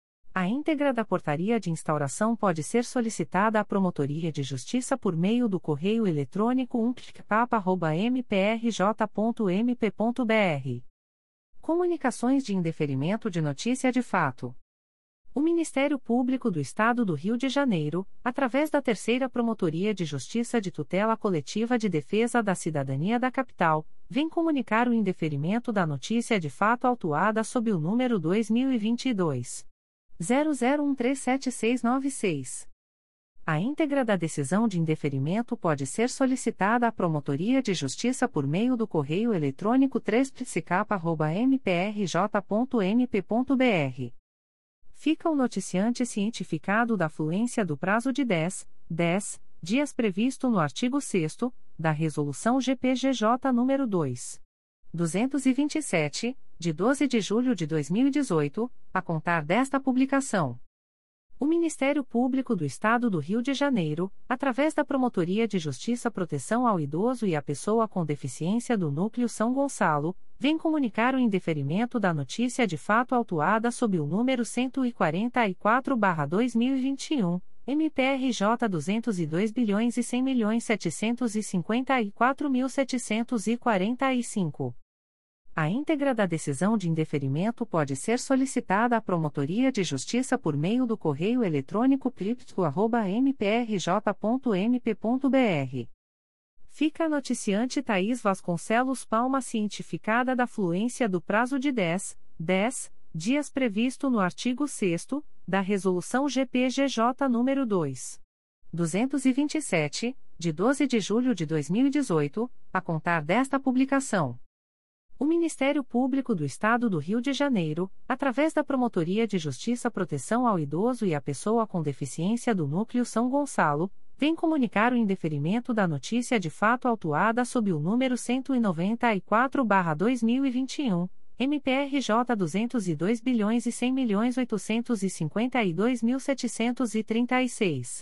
A íntegra da portaria de instauração pode ser solicitada à Promotoria de Justiça por meio do correio eletrônico umplicpap arroba m p r j ponto m p ponto b r. Comunicações de indeferimento de notícia de fato. O Ministério Público do Estado do Rio de Janeiro, através da Terceira Promotoria de Justiça de Tutela Coletiva de Defesa da Cidadania da Capital, vem comunicar o indeferimento da notícia de fato autuada sob o número dois mil e vinte e dois. zero zero um três sete seis nove seis. A íntegra da decisão de indeferimento pode ser solicitada à Promotoria de Justiça por meio do correio eletrônico três psicap arroba m p r j ponto m p ponto b r. Fica o noticiante cientificado da fluência do prazo de dez, dez dias previsto no artigo sexto da Resolução G P G J nº dois mil duzentos e vinte e sete, de doze de julho de dois mil e dezoito, a contar desta publicação. O Ministério Público do Estado do Rio de Janeiro, através da Promotoria de Justiça Proteção ao Idoso e à Pessoa com Deficiência do Núcleo São Gonçalo, vem comunicar o indeferimento da notícia de fato autuada sob o número cento e quarenta e quatro barra dois mil e vinte e um, M P R J duzentos e dois bilhões e cem milhões setecentos e cinquenta e quatro mil setecentos e quarenta e cinco. A íntegra da decisão de indeferimento pode ser solicitada à Promotoria de Justiça por meio do correio eletrônico cripto arroba m p r j ponto m p ponto b r. Fica a noticiante Thaís Vasconcelos Palma cientificada da fluência do prazo de dez, dez dias previsto no artigo sexto da Resolução G P G J nº dois mil duzentos e vinte e sete, de doze de julho de dois mil e dezoito, a contar desta publicação. O Ministério Público do Estado do Rio de Janeiro, através da Promotoria de Justiça Proteção ao Idoso e à Pessoa com Deficiência do Núcleo São Gonçalo, vem comunicar o indeferimento da notícia de fato autuada sob o número cento e noventa e quatro barra dois mil e vinte e um, M P R J duzentos e dois bilhões e cem milhões oitocentos e cinquenta e dois mil setecentos e trinta e seis.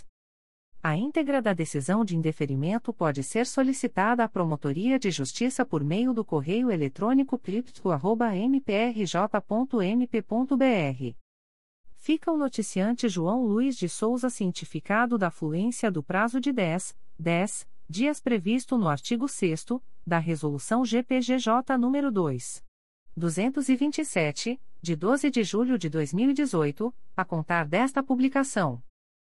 A íntegra da decisão de indeferimento pode ser solicitada à Promotoria de Justiça por meio do correio eletrônico cripto arroba m p r j ponto m p ponto b r. Fica o noticiante João Luiz de Souza cientificado da fluência do prazo de dez, dez dias previsto no artigo sexto da Resolução G P G J nº dois mil duzentos e vinte e sete, de doze de julho de dois mil e dezoito, a contar desta publicação.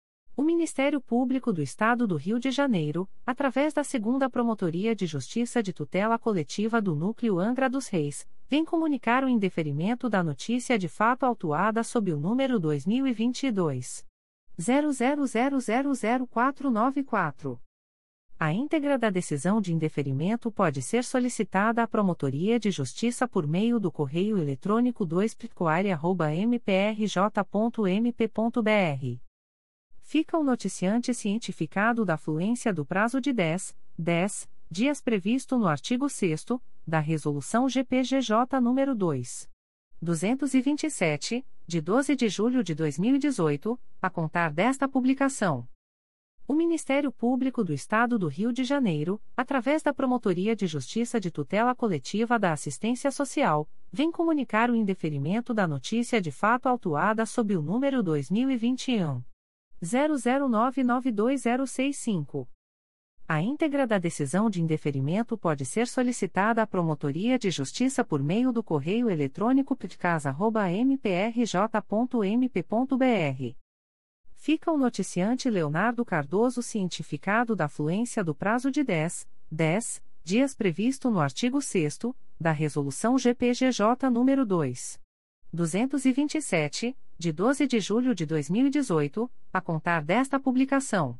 O Ministério Público do Estado do Rio de Janeiro, através da Segunda Promotoria de Justiça de Tutela Coletiva do Núcleo Angra dos Reis, vem comunicar o indeferimento da notícia de fato autuada sob o número dois mil e vinte e dois. zero zero zero zero zero quatro nove quatro. A íntegra da decisão de indeferimento pode ser solicitada à Promotoria de Justiça por meio do correio eletrônico dois picoare arroba m p r j ponto m p ponto b r. Fica o noticiante cientificado da fluência do prazo de dez, dez dias previsto no artigo sexto da Resolução G P G J nº dois mil duzentos e vinte e sete, de doze de julho de dois mil e dezoito, a contar desta publicação. O Ministério Público do Estado do Rio de Janeiro, através da Promotoria de Justiça de Tutela Coletiva da Assistência Social, vem comunicar o indeferimento da notícia de fato autuada sob o número dois mil e vinte e um. zero zero nove nove dois zero seis cinco. A íntegra da decisão de indeferimento pode ser solicitada à Promotoria de Justiça por meio do correio eletrônico ptcas arroba m p r j ponto m p ponto b r. Fica o noticiante Leonardo Cardoso cientificado da fluência do prazo de dez, dez dias previsto no artigo sexto da Resolução G P G J nº dois mil duzentos e vinte e sete, de doze de julho de dois mil e dezoito, a contar desta publicação.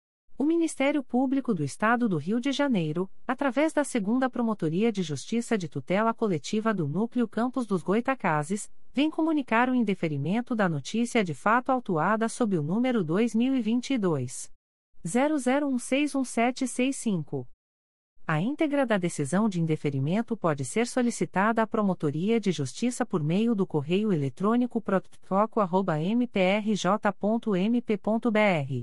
O Ministério Público do Estado do Rio de Janeiro, através da segunda Promotoria de Justiça de Tutela Coletiva do Núcleo Campos dos Goitacazes, vem comunicar o indeferimento da notícia de fato autuada sob o número dois mil e vinte e dois zero zero um seis um sete seis cinco. A íntegra da decisão de indeferimento pode ser solicitada à Promotoria de Justiça por meio do correio eletrônico protfoco arroba m p r j ponto m p ponto b r.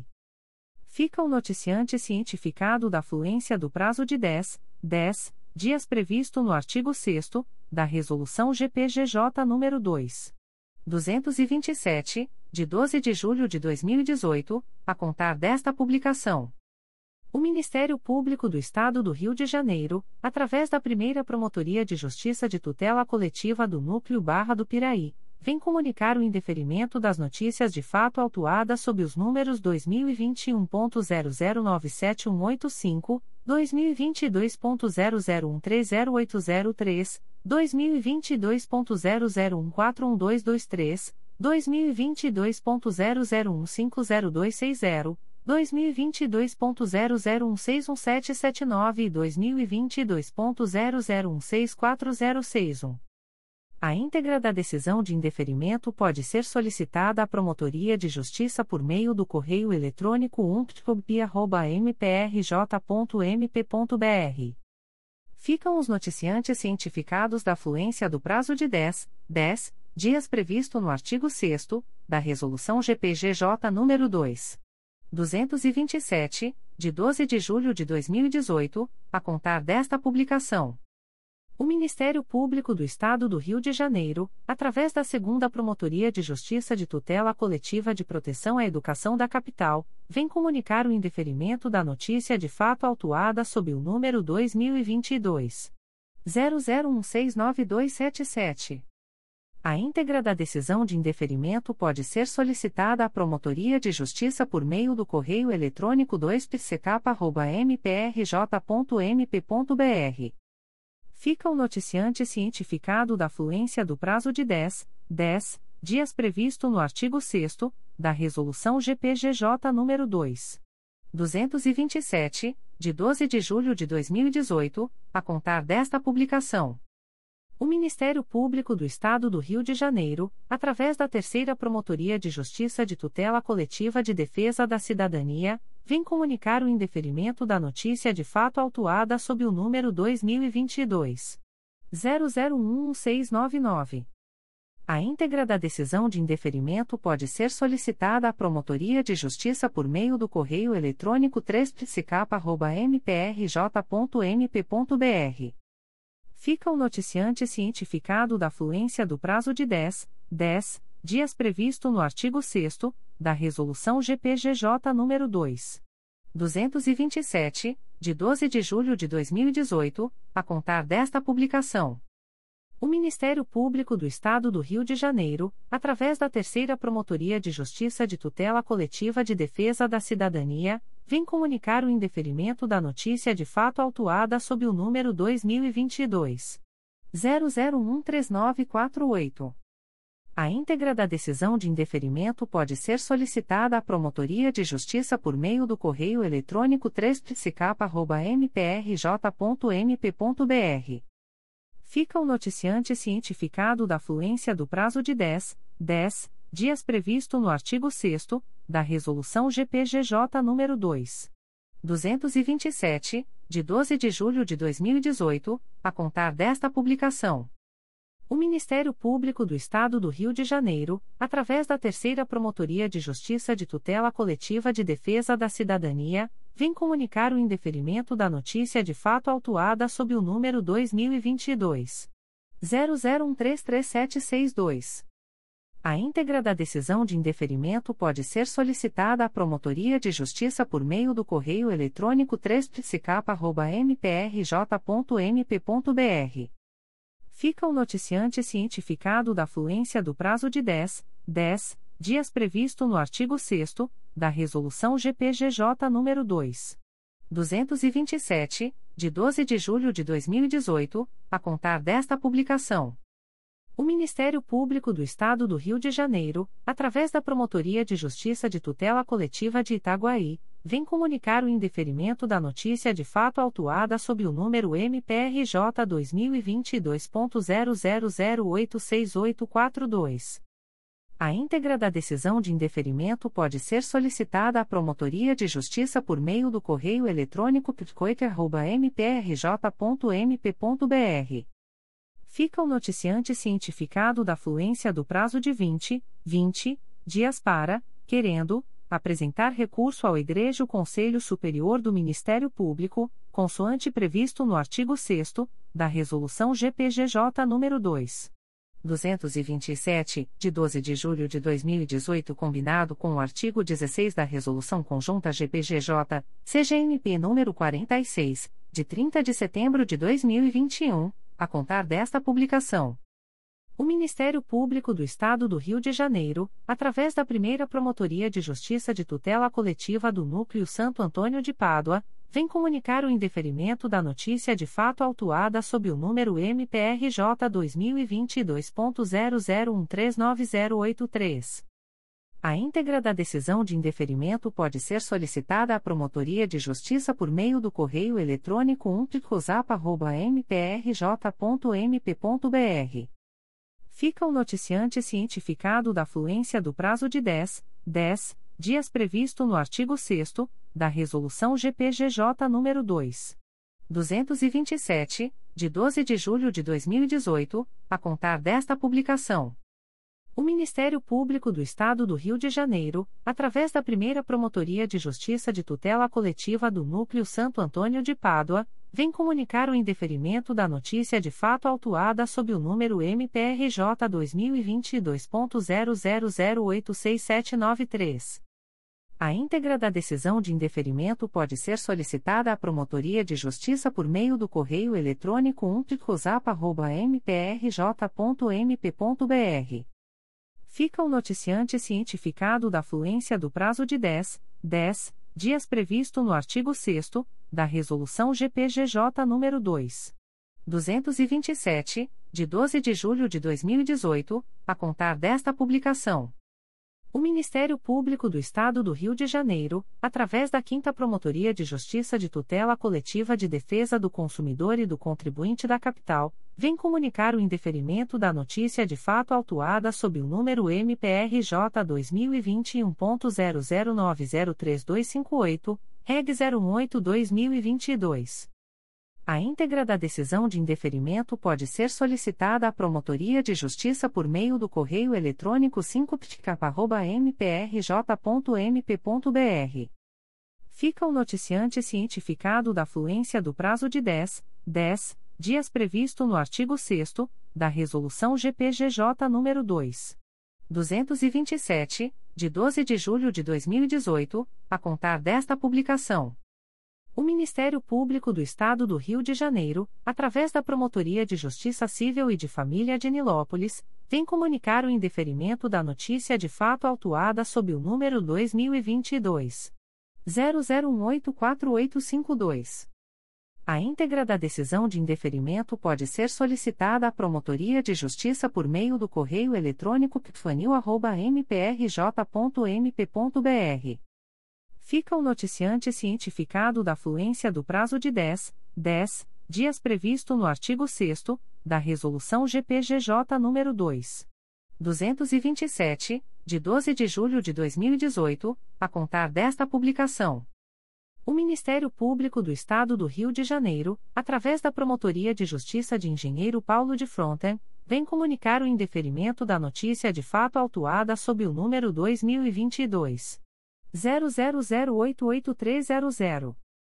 Fica o noticiante cientificado da fluência do prazo de dez, dez dias previsto no artigo sexto da Resolução G P G J nº dois mil duzentos e vinte e sete, de doze de julho de dois mil e dezoito, a contar desta publicação. O Ministério Público do Estado do Rio de Janeiro, através da primeira Promotoria de Justiça de Tutela Coletiva do Núcleo Barra do Piraí, vem comunicar o indeferimento das notícias de fato autuadas sob os números dois mil e vinte e um ponto zero zero nove sete um oito cinco, dois mil e vinte e dois ponto zero zero um três zero oito zero três, dois mil e vinte e dois ponto zero zero um quatro um dois dois três, dois mil e vinte e dois ponto zero zero um cinco zero dois seis zero, dois mil e vinte e dois ponto zero zero um seis um sete sete nove e dois mil e vinte e dois ponto zero zero um seis quatro zero seis um. A íntegra da decisão de indeferimento pode ser solicitada à Promotoria de Justiça por meio do correio eletrônico umptcob arroba m p r j ponto m p ponto b r. Ficam os noticiantes cientificados da fluência do prazo de dez, dez dias previsto no artigo sexto da Resolução G P G J nº dois mil duzentos e vinte e sete, de doze de julho de dois mil e dezoito, a contar desta publicação. O Ministério Público do Estado do Rio de Janeiro, através da segunda Promotoria de Justiça de Tutela Coletiva de Proteção à Educação da Capital, vem comunicar o indeferimento da notícia de fato autuada sob o número dois mil e vinte e dois zero zero um seis nove dois sete sete. A íntegra da decisão de indeferimento pode ser solicitada à Promotoria de Justiça por meio do correio eletrônico dois p c k arroba m p r j ponto m p ponto b r. Fica o noticiante cientificado da fluência do prazo de dez, dez dias previsto no artigo sexto da Resolução G P G J nº dois mil duzentos e vinte e sete, de doze de julho de dois mil e dezoito, a contar desta publicação. O Ministério Público do Estado do Rio de Janeiro, através da Terceira Promotoria de Justiça de Tutela Coletiva de Defesa da Cidadania, vem comunicar o indeferimento da notícia de fato autuada sob o número dois mil e vinte e dois zero zero um um seis nove nove. A íntegra da decisão de indeferimento pode ser solicitada à Promotoria de Justiça por meio do correio eletrônico três p c k arroba m p r j ponto m p ponto b r. Fica o noticiante cientificado da fluência do prazo de dez, dez dias previsto no artigo sexto da Resolução G P G J nº dois mil duzentos e vinte e sete, de doze de julho de dois mil e dezoito, a contar desta publicação. O Ministério Público do Estado do Rio de Janeiro, através da Terceira Promotoria de Justiça de Tutela Coletiva de Defesa da Cidadania, vem comunicar o indeferimento da notícia de fato autuada sob o número dois mil e vinte e dois zero zero um três nove quatro oito. A íntegra da decisão de indeferimento pode ser solicitada à Promotoria de Justiça por meio do correio eletrônico três p c k arroba m p r j ponto m p ponto b r. Fica o noticiante cientificado da fluência do prazo de dez, dez dias previsto no artigo sexto da Resolução G P G J nº dois mil duzentos e vinte e sete, de doze de julho de dois mil e dezoito, a contar desta publicação. O Ministério Público do Estado do Rio de Janeiro, através da Terceira Promotoria de Justiça de Tutela Coletiva de Defesa da Cidadania, vem comunicar o indeferimento da notícia de fato autuada sob o número dois mil e vinte e dois zero zero um três três sete seis dois. A íntegra da decisão de indeferimento pode ser solicitada à Promotoria de Justiça por meio do correio eletrônico três p c k arroba m p r j ponto m p ponto b r. Fica o noticiante cientificado da fluência do prazo de dez, dez dias previsto no artigo sexto da Resolução G P G J nº dois mil duzentos e vinte e sete, de doze de julho de dois mil e dezoito, a contar desta publicação. O Ministério Público do Estado do Rio de Janeiro, através da Promotoria de Justiça de Tutela Coletiva de Itaguaí, vem comunicar o indeferimento da notícia de fato autuada sob o número M P R J dois mil e vinte e dois ponto zero zero zero oito seis oito quatro dois. A íntegra da decisão de indeferimento pode ser solicitada à Promotoria de Justiça por meio do correio eletrônico pitcoit arroba m p r j ponto m p ponto b r. Fica o noticiante cientificado da fluência do prazo de vinte, vinte dias para, querendo, apresentar recurso ao Egregio Conselho Superior do Ministério Público, consoante previsto no artigo sexto da Resolução G P G J nº dois mil duzentos e vinte e sete, de doze de julho de dois mil e dezoito, combinado com o artigo dezesseis da Resolução Conjunta G P G J, C G M P número quarenta e seis, de trinta de setembro de dois mil e vinte e um, a contar desta publicação. O Ministério Público do Estado do Rio de Janeiro, através da Primeira Promotoria de Justiça de Tutela Coletiva do Núcleo Santo Antônio de Pádua, vem comunicar o indeferimento da notícia de fato autuada sob o número M P R J dois mil e vinte e dois ponto zero zero um três nove zero oito três. A íntegra da decisão de indeferimento pode ser solicitada à Promotoria de Justiça por meio do correio eletrônico umplicosap arroba m p r j ponto m p ponto b r. Fica o noticiante cientificado da fluência do prazo de dez, dez dias previsto no artigo sexto da Resolução G P G J nº dois mil duzentos e vinte e sete, de doze de julho de dois mil e dezoito, a contar desta publicação. O Ministério Público do Estado do Rio de Janeiro, através da Primeira Promotoria de Justiça de Tutela Coletiva do Núcleo Santo Antônio de Pádua, vem comunicar o indeferimento da notícia de fato autuada sob o número M P R J dois mil e vinte e dois ponto zero zero zero oito seis sete nove três. A íntegra da decisão de indeferimento pode ser solicitada à Promotoria de Justiça por meio do correio eletrônico umplicosap arroba m p r j ponto m p ponto b r. Fica o noticiante cientificado da fluência do prazo de dez, dez dias previsto no artigo sexto da Resolução G P G J nº dois mil duzentos e vinte e sete, de doze de julho de dois mil e dezoito, a contar desta publicação. O Ministério Público do Estado do Rio de Janeiro, através da quinta Promotoria de Justiça de Tutela Coletiva de Defesa do Consumidor e do Contribuinte da Capital, vem comunicar o indeferimento da notícia de fato autuada sob o número M P R J dois mil e vinte e um ponto zero zero nove zero três dois cinco oito, reg zero um oito barra dois mil e vinte e dois. A íntegra da decisão de indeferimento pode ser solicitada à Promotoria de Justiça por meio do correio eletrônico cinco p t c a p arroba m p r j ponto m p ponto b r. Fica o noticiante cientificado da fluência do prazo de dez, dez dias previsto no artigo sexto da Resolução G P G J nº dois mil duzentos e vinte e sete, de doze de julho de dois mil e dezoito, a contar desta publicação. O Ministério Público do Estado do Rio de Janeiro, através da Promotoria de Justiça Civil e de Família de Nilópolis, vem comunicar o indeferimento da notícia de fato autuada sob o número dois mil e vinte e dois ponto zero zero um oito quatro oito cinco dois. A íntegra da decisão de indeferimento pode ser solicitada à Promotoria de Justiça por meio do correio eletrônico pfanil arroba m p r j ponto m p ponto b r. Fica o noticiante cientificado da fluência do prazo de dez, dez dias previsto no artigo sexto da Resolução G P G J nº dois mil duzentos e vinte e sete, de doze de julho de dois mil e dezoito, a contar desta publicação. O Ministério Público do Estado do Rio de Janeiro, através da Promotoria de Justiça de Engenheiro Paulo de Fronten, vem comunicar o indeferimento da notícia de fato autuada sob o número dois mil e vinte e dois ponto zero zero zero oito oito três zero zero.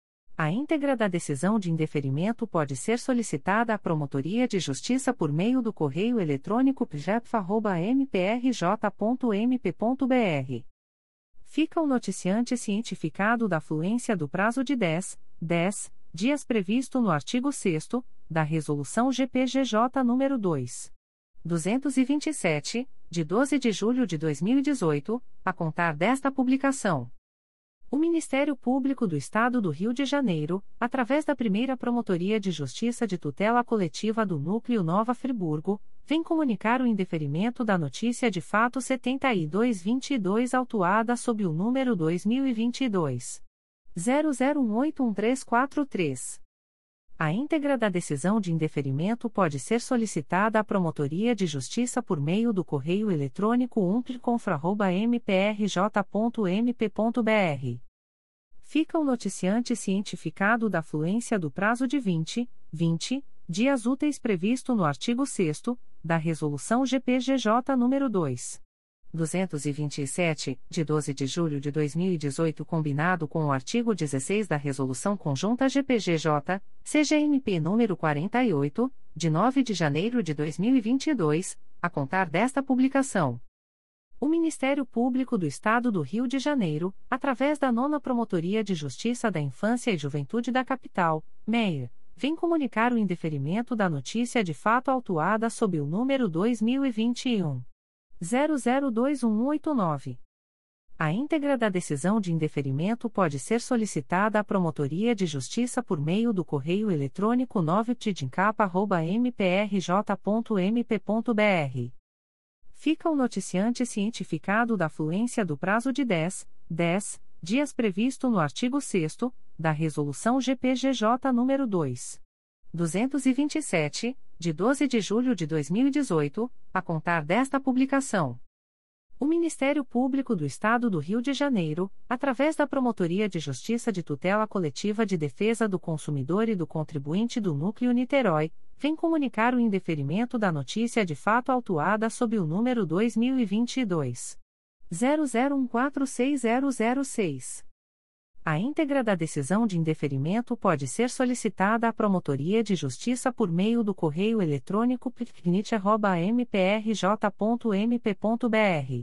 A íntegra da decisão de indeferimento pode ser solicitada à Promotoria de Justiça por meio do correio eletrônico p j e p f arroba m p r j ponto m p ponto b r. Fica o noticiante cientificado da fluência do prazo de dez, dez dias previsto no artigo sexto da Resolução G P G J nº dois mil duzentos e vinte e sete, de doze de julho de dois mil e dezoito, a contar desta publicação. O Ministério Público do Estado do Rio de Janeiro, através da Primeira Promotoria de Justiça de Tutela Coletiva do Núcleo Nova Friburgo, vem comunicar o indeferimento da notícia de fato setenta e dois vinte e dois autuada sob o número dois mil e vinte e dois zero zero um oito um três quatro três. A íntegra da decisão de indeferimento pode ser solicitada à Promotoria de Justiça por meio do correio eletrônico umplicofra arroba m p r j ponto m p ponto b r. Fica o noticiante cientificado da fluência do prazo de vinte, vinte dias úteis previsto no artigo sexto da Resolução G P G J nº dois mil duzentos e vinte e sete, de doze de julho de dois mil e dezoito, combinado com o artigo dezesseis da Resolução Conjunta G P G J, C G M P número quarenta e oito, de nove de janeiro de dois mil e vinte e dois, a contar desta publicação. O Ministério Público do Estado do Rio de Janeiro, através da nona Promotoria de Justiça da Infância e Juventude da Capital, M E I, vem comunicar o indeferimento da notícia de fato autuada sob o número dois mil e vinte e um zero zero dois um oito nove. A íntegra da decisão de indeferimento pode ser solicitada à Promotoria de Justiça por meio do correio eletrônico nove ptidincapa arroba m p r j ponto m p ponto b r. Fica o noticiante cientificado da fluência do prazo de dez, dez dias previsto no artigo sexto da Resolução G P G J nº dois mil duzentos e vinte e sete, de doze de julho de dois mil e dezoito, a contar desta publicação. O Ministério Público do Estado do Rio de Janeiro, através da Promotoria de Justiça de Tutela Coletiva de Defesa do Consumidor e do Contribuinte do Núcleo Niterói, vem comunicar o indeferimento da notícia de fato autuada sob o número dois mil e vinte e dois zero zero um quatro seis zero zero seis. A íntegra da decisão de indeferimento pode ser solicitada à Promotoria de Justiça por meio do correio eletrônico picnit arroba m p r j ponto m p ponto b r.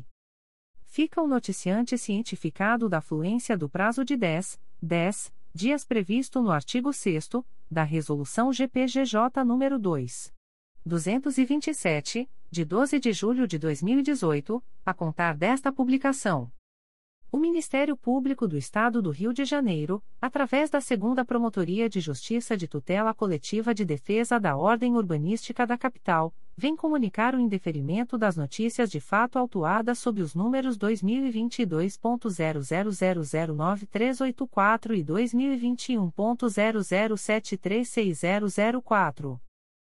Fica o noticiante cientificado da fluência do prazo de dez, dez dias previsto no artigo sexto da Resolução G P G J nº dois mil duzentos e vinte e sete, de doze de julho de dois mil e dezoito, a contar desta publicação. O Ministério Público do Estado do Rio de Janeiro, através da segunda Promotoria de Justiça de Tutela Coletiva de Defesa da Ordem Urbanística da Capital, vem comunicar o indeferimento das notícias de fato autuadas sob os números dois mil e vinte e dois ponto zero zero zero zero nove três oito quatro e dois mil e vinte e um ponto zero zero sete três seis zero zero quatro.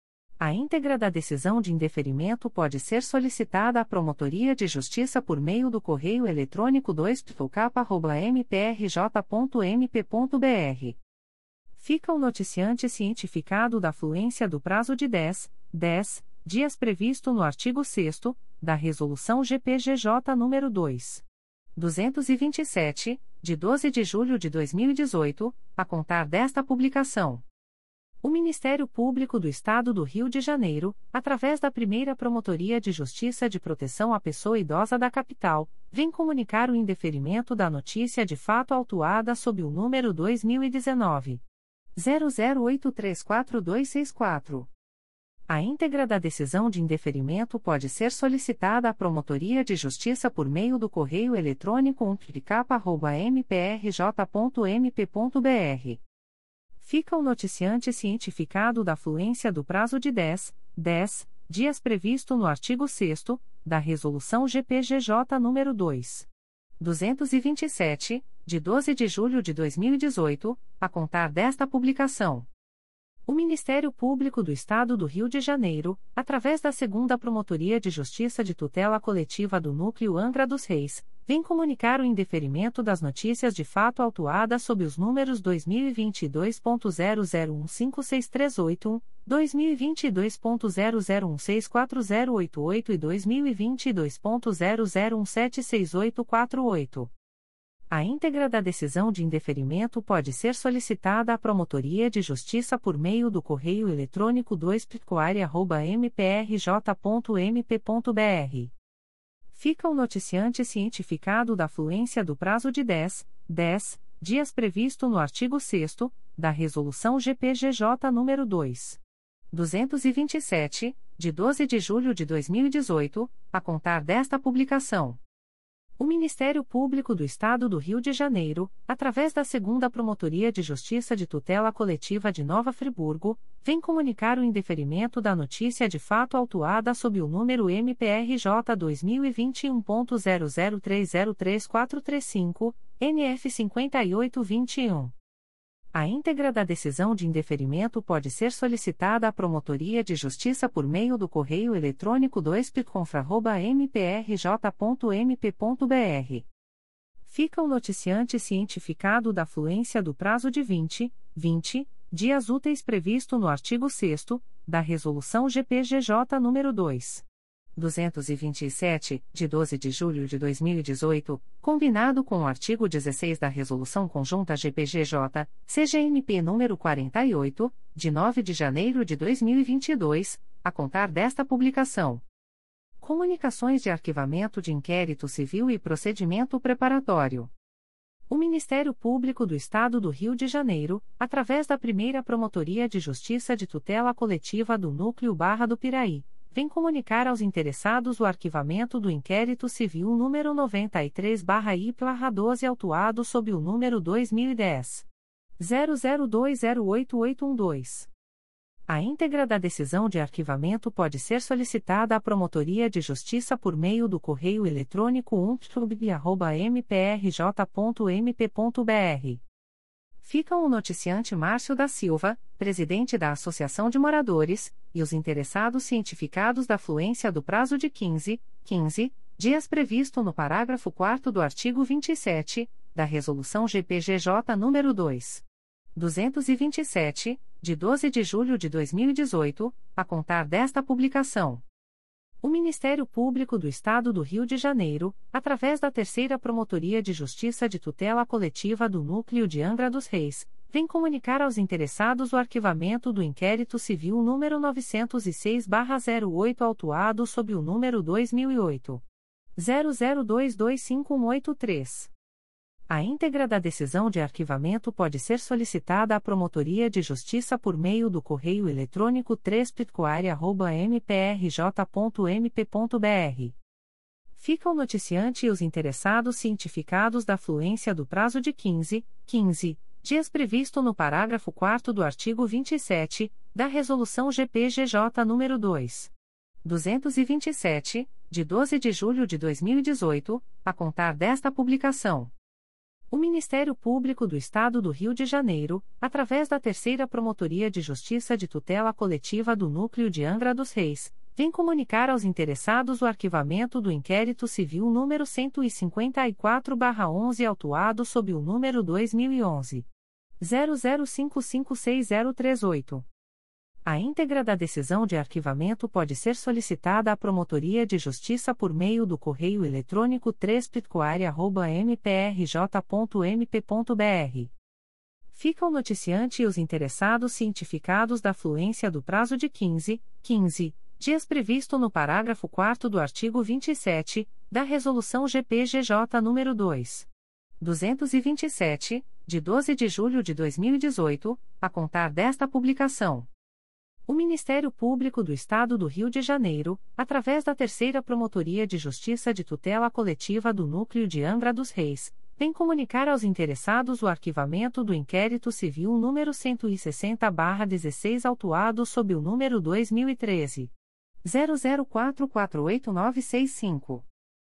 A íntegra da decisão de indeferimento pode ser solicitada à Promotoria de Justiça por meio do correio eletrônico dois ptocapa arroba m p r j ponto m p ponto b r. Fica o noticiante cientificado da fluência do prazo de dez, dez dias previsto no artigo sexto da Resolução G P G J nº dois mil duzentos e vinte e sete, de doze de julho de dois mil e dezoito, a contar desta publicação. O Ministério Público do Estado do Rio de Janeiro, através da Primeira Promotoria de Justiça de Proteção à Pessoa Idosa da Capital, vem comunicar o indeferimento da notícia de fato autuada sob o número dois mil e dezenove zero zero oito três quatro dois seis quatro. A íntegra da decisão de indeferimento pode ser solicitada à Promotoria de Justiça por meio do correio eletrônico umplicapa arroba m p r j ponto m p ponto b r. Fica o noticiante cientificado da fluência do prazo de dez, dez dias previsto no artigo sexto da Resolução G P G J nº dois mil duzentos e vinte e sete, de doze de julho de dois mil e dezoito, a contar desta publicação. O Ministério Público do Estado do Rio de Janeiro, através da segunda Promotoria de Justiça de Tutela Coletiva do Núcleo Angra dos Reis, vem comunicar o indeferimento das notícias de fato autuadas sob os números dois mil e vinte e dois ponto zero zero um cinco seis três oito um, dois mil e vinte e dois ponto zero zero um seis quatro zero oito oito e dois mil e vinte e dois ponto zero zero um sete seis oito quatro oito. A íntegra da decisão de indeferimento pode ser solicitada à Promotoria de Justiça por meio do correio eletrônico dois picoare arroba m p r j ponto m p ponto b r. Fica o noticiante cientificado da fluência do prazo de dez, dez dias previsto no artigo sexto da Resolução G P G J nº dois mil duzentos e vinte e sete, de doze de julho de dois mil e dezoito, a contar desta publicação. O Ministério Público do Estado do Rio de Janeiro, através da segunda Promotoria de Justiça de Tutela Coletiva de Nova Friburgo, vem comunicar o indeferimento da notícia de fato autuada sob o número M P R J dois mil e vinte e um ponto zero zero três zero três quatro três cinco, N F cinquenta e oito vinte e um. A íntegra da decisão de indeferimento pode ser solicitada à Promotoria de Justiça por meio do correio eletrônico dois p conf arroba m p r j ponto m p ponto b r. Fica o noticiante cientificado da fluência do prazo de vinte, vinte dias úteis previsto no artigo sexto da Resolução G P G J nº dois mil duzentos e vinte e sete, de doze de julho de dois mil e dezoito, combinado com o artigo dezesseis da Resolução Conjunta G P G J, C G M P número quarenta e oito, de nove de janeiro de dois mil e vinte e dois, a contar desta publicação. Comunicações de arquivamento de inquérito civil e procedimento preparatório. O Ministério Público do Estado do Rio de Janeiro, através da primeira Promotoria de Justiça de Tutela Coletiva do Núcleo Barra do Piraí, vem comunicar aos interessados o arquivamento do inquérito civil número noventa e três barra I P L A doze autuado sob o número dois mil e dez. zero zero dois zero oito oito um dois. A íntegra da decisão de arquivamento pode ser solicitada à Promotoria de Justiça por meio do correio eletrônico umptub arroba m p r j ponto m p ponto b r. Ficam o noticiante Márcio da Silva, presidente da Associação de Moradores, e os interessados cientificados da fluência do prazo de quinze, quinze dias previsto no parágrafo quarto do artigo vinte e sete, da Resolução G P G J nº dois mil duzentos e vinte e sete, de doze de julho de dois mil e dezoito, a contar desta publicação. O Ministério Público do Estado do Rio de Janeiro, através da Terceira Promotoria de Justiça de Tutela Coletiva do Núcleo de Angra dos Reis, vem comunicar aos interessados o arquivamento do inquérito civil número novecentos e seis barra zero oito autuado sob o número dois mil e oito. zero zero dois dois cinco um oito três. A íntegra da decisão de arquivamento pode ser solicitada à Promotoria de Justiça por meio do correio eletrônico três pitcoare arroba m p r j ponto m p ponto b r. Fica o noticiante e os interessados cientificados da fluência do prazo de quinze, quinze dias previsto no parágrafo quarto do artigo vinte e sete, da Resolução G P G J nº dois mil duzentos e vinte e sete, de doze de julho de dois mil e dezoito, a contar desta publicação. O Ministério Público do Estado do Rio de Janeiro, através da Terceira Promotoria de Justiça de Tutela Coletiva do Núcleo de Angra dos Reis, vem comunicar aos interessados o arquivamento do inquérito civil número cento e cinquenta e quatro barra onze autuado sob o número dois mil e onze. zero zero cinco cinco seis zero três oito. A íntegra da decisão de arquivamento pode ser solicitada à Promotoria de Justiça por meio do correio eletrônico três pitcoare arroba m p r j ponto m p ponto b r. Fica o noticiante e os interessados cientificados da fluência do prazo de quinze, quinze dias previsto no parágrafo quarto do artigo vinte e sete, da Resolução G P G J nº dois mil duzentos e vinte e sete, de doze de julho de dois mil e dezoito, a contar desta publicação. O Ministério Público do Estado do Rio de Janeiro, através da Terceira Promotoria de Justiça de Tutela Coletiva do Núcleo de Angra dos Reis, vem comunicar aos interessados o arquivamento do inquérito civil número cento e sessenta barra dezesseis autuado sob o número dois mil e treze. zero zero quatro quatro oito nove seis cinco.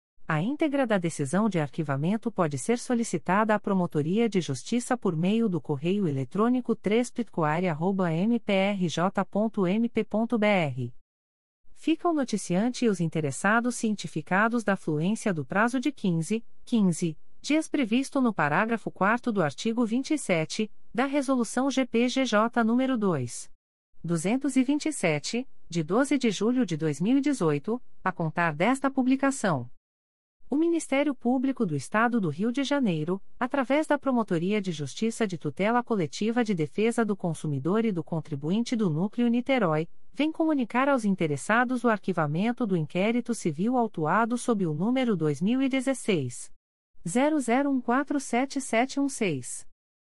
A íntegra da decisão de arquivamento pode ser solicitada à Promotoria de Justiça por meio do correio eletrônico três pitcoare arroba m p r j ponto m p ponto b r. Fica o noticiante e os interessados cientificados da fluência do prazo de quinze, quinze dias previsto no parágrafo quarto do artigo vinte e sete, da Resolução G P G J nº dois mil duzentos e vinte e sete, de doze de julho de dois mil e dezoito, a contar desta publicação. O Ministério Público do Estado do Rio de Janeiro, através da Promotoria de Justiça de Tutela Coletiva de Defesa do Consumidor e do Contribuinte do Núcleo Niterói, vem comunicar aos interessados o arquivamento do inquérito civil autuado sob o número dois mil e dezesseis. zero zero um quatro sete sete um seis.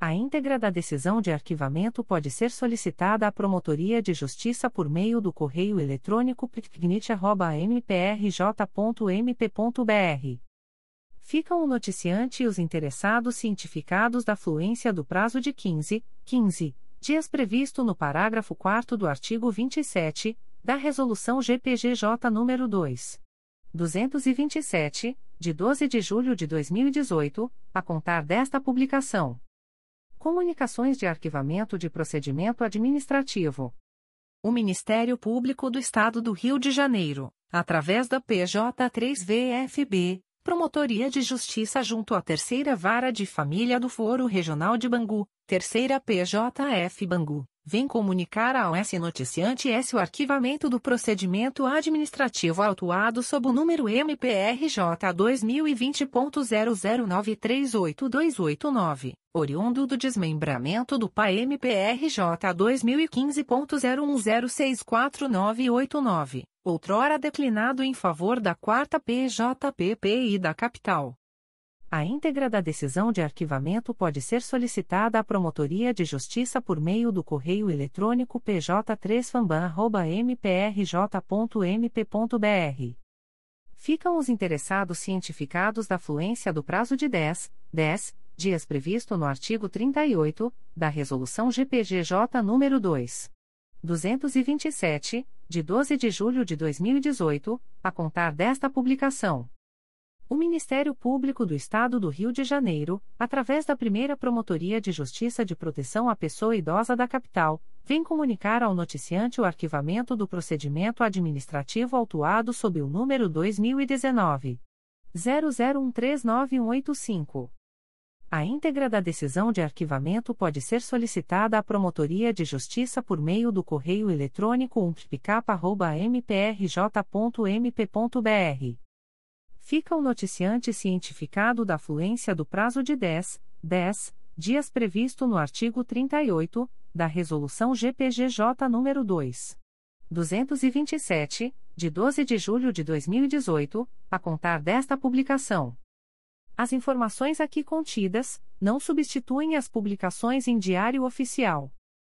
A íntegra da decisão de arquivamento pode ser solicitada à Promotoria de Justiça por meio do correio eletrônico p t g n i t arroba m p r j ponto m p ponto b r. Ficam o noticiante e os interessados cientificados da fluência do prazo de quinze, quinze dias previsto no parágrafo quarto do artigo vinte e sete, da Resolução G P G J nº dois mil duzentos e vinte e sete, de doze de julho de dois mil e dezoito, a contar desta publicação. Comunicações de arquivamento de procedimento administrativo. O Ministério Público do Estado do Rio de Janeiro, através da P J três V F B, Promotoria de Justiça junto à Terceira Vara de Família do Foro Regional de Bangu, Terceira P J F Bangu, vem comunicar ao S noticiante S o arquivamento do procedimento administrativo autuado sob o número M P R J dois mil e vinte ponto zero zero nove três oito dois oito nove, oriundo do desmembramento do P A M P R J dois mil e quinze ponto zero um zero seis quatro nove oito nove, outrora declinado em favor da quarta P J P P I da Capital. A íntegra da decisão de arquivamento pode ser solicitada à Promotoria de Justiça por meio do correio eletrônico p j três famban arroba m p r j ponto m p ponto b r. Ficam os interessados cientificados da fluência do prazo de dez, dez dias previsto no artigo trinta e oito, da Resolução G P G J nº dois mil duzentos e vinte e sete, de doze de julho de dois mil e dezoito, a contar desta publicação. O Ministério Público do Estado do Rio de Janeiro, através da Primeira Promotoria de Justiça de Proteção à Pessoa Idosa da Capital, vem comunicar ao noticiante o arquivamento do procedimento administrativo autuado sob o número dois mil e dezenove. zero zero um três nove um oito cinco. A íntegra da decisão de arquivamento pode ser solicitada à Promotoria de Justiça por meio do correio eletrônico umptpicap arroba m p r j ponto m p ponto b r. Fica o noticiante cientificado da fluência do prazo de dez, dez dias previsto no artigo trinta e oito, da Resolução G P G J nº dois mil duzentos e vinte e sete, de doze de julho de dois mil e dezoito, a contar desta publicação. As informações aqui contidas não substituem as publicações em Diário Oficial.